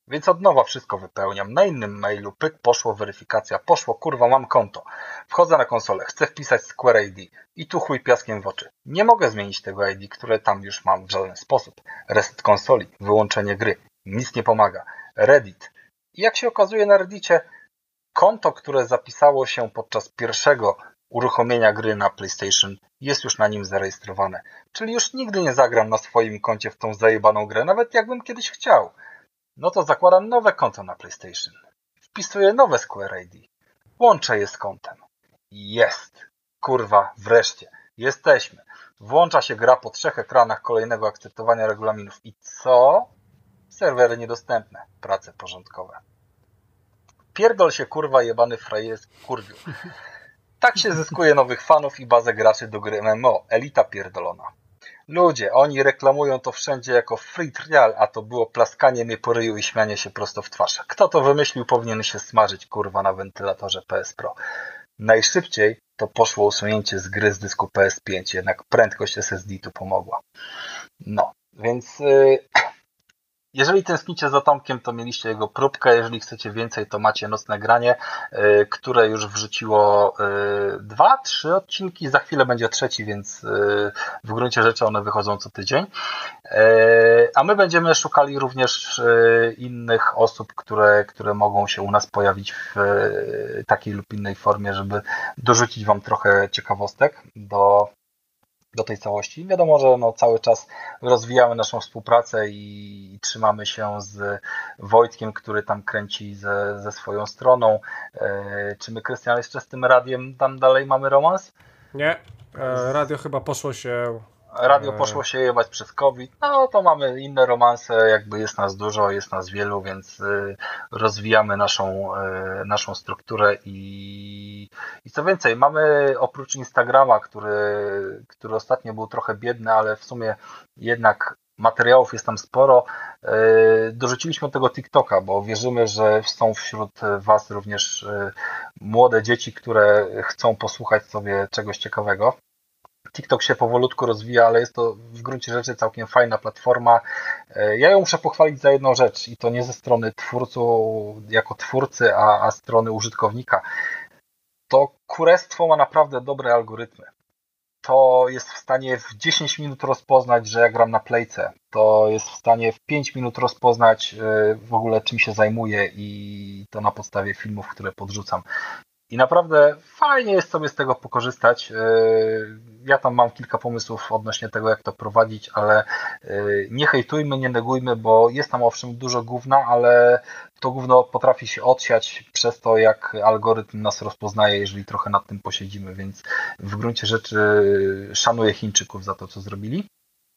Więc od nowa wszystko wypełniam. Na innym mailu, pyk, poszło, weryfikacja, poszło, kurwa, mam konto. Wchodzę na konsolę, chcę wpisać Square I D i tu chuj piaskiem w oczy. Nie mogę zmienić tego I D, które tam już mam w żaden sposób. Reset konsoli, wyłączenie gry. Nic nie pomaga. Reddit. I jak się okazuje na Reddicie, konto, które zapisało się podczas pierwszego uruchomienia gry na PlayStation, jest już na nim zarejestrowane. Czyli już nigdy nie zagram na swoim koncie w tą zajebaną grę, nawet jakbym kiedyś chciał. No to zakładam nowe konto na PlayStation. Wpisuję nowe Square I D. Łączę je z kontem. Jest. Kurwa, wreszcie. Jesteśmy. Włącza się gra po trzech ekranach kolejnego akceptowania regulaminów. I co? Serwery niedostępne. Prace porządkowe. Pierdol się, kurwa, jebany frajer kurwiu. Tak się zyskuje nowych fanów i bazę graczy do gry M M O. Elita pierdolona. Ludzie, oni reklamują to wszędzie jako free trial, a to było plaskanie mnie po ryju i śmianie się prosto w twarz. Kto to wymyślił, powinien się smażyć, kurwa, na wentylatorze P S Pro. Najszybciej to poszło usunięcie z gry z dysku P S pięć, jednak prędkość S S D tu pomogła. No, więc yy, jeżeli tęsknicie za Tomkiem, to mieliście jego próbkę. Jeżeli chcecie więcej, to macie Nocne Granie, yy, które już wrzuciło yy, dwa, trzy odcinki. Za chwilę będzie trzeci, więc yy, w gruncie rzeczy one wychodzą co tydzień. Yy, a my będziemy szukali również yy, innych osób, które, które mogą się u nas pojawić w yy, takiej lub innej formie, żeby dorzucić wam trochę ciekawostek do do tej całości. Wiadomo, że no cały czas rozwijamy naszą współpracę i, i trzymamy się z Wojtkiem, który tam kręci ze, ze swoją stroną. E, czy my, Krystian, jeszcze z tym radiem tam dalej mamy romans? Nie, e, radio chyba poszło się... Radio poszło się jebać przez COVID, no to mamy inne romanse, jakby jest nas dużo, jest nas wielu, więc y, rozwijamy naszą, y, naszą strukturę i, i co więcej, mamy oprócz Instagrama, który, który ostatnio był trochę biedny, ale w sumie jednak materiałów jest tam sporo, y, dorzuciliśmy tego TikToka, bo wierzymy, że są wśród was również y, młode dzieci, które chcą posłuchać sobie czegoś ciekawego. TikTok się powolutku rozwija, ale jest to w gruncie rzeczy całkiem fajna platforma. Ja ją muszę pochwalić za jedną rzecz i to nie ze strony twórców jako twórcy, a, a strony użytkownika. To kurestwo ma naprawdę dobre algorytmy. To jest w stanie w dziesięć minut rozpoznać, że ja gram na Playce. To jest w stanie w pięć minut rozpoznać w ogóle czym się zajmuję i to na podstawie filmów, które podrzucam. I naprawdę fajnie jest sobie z tego pokorzystać. Ja tam mam kilka pomysłów odnośnie tego, jak to prowadzić, ale nie hejtujmy, nie negujmy, bo jest tam owszem dużo gówna, ale to gówno potrafi się odsiać przez to, jak algorytm nas rozpoznaje, jeżeli trochę nad tym posiedzimy, więc w gruncie rzeczy szanuję Chińczyków za to, co zrobili.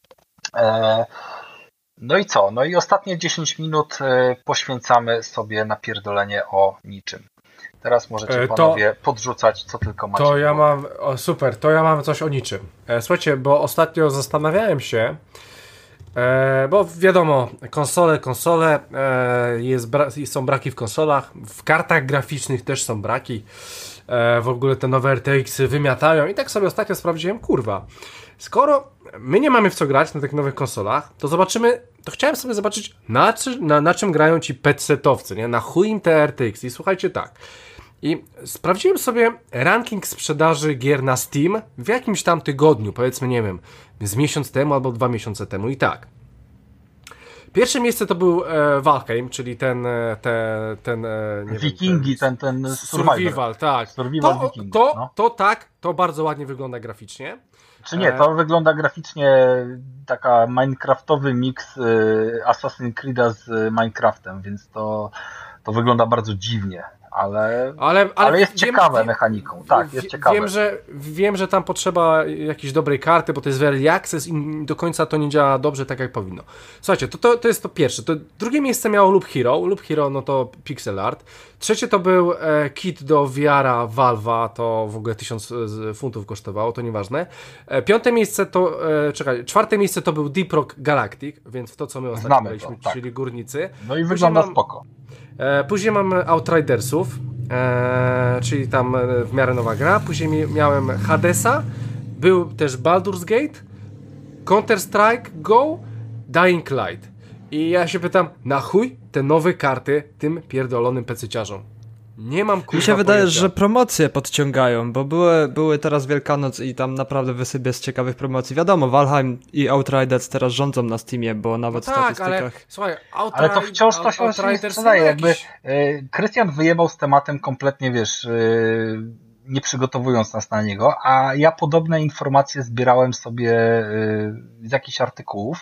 No i co? No i ostatnie dziesięć minut poświęcamy sobie na pierdolenie o niczym. Teraz możecie panowie to, podrzucać, co tylko macie. To ja mam, o, super, to ja mam coś o niczym. E, słuchajcie, bo ostatnio zastanawiałem się, e, bo wiadomo, konsole, konsole, e, jest bra- są braki w konsolach, w kartach graficznych też są braki, e, w ogóle te nowe R T X-y wymiatają i tak sobie ostatnio sprawdziłem, kurwa, skoro my nie mamy w co grać na tych nowych konsolach, to zobaczymy, to chciałem sobie zobaczyć, na, czy, na, na czym grają ci pecetowcy, nie? Na chuj im te R T X. I słuchajcie tak, i sprawdziłem sobie ranking sprzedaży gier na Steam w jakimś tam tygodniu, powiedzmy, nie wiem, z miesiąc temu albo dwa miesiące temu i tak. Pierwsze miejsce to był e, Valheim, czyli ten, te, ten e, nie Wikingi, wiem, ten, ten, ten survival, tak. Survival to, Wiking, to, no. to tak, to bardzo ładnie wygląda graficznie. Czy nie, to wygląda graficznie taka minecraftowy miks y, Assassin's Creed'a z Minecraftem, więc to, to wygląda bardzo dziwnie. Ale, ale, ale, ale jest wiem, ciekawe wiem, mechaniką. Tak, jest ciekawe. Wiem że, wiem, że tam potrzeba jakiejś dobrej karty, bo to jest early access i do końca to nie działa dobrze tak jak powinno. Słuchajcie, to, to, to jest to pierwsze. To drugie miejsce miało Loop Hero. Loop Hero no to pixel art. Trzecie to był e, kit do V R-a Valve'a, to w ogóle tysiąc funtów kosztowało, to nieważne. E, piąte miejsce to, e, czekaj, czwarte miejsce to był Deep Rock Galactic, więc w to co my ostatnio graliśmy, tak. Czyli Górnicy. No i wygląda mam, spoko. E, później mam Outridersów, e, czyli tam w miarę nowa gra. Później miałem Hadesa, był też Baldur's Gate, Counter-Strike Go, Dying Light. I ja się pytam, na chuj te nowe karty tym pierdolonym pececiarzom? Nie mam kurwa Mi się wydaje, pojęcia. że promocje podciągają, bo były, były teraz Wielkanoc i tam naprawdę wysypie z ciekawych promocji. Wiadomo, Valheim i Outriders teraz rządzą na Steamie, bo nawet No w tak, statystykach... ale słuchaj, Outride, Ale to wciąż to się Outriders nie sprzedaje. Jakby jakiś... Krystian wyjebał z tematem kompletnie, wiesz, yy, nie przygotowując nas na niego, a ja podobne informacje zbierałem sobie yy, z jakichś artykułów,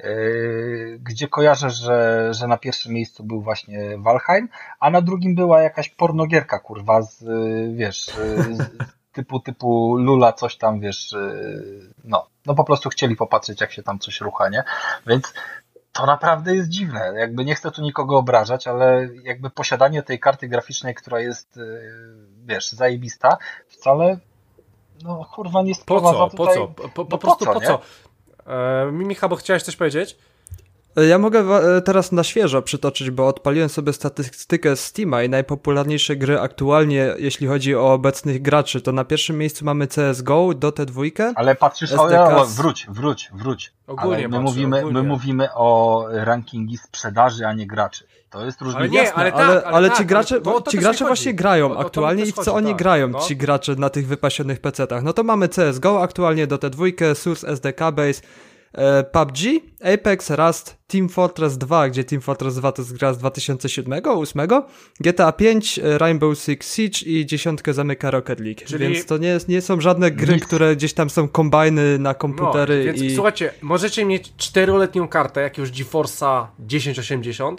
yy, gdzie kojarzę, że, że na pierwszym miejscu był właśnie Valheim, a na drugim była jakaś pornogierka, kurwa, z, yy, wiesz, yy, z, typu, typu Lula, coś tam, wiesz, yy, no, no po prostu chcieli popatrzeć, jak się tam coś rucha, nie? Więc to naprawdę jest dziwne. Jakby nie chcę tu nikogo obrażać, ale jakby posiadanie tej karty graficznej, która jest, wiesz, zajebista, wcale, no kurwa, nie sprowadza Po co? tutaj... Po co? Po, po, no po prostu po co? nie? co? E, Michał, bo chciałeś coś powiedzieć? Ja mogę teraz na świeżo przytoczyć, bo odpaliłem sobie statystykę Steama i najpopularniejsze gry aktualnie, jeśli chodzi o obecnych graczy, to na pierwszym miejscu mamy C S G O, Dotę dwa. Ale patrzysz, S D K... o, wróć, wróć, wróć. Ogólnie ale my, patrzę, mówimy, ogólnie. my mówimy o rankingi sprzedaży, a nie graczy. To jest różnica. Ale nie, ale tak, ale, ale, ale tak, ci gracze, ale to, to ci też gracze nie właśnie chodzi. grają O, o to aktualnie też i w chodzi, co oni tak, grają, no. ci gracze na tych wypasionych pecetach. No to mamy C S G O aktualnie, Dotę dwa, Source S D K Base, P U B G, Apex, Rust, Team Fortress dwa, gdzie Team Fortress dwa to jest gra z dwa tysiące siódmego, ósmego, G T A pięć, Rainbow Six Siege i dziesiątkę zamyka Rocket League. Czyli... Więc to nie, nie są żadne gry, Nic. które gdzieś tam są kombajny na komputery. No, więc i... słuchajcie, możecie mieć czteroletnią kartę jakiegoś GeForce'a tysiąc osiemdziesiąt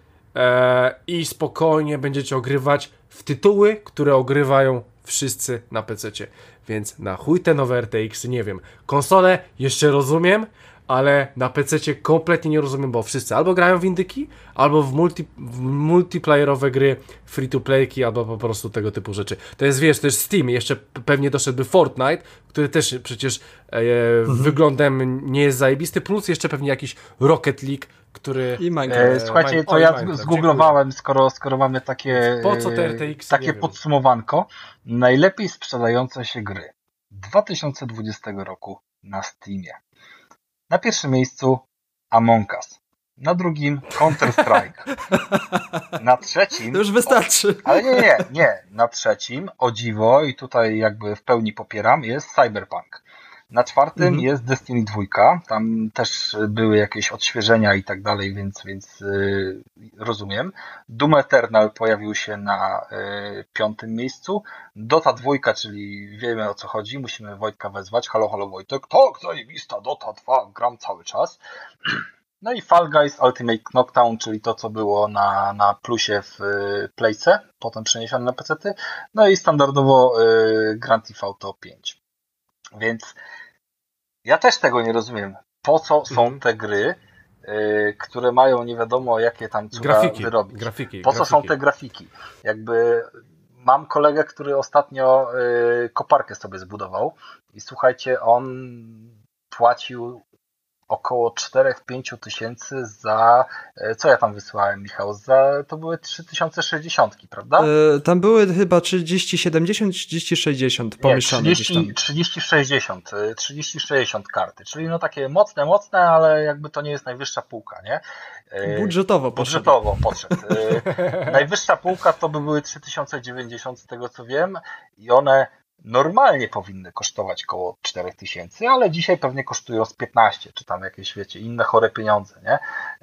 e, i spokojnie będziecie ogrywać w tytuły, które ogrywają wszyscy na pececie. Więc na chuj te nowe R T X-y, nie wiem. Konsole jeszcze rozumiem, ale na pececie kompletnie nie rozumiem, bo wszyscy albo grają w indyki, albo w, multi, w multiplayerowe gry, free-to-playki, albo po prostu tego typu rzeczy. To jest, wiesz, to jest Steam, jeszcze pewnie doszedłby Fortnite, który też przecież e, mhm. wyglądem nie jest zajebisty, plus jeszcze pewnie jakiś Rocket League, który... I Minecraft. E, słuchajcie, Mine- to Oj, ja Minecraft, zgooglowałem, skoro, skoro mamy takie, Po co te R T X? takie Nie wiem. podsumowanko. Najlepiej sprzedające się gry dwa tysiące dwudziestego roku na Steamie. Na pierwszym miejscu Among Us. Na drugim Counter-Strike. Na trzecim... To już wystarczy. O, ale nie, nie, nie. Na trzecim, o dziwo, i tutaj jakby w pełni popieram, jest Cyberpunk. Na czwartym mhm. jest Destiny dwa. Tam też były jakieś odświeżenia i tak dalej, więc, więc yy, rozumiem. Doom Eternal pojawił się na yy, piątym miejscu. Dota dwa, czyli wiemy o co chodzi. Musimy Wojtka wezwać. Halo, halo Wojtek. Tak, zajebista Dota dwa. Gram cały czas. No i Fall Guys Ultimate Knockdown, czyli to, co było na, na plusie w y, Playce, potem przeniesione na pecety. No i standardowo y, Grand Theft Auto pięć. Więc ja też tego nie rozumiem. Po co są te gry, y, które mają nie wiadomo jakie tam cuda grafiki, wyrobić? grafiki, po co grafiki. są te grafiki? Jakby mam kolegę, który ostatnio y, koparkę sobie zbudował i słuchajcie, on płacił około cztery pięć tysięcy za... Co ja tam wysłałem, Michał? Za, to były trzy tysiące sześćdziesiąt, prawda? E, tam były chyba trzydzieści siedemdziesiąt, trzydzieści sześćdziesiąt pomieszane. Nie, trzydzieści, trzydzieści sześćdziesiąt, trzydzieści sześćdziesiąt karty, czyli no takie mocne, mocne, ale jakby to nie jest najwyższa półka, nie? Budżetowo poszedł. Budżetowo podszedł. Najwyższa półka to by były trzy tysiące dziewięćdziesiąt, z tego co wiem, i one normalnie powinny kosztować koło cztery tysiące, ale dzisiaj pewnie kosztują z piętnaście, czy tam jakieś, wiecie, inne chore pieniądze, nie?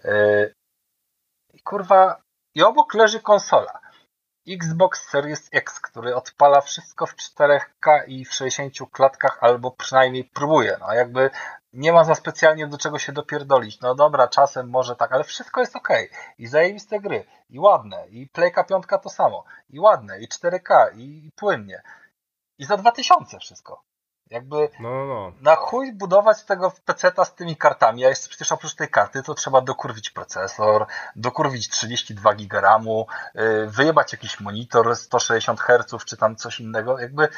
I kurwa, i obok leży konsola. Xbox Series X, który odpala wszystko w cztery K i w sześćdziesięciu klatkach, albo przynajmniej próbuje. No jakby nie ma za specjalnie do czego się dopierdolić. No dobra, czasem może tak, ale wszystko jest okej. I zajebiste gry, i ładne, i Playka piątka to samo, i ładne, i cztery K, i, i płynnie. I za dwa tysiące wszystko. Jakby no, no, no. na chuj budować tego peceta z tymi kartami, a jeszcze przecież oprócz tej karty to trzeba dokurwić procesor, dokurwić trzydzieści dwa giga ramu, yy, wyjebać jakiś monitor sto sześćdziesiąt herców czy tam coś innego. Jakby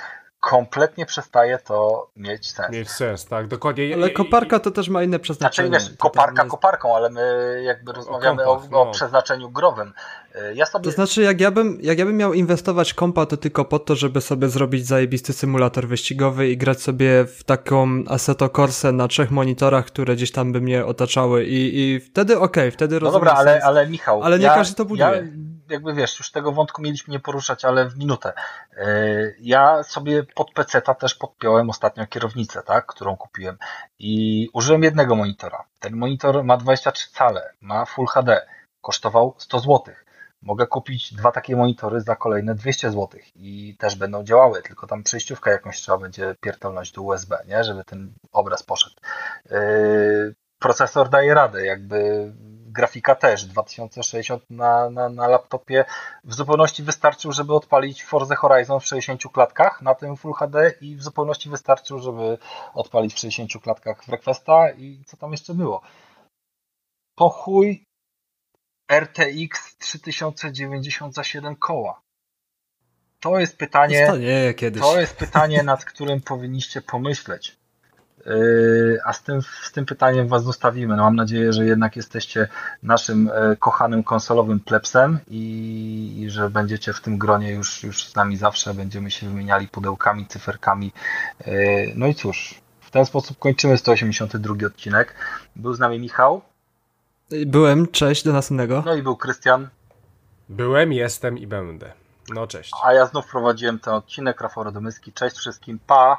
kompletnie przestaje to mieć sens. Mieć sens, tak, dokładnie. Ale koparka to też ma inne przeznaczenie. Znaczy wiesz, koparka jest... koparką, ale my jakby rozmawiamy o, kompas, no. o przeznaczeniu growym. Ja sobie... To znaczy, jak ja, bym, jak ja bym miał inwestować kompa, to tylko po to, żeby sobie zrobić zajebisty symulator wyścigowy i grać sobie w taką Assetto Corsę na trzech monitorach, które gdzieś tam by mnie otaczały i, i wtedy okej, okay, wtedy rozumiem. No dobra, ale, ale Michał, ale nie ja, każdy to buduje. Ja, jakby wiesz, już tego wątku mieliśmy nie poruszać, ale w minutę. Ja sobie pod peceta też podpiąłem ostatnio kierownicę, tak, którą kupiłem i użyłem jednego monitora. Ten monitor ma dwadzieścia trzy cale, ma Full H D, kosztował sto złotych. Mogę kupić dwa takie monitory za kolejne dwieście złotych i też będą działały, tylko tam przejściówkę jakąś trzeba będzie pierdolnąć do U S B, nie, żeby ten obraz poszedł. Yy, procesor daje radę, jakby grafika też, dwa tysiące sześćdziesiąt na, na, na laptopie w zupełności wystarczył, żeby odpalić Forza Horizon w sześćdziesięciu klatkach na tym Full H D i w zupełności wystarczył, żeby odpalić w sześćdziesięciu klatkach Wrequesta i co tam jeszcze było. Po chuj R T X trzysta dziewięćdziesiąt za siedem koła. To jest pytanie, Zostanie kiedyś. To jest pytanie, nad którym powinniście pomyśleć. Yy, a z tym, z tym pytaniem was zostawimy. No, mam nadzieję, że jednak jesteście naszym e, kochanym konsolowym plebsem i, i że będziecie w tym gronie już, już z nami zawsze. Będziemy się wymieniali pudełkami, cyferkami. Yy, no i cóż, w ten sposób kończymy sto osiemdziesiąty drugi odcinek. Był z nami Michał. Byłem, cześć, do następnego. No i był Krystian. Byłem, jestem i będę. No cześć. A ja znów prowadziłem ten odcinek, Rafał Radomyski. Cześć wszystkim, pa!